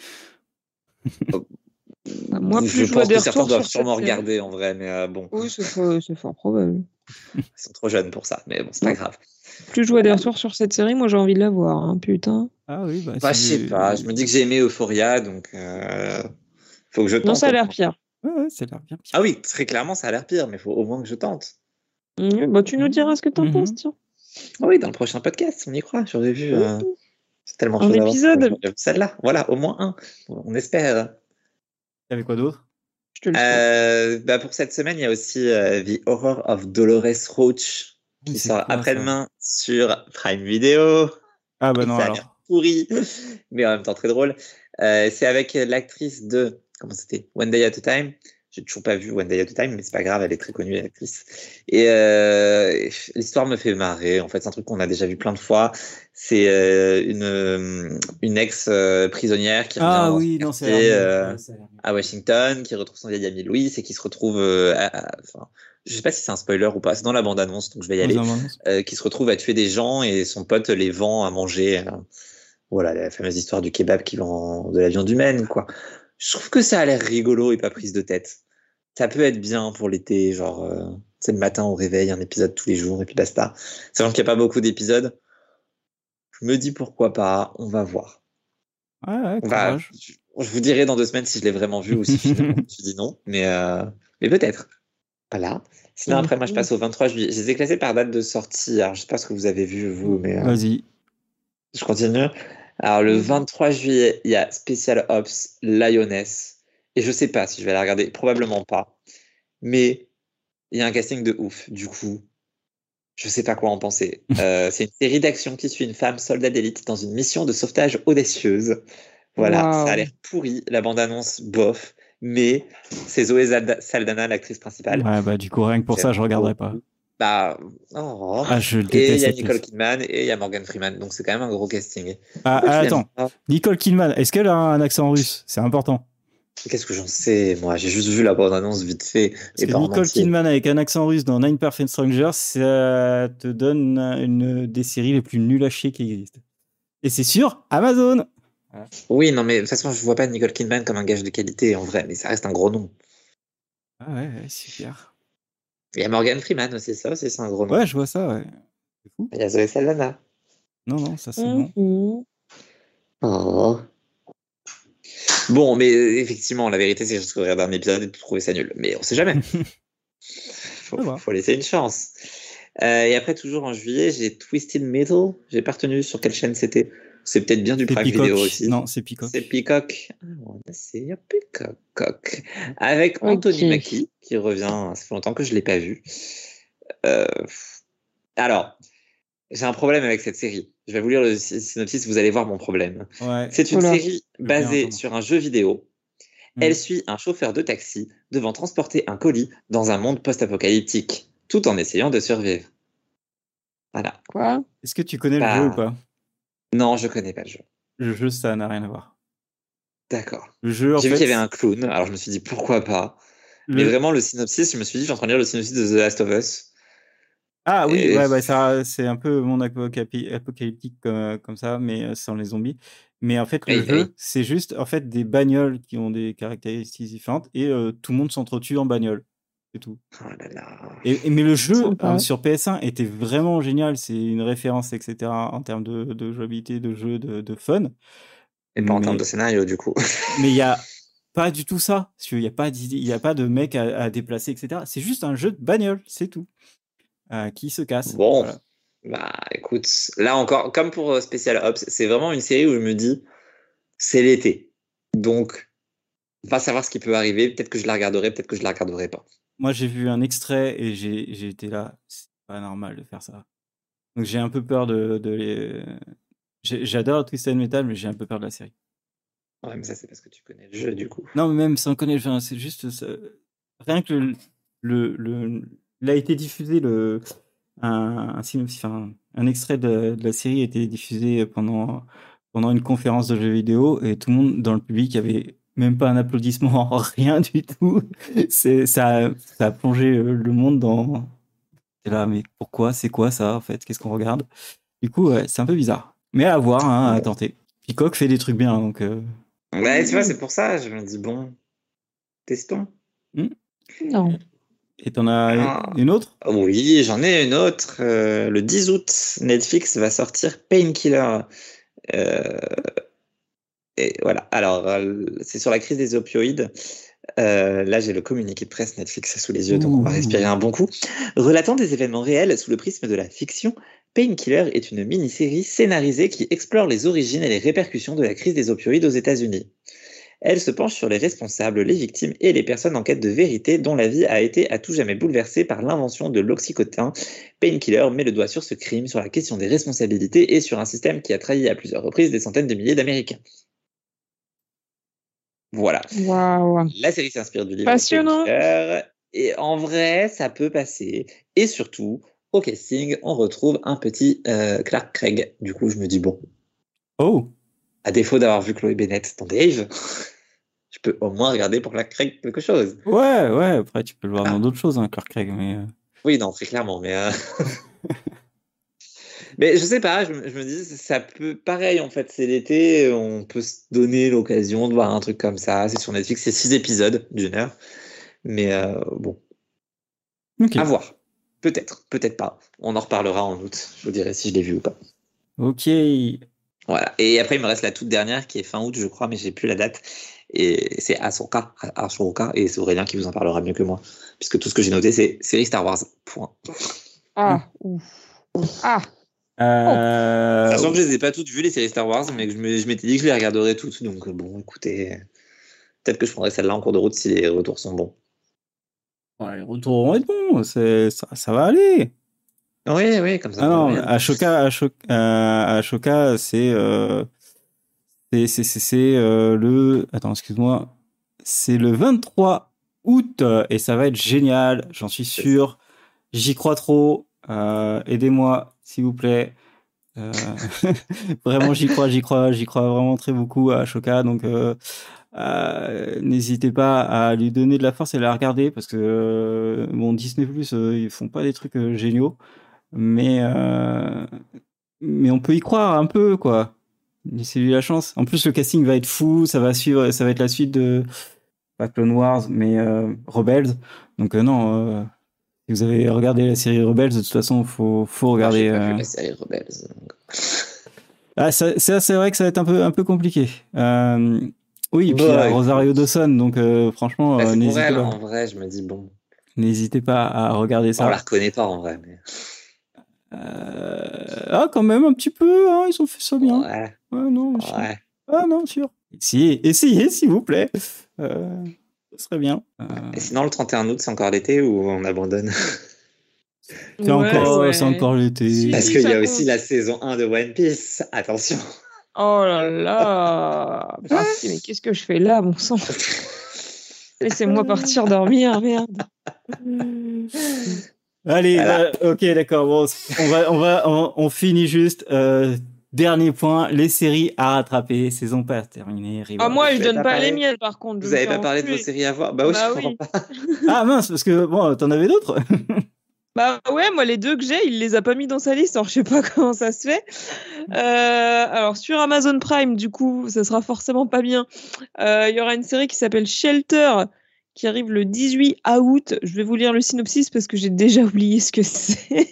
Bah, moi, plus je, je pense que certains doivent sûrement regarder en vrai, mais euh, bon. Oui, c'est fort, c'est fort probable. Ils sont trop jeunes pour ça, mais bon, c'est pas grave. Plus je vois des retours sur cette série, moi j'ai envie de la voir, hein, putain. Ah oui, bah. bah je sais pas. Je me dis que j'ai aimé Euphoria, donc euh, faut que je tente. Non, ça a l'air pire. Ouais, ouais, ça a l'air bien pire. Ah oui, très clairement, ça a l'air pire, mais il faut au moins que je tente. Mmh, bah, tu nous diras ce que t'en mmh. penses, tiens. Ah oui, dans le prochain podcast, on y croit. J'aurais vu. Euh, c'est tellement un épisode. Celle-là, voilà, au moins un. On espère. Il y avait quoi d'autre? Je te le souhaite. Euh, bah pour cette semaine, il y a aussi euh, The Horror of Dolores Roach qui Mais c'est sort quoi, ça après-demain sur Prime Video. Ah bah Et non ça a l'air alors. pourri, mais en même temps très drôle. Euh, c'est avec l'actrice de, comment c'était, One Day at a Time. J'ai toujours pas vu One Day at a Time, mais c'est pas grave, elle est très connue, l'actrice. Et euh, l'histoire me fait marrer. En fait, c'est un truc qu'on a déjà vu plein de fois. C'est euh, une, une ex-prisonnière qui revient Ah dans oui, son non, ça a quartier l'air mieux. euh, Ouais, ça a l'air mieux. à Washington, qui retrouve son vieil ami Louis et qui se retrouve, euh, à, à- enfin, je sais pas si c'est un spoiler ou pas, c'est dans la bande-annonce, donc je vais y Dans aller, un moment. euh, qui se retrouve à tuer des gens et son pote les vend à manger. euh, voilà, la fameuse histoire du kebab qui vend de la viande humaine, quoi. Je trouve que ça a l'air rigolo et pas prise de tête. Ça peut être bien pour l'été, genre, euh, c'est le matin au réveil, un épisode tous les jours et puis basta. Sachant qu'il n'y a pas beaucoup d'épisodes, je me dis pourquoi pas, on va voir. Ouais, ouais, On va, courage. je je vous dirai dans deux semaines si je l'ai vraiment vu ou si finalement je me suis dit non, mais, euh, mais peut-être. Voilà. Sinon, après, moi, je passe au vingt-trois juillet. Je les ai classés par date de sortie. Alors, je sais pas ce que vous avez vu, vous, mais euh, Vas-y. je continue. Alors, le Mhm. vingt-trois juillet, il y a Special Ops Lioness. Et je sais pas si je vais la regarder, probablement pas. Mais il y a un casting de ouf. Du coup, je sais pas quoi en penser. Euh, c'est une série d'action qui suit une femme soldat d'élite dans une mission de sauvetage audacieuse. Voilà, ça a Waouh. l'air pourri, la bande-annonce, bof. Mais c'est Zoé Zalda- Saldana, l'actrice principale. Ouais, bah du coup, rien que pour ça, J'aime je regarderai pas. beaucoup. Bah, oh. Ah, je le Et il déteste, y a cette Nicole actrice. Kidman et il y a Morgan Freeman. Donc c'est quand même un gros casting. Ah, Pourquoi ah, tu l'aimes attends. pas? Nicole Kidman, est-ce qu'elle a un accent russe? C'est important. Qu'est-ce que j'en sais, moi? J'ai juste vu la bande-annonce vite fait Parce et que pas en Nicole entier. Kidman avec un accent russe dans Nine Perfect Strangers, ça te donne une des séries les plus nulles à chier qui existent. Et c'est sur Amazon. Oui, non, mais de toute façon, je vois pas Nicole Kidman comme un gage de qualité en vrai, mais ça reste un gros nom. Ah ouais, ouais, super. Il y a Morgan Freeman aussi, ça aussi, c'est un gros nom. Ouais, je vois ça, ouais. C'est fou. Il y a Zoé Saldana. Non, non, ça c'est bon. Mhm. Oh. Bon, mais euh, effectivement, la vérité, c'est que je regarder un épisode et de trouver ça nul. Mais on sait jamais. Faut, Ça va. faut laisser une chance. Euh, et après, toujours en juillet, j'ai Twisted Metal. J'ai pas retenu sur quelle chaîne c'était. C'est peut-être bien du C'est Prime Peacock. Video aussi. Non, c'est Peacock. C'est Peacock. Ah, on a essayé Peacock. Avec Anthony Ok. Mackie, qui revient. Ça fait longtemps que je l'ai pas vu. Euh, Alors, j'ai un problème avec cette série. Je vais vous lire le sy- synopsis, vous allez voir mon problème. Ouais. C'est une Oula. série Je veux bien basée entendre. sur un jeu vidéo. Mm. Elle suit un chauffeur de taxi devant transporter un colis dans un monde post-apocalyptique, tout en essayant de survivre. Voilà. Quoi? Est-ce que tu connais Bah, le jeu ou pas? Non, je connais pas le jeu. Le jeu, ça n'a rien à voir. D'accord. Le jeu, en J'ai fait. vu qu'il y avait un clown, alors je me suis dit pourquoi pas. Mais le- vraiment, le synopsis, je me suis dit, je suis en train de lire le synopsis de The Last of Us. Ah oui, Et- ouais, bah, ça, c'est un peu monde apocapi- apocalyptique comme, comme ça, mais euh, sans les zombies. Mais en fait, le Oui, jeu, oui. c'est juste en fait des bagnoles qui ont des caractéristiques différentes et euh, tout le monde s'entretue en bagnole. C'est tout. Oh là là. Et, et- mais le jeu Sympa. euh, sur P S un était vraiment génial. C'est une référence, et cetera en termes de, de jouabilité, de jeu, de, de fun. Et pas en termes Mais de scénario, du coup. mais il y a pas du tout ça. Parce qu'il y a pas d'idée- il y a pas de mec à, à déplacer, et cetera. C'est juste un jeu de bagnole, c'est tout. Euh, qui se casse. Bon, Voilà. bah écoute, là encore, comme pour euh, Special Ops, c'est vraiment une série où je me dis, c'est l'été. Donc, on va savoir ce qui peut arriver. Peut-être que je la regarderai, peut-être que je la regarderai pas. Moi, j'ai vu un extrait et j'ai j'ai été là. C'est pas normal de faire ça. Donc j'ai un peu peur de, de les. j'ai- J'adore Twisted Metal, mais j'ai un peu peur de la série. Ouais, mais ça, c'est parce que tu connais le jeu, du coup. Non, mais même sans connaître, enfin, c'est juste ça- rien que le, le, le- il a été diffusé le un, un synopsis, enfin, un extrait de, de la série a été diffusé pendant pendant une conférence de jeux vidéo et tout le monde dans le public avait même pas un applaudissement, rien du tout. C'est ça, ça a plongé euh, le monde dans. Et là, mais pourquoi? C'est quoi ça en fait? Qu'est-ce qu'on regarde? Du coup, ouais, c'est un peu bizarre. Mais à voir, hein, à tenter. Peacock fait des trucs bien, donc. euh, Ouais, tu vois, c'est pour ça, je me dis, bon, testons. Non. Et t'en as Ah. une autre? Oui, j'en ai une autre. Euh, le dix août, Netflix va sortir Painkiller. Euh, et voilà. Alors, euh, c'est sur la crise des opioïdes. Euh, là, j'ai le communiqué de presse Netflix sous les yeux, donc on va Ouh. respirer un bon coup. Relatant des événements réels sous le prisme de la fiction, Painkiller est une mini-série scénarisée qui explore les origines et les répercussions de la crise des opioïdes aux États-Unis. Elle se penche sur les responsables, les victimes et les personnes en quête de vérité dont la vie a été à tout jamais bouleversée par l'invention de l'oxycotin. Painkiller met le doigt sur ce crime, sur la question des responsabilités et sur un système qui a trahi à plusieurs reprises des centaines de milliers d'Américains. Voilà. Waouh. La série s'inspire du livre Passionnant. Painkiller et en vrai, ça peut passer. Et surtout, au casting, on retrouve un petit euh, Clark Craig. Du coup, je me dis bon. Oh. À défaut d'avoir vu Chloé Bennett dans Dave, je peux au moins regarder pour Clark Craig quelque chose. Ouais, ouais. Après, tu peux le voir ah. dans d'autres choses, hein, Clark Craig. Mais... Oui, non, très clairement. Mais, euh... mais je sais pas, je, je me dis, ça peut. Pareil, en fait, c'est l'été, on peut se donner l'occasion de voir un truc comme ça. C'est sur Netflix, c'est six épisodes d'une heure. Mais euh, bon. Okay. À voir. Peut-être, peut-être pas. On en reparlera en août. Je vous dirai si je l'ai vu ou pas. Ok. Voilà. Et après, il me reste la toute dernière qui est fin août, je crois, mais j'ai plus la date. Et c'est Ahsoka, Ahsoka, et c'est Aurélien qui vous en parlera mieux que moi. Puisque tout ce que j'ai noté, c'est série Star Wars. Point. Ah. Ouf. Ah. Euh... Sachant que je les ai pas toutes vues, les séries Star Wars, mais que je, me, je m'étais dit que je les regarderais toutes. Donc bon, écoutez, peut-être que je prendrai celle-là en cours de route si les retours sont bons. Ouais, les retours vont être bons, c'est, ça, ça va aller. Oui, oui, comme ça. Ah non, Ashoka, Ashoka, euh, Ashoka, c'est, euh, c'est, c'est, c'est, c'est euh, le, attends, excuse-moi, c'est le vingt-trois août et ça va être génial, j'en suis sûr. J'y crois trop. Euh, aidez-moi, s'il vous plaît. Euh, vraiment, j'y crois, j'y crois, j'y crois vraiment très beaucoup à Ashoka, donc. Euh, Euh, n'hésitez pas à lui donner de la force et à la regarder parce que euh, bon Disney Plus euh, ils font pas des trucs euh, géniaux mais euh, mais on peut y croire un peu quoi. Laissez-lui la chance. En plus le casting va être fou, ça va suivre, ça va être la suite de pas Clone Wars mais euh, Rebels. Donc euh, non, euh, si vous avez regardé la série Rebels de toute façon faut faut regarder. Moi, j'ai pas euh... vu la série Rebels. Ah ça, ça c'est vrai que ça va être un peu un peu compliqué. Euh, Oui, et puis il y a Rosario Dawson, donc euh, franchement, bah, euh, n'hésitez elle, pas. En vrai, je me dis bon. N'hésitez pas à regarder ça. On la reconnaît pas en vrai. Mais... Euh... Ah, quand même un petit peu. Hein, ils ont fait ça bien. Ouais. Ouais, non. Ouais. Ah non, sûr. Essayez, essayez, s'il vous plaît. Euh, ce serait bien. Euh... Et sinon, le trente et un août, c'est encore l'été ou on abandonne? C'est ouais, encore, ouais. c'est encore l'été. Si, Parce si, qu'il y a compte. Aussi la saison un de One Piece. Attention. Oh là là. Putain, mais qu'est-ce que je fais là, mon sang? Laissez-moi partir dormir, merde. Allez, voilà. euh, ok, d'accord. Bon, on va, on va, on, on finit juste. Euh, dernier point, les séries à rattraper. Saison pas terminée. Ah moi, je donne pas, pas les miennes, par contre. Vous avez pas parlé de vos séries à voir? Bah oui, bah, je comprends oui. pas. Ah mince, parce que bon, t'en avais d'autres. Bah ouais, moi les deux que j'ai, il les a pas mis dans sa liste, alors je sais pas comment ça se fait. Euh, alors sur Amazon Prime, du coup, ça sera forcément pas bien. Il euh, y aura une série qui s'appelle Shelter, qui arrive le dix-huit août. Je vais vous lire le synopsis parce que j'ai déjà oublié ce que c'est.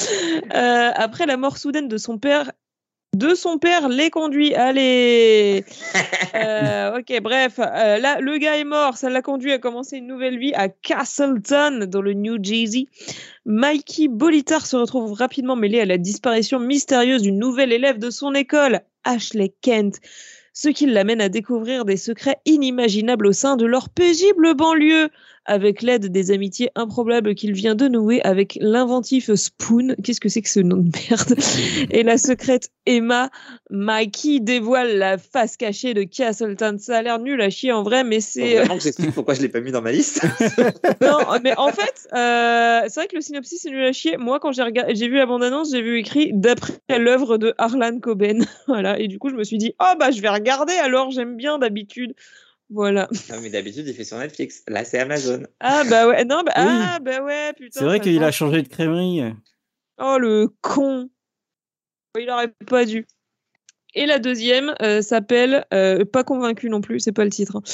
euh, après la mort soudaine de son père, de son père les conduit. Allez. euh, ok, bref, euh, là le gars est mort, ça l'a conduit à commencer une nouvelle vie à Castleton dans le New Jersey. Mikey Bolitar se retrouve rapidement mêlé à la disparition mystérieuse d'une nouvelle élève de son école, Ashley Kent, ce qui l'amène à découvrir des secrets inimaginables au sein de leur paisible banlieue, avec l'aide des amitiés improbables qu'il vient de nouer avec l'inventif Spoon, qu'est-ce que c'est que ce nom de merde, et la secrète Emma. Mikey dévoile la face cachée de Castleton. Ça a l'air nul à chier en vrai, mais c'est... Faut vraiment que j'explique pourquoi je l'ai pas mis dans ma liste. Non, mais en fait, euh, c'est vrai que le synopsis c'est nul à chier. Moi, quand j'ai, regard... j'ai vu la bande-annonce, j'ai vu écrit d'après l'œuvre de Harlan Coben. Voilà, et du coup, je me suis dit, oh bah je vais regarder alors, j'aime bien d'habitude. Voilà. Non, mais d'habitude, il fait sur Netflix. Là, c'est Amazon. Ah, bah ouais. Non, bah, oui. ah, bah ouais, putain. C'est vrai qu'il a changé de crèmerie. Oh, le con. Il aurait pas dû. Et la deuxième euh, s'appelle euh, Pas convaincu non plus, c'est pas le titre. Hein.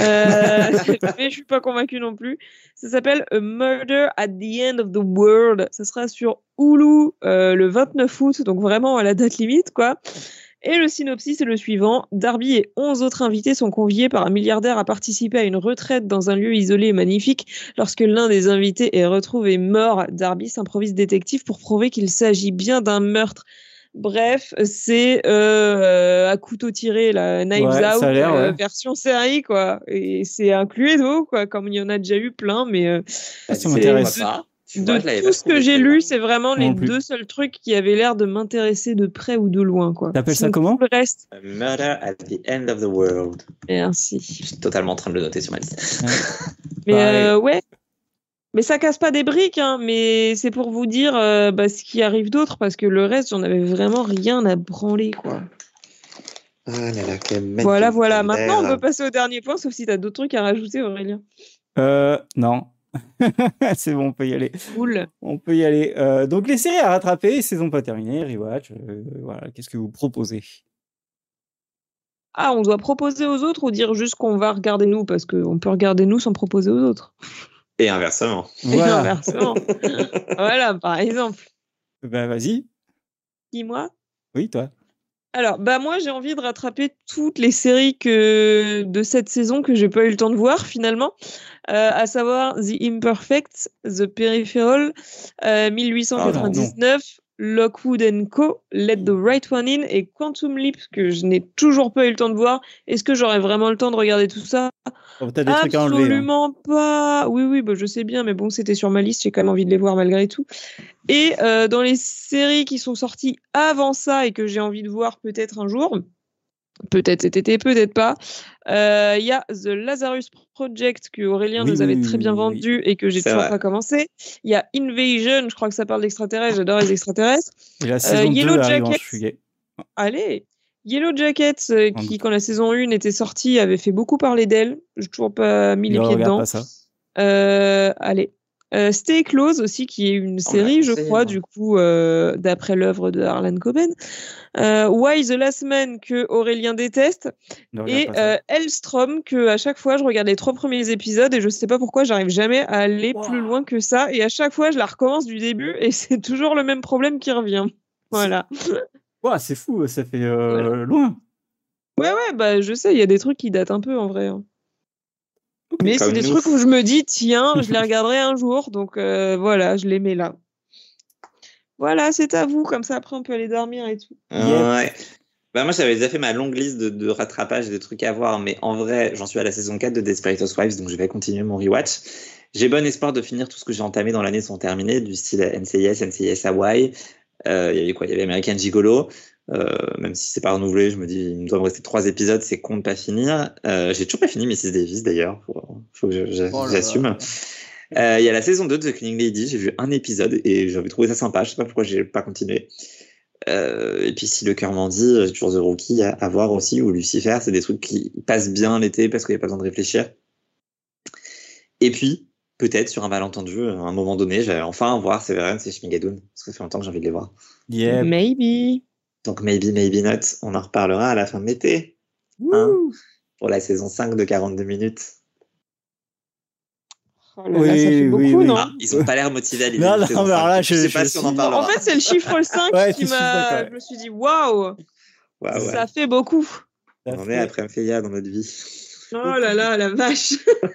Euh, mais je suis pas convaincu non plus. Ça s'appelle A Murder at the End of the World. Ça sera sur Hulu euh, le vingt-neuf août, donc vraiment à la date limite, quoi. Et le synopsis est le suivant. Darby et onze autres invités sont conviés par un milliardaire à participer à une retraite dans un lieu isolé et magnifique. Lorsque l'un des invités est retrouvé mort, Darby s'improvise détective pour prouver qu'il s'agit bien d'un meurtre. Bref, c'est euh, à couteau tiré, la Knives Ouais, Out ça a l'air, euh, ouais. version série, quoi. Et c'est un Cluedo, quoi, comme il y en a déjà eu plein, mais euh, Ah, ça C'est- m'intéresse. tu vois pas. Tu de vois, je l'avais tout pas ce que trouvé j'ai celle-là. lu, c'est vraiment Moi les non plus. deux seuls trucs qui avaient l'air de m'intéresser de près ou de loin, quoi. T'appelles ça Sinon, comment? tout le reste, A Murder at the End of the World. merci. Je suis totalement en train de le noter sur ma liste. Ouais. Mais Bah, allez. euh, ouais, mais ça casse pas des briques, hein, mais c'est pour vous dire euh, bah, ce qui arrive d'autre, parce que le reste, j'en avais vraiment rien à branler, quoi. Ah là là, quel magnifique Voilà, voilà. vocabulaire. Maintenant, on peut passer au dernier point, sauf si t'as d'autres trucs à rajouter, Aurélien. Euh, non. C'est bon, on peut y aller. Cool. On peut y aller. Euh, donc, les séries à rattraper, saison pas terminée, rewatch. euh, voilà, qu'est-ce que vous proposez? Ah, on doit proposer aux autres ou dire juste qu'on va regarder nous, parce qu'on peut regarder nous sans proposer aux autres. Et inversement. Et Voilà. inversement. Voilà, par exemple. Bah, vas-y. Dis-moi. Oui, toi. Alors, bah moi, j'ai envie de rattraper toutes les séries que de cette saison que j'ai pas eu le temps de voir finalement, euh, à savoir The Imperfect, The Peripheral, euh, mille huit cent quatre-vingt-dix-neuf, Lockwood and Co, Let the Right One In et Quantum Leap que je n'ai toujours pas eu le temps de voir. Est-ce que j'aurai vraiment le temps de regarder tout ça? Oh, t'as des trucs à enlever. hein. Absolument pas. Oui, oui, bah, je sais bien, mais bon, c'était sur ma liste, j'ai quand même envie de les voir malgré tout. Et euh, dans les séries qui sont sorties avant ça et que j'ai envie de voir peut-être un jour, peut-être cet été, peut-être pas, il euh, y a The Lazarus Project que Aurélien Oui, nous oui, avait oui, très bien oui, oui. vendu et que j'ai C'est toujours vrai. pas commencé. Il y a Invasion, je crois que ça parle d'extraterrestres, j'adore les extraterrestres. Et la saison Yellow deux arrive en Jackets. juillet. Allez, Yellow Jackets, euh, En qui, août. quand la saison un était sortie, avait fait beaucoup parler d'elle. J'ai toujours pas mis les Ne pieds regarde dedans. pas ça. Euh, allez. Euh, Stay Close aussi, qui est une On me l'a série, je conseillé, crois, moi. du coup, euh, d'après l'œuvre de Harlan Coben. Euh, Why the Last Man, que Aurélien déteste. Ne regarde Et pas ça. euh, Hellstrom, que à chaque fois, je regarde les trois premiers épisodes et je sais pas pourquoi, j'arrive jamais à aller Wow. plus loin que ça. Et à chaque fois, je la recommence du début et c'est toujours le même problème qui revient. Voilà. Ouah, c'est fou, ça fait euh, Voilà. loin. Ouais, ouais, bah je sais, il y a des trucs qui datent un peu en vrai. hein. Mais Comme c'est des nous. trucs où je me dis, tiens, je les regarderai un jour, donc euh, voilà, je les mets là. Voilà, c'est à vous, comme ça après on peut aller dormir et tout. Yep. Ouais. Bah, moi, j'avais déjà fait ma longue liste de, de rattrapage des trucs à voir, mais en vrai, j'en suis à la saison quatre de Desperate Housewives, donc je vais continuer mon rewatch. J'ai bon espoir de finir tout ce que j'ai entamé dans l'année sans terminer, du style N C I S, N C I S Hawaii. Euh, Il y avait quoi? Il y avait American Gigolo. Euh, même si c'est pas renouvelé, je me dis, il me doit me rester trois épisodes, c'est con de pas finir. Euh, j'ai toujours pas fini missus Davis d'ailleurs, faut, faut que je- je- Oh là j'assume. là. Euh, Il y a la saison deux de The Cleaning Lady, j'ai vu un épisode et j'avais trouvé ça sympa, je sais pas pourquoi j'ai pas continué. Euh, et puis si le cœur m'en dit, j'ai toujours The Rookie à, à voir aussi, ou Lucifer, c'est des trucs qui passent bien l'été parce qu'il n'y a pas besoin de réfléchir. Et puis, peut-être sur un malentendu, à un moment donné, j'allais enfin voir Severance et Schmigadoon, parce que ça fait longtemps que j'ai envie de les voir. Yep. Maybe. Donc maybe, maybe not, on en reparlera à la fin de l'été, hein, Wouh. pour la saison cinq de quarante-deux minutes. Oh là là, ça fait Oui, beaucoup, oui, oui. non Ah, ils ont pas l'air motivés à l'idée Non, de non, saison mais alors cinq, là, donc je je- sais pas je si on en suis- parlera. En fait, c'est le chiffre cinq Ouais, qui c'est le chiffre m'a. cinq, ouais. Je me suis dit, waouh, Ouais, ouais. ça fait beaucoup. Ça On en fait- est après un Féa dans notre vie. Oh là là, la vache.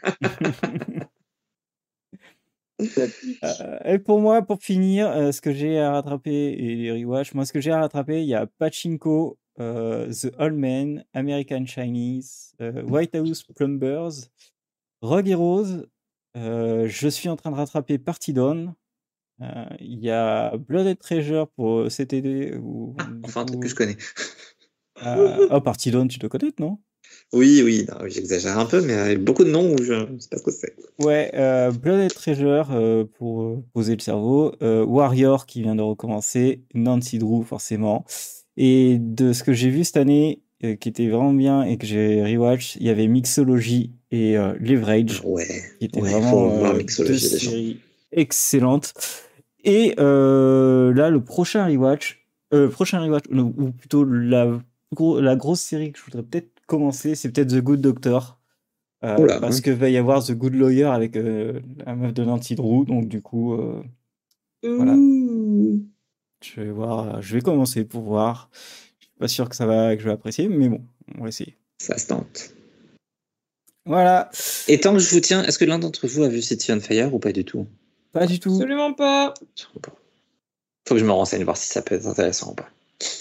Euh, et pour moi, pour finir, euh, ce que j'ai à rattraper et les rewatch, moi, ce que j'ai à rattraper, il y a Pachinko, euh, The Old Man, American Chinese, euh, White House Plumbers, Rogue Heroes. Euh, je suis en train de rattraper Party Down. Euh, Il y a Blood and Treasure pour cet été. Où, du Enfin, un truc coup, que je connais. euh, oh, Party Down, tu dois connaître, non? Oui, oui, non, oui, j'exagère un peu, mais euh, il y a beaucoup de noms où je ne sais pas ce que c'est. Ouais, euh, Blood and Treasure euh, pour euh, poser le cerveau, euh, Warrior qui vient de recommencer, Nancy Drew forcément. Et de ce que j'ai vu cette année, euh, qui était vraiment bien et que j'ai rewatch, il y avait Mixology et euh, Leverage, Ouais, qui étaient ouais, vraiment faut voir euh, Mixology, deux les gens. séries excellentes. Et euh, là, le prochain rewatch, euh, prochain rewatch, non, ou plutôt la, gros- la grosse série que je voudrais peut-être commencer, c'est peut-être The Good Doctor. Euh, Oula, parce hein. que va y avoir The Good Lawyer avec euh, la meuf de Nancy Drew, donc du coup, euh, Voilà. Ouh. je vais voir, euh, je vais commencer pour voir. Je suis pas sûr que ça va, que je vais apprécier, mais bon, on va essayer. Ça se tente. Voilà, Et tant que je vous tiens, est-ce que l'un d'entre vous a vu City on Fire ou pas du tout? pas du tout. Absolument pas. Faut que je me renseigne, voir si ça peut être intéressant ou pas.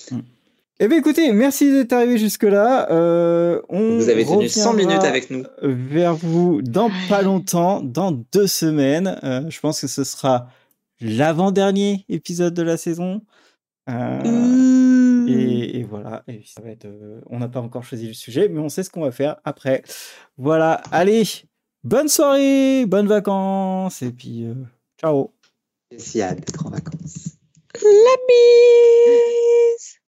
Eh bien, écoutez, merci d'être arrivé jusque-là. Euh, on Vous avez tenu cent reviendra minutes avec nous. vers vous dans pas longtemps, dans deux semaines. Euh, je pense que ce sera l'avant-dernier épisode de la saison. Euh, Mmh. et, et voilà. Et ça va être, euh, on n'a pas encore choisi le sujet, mais on sait ce qu'on va faire après. Voilà. Allez, bonne soirée, bonnes vacances, et puis euh, ciao. J'ai si hâte d'être en vacances. La bise.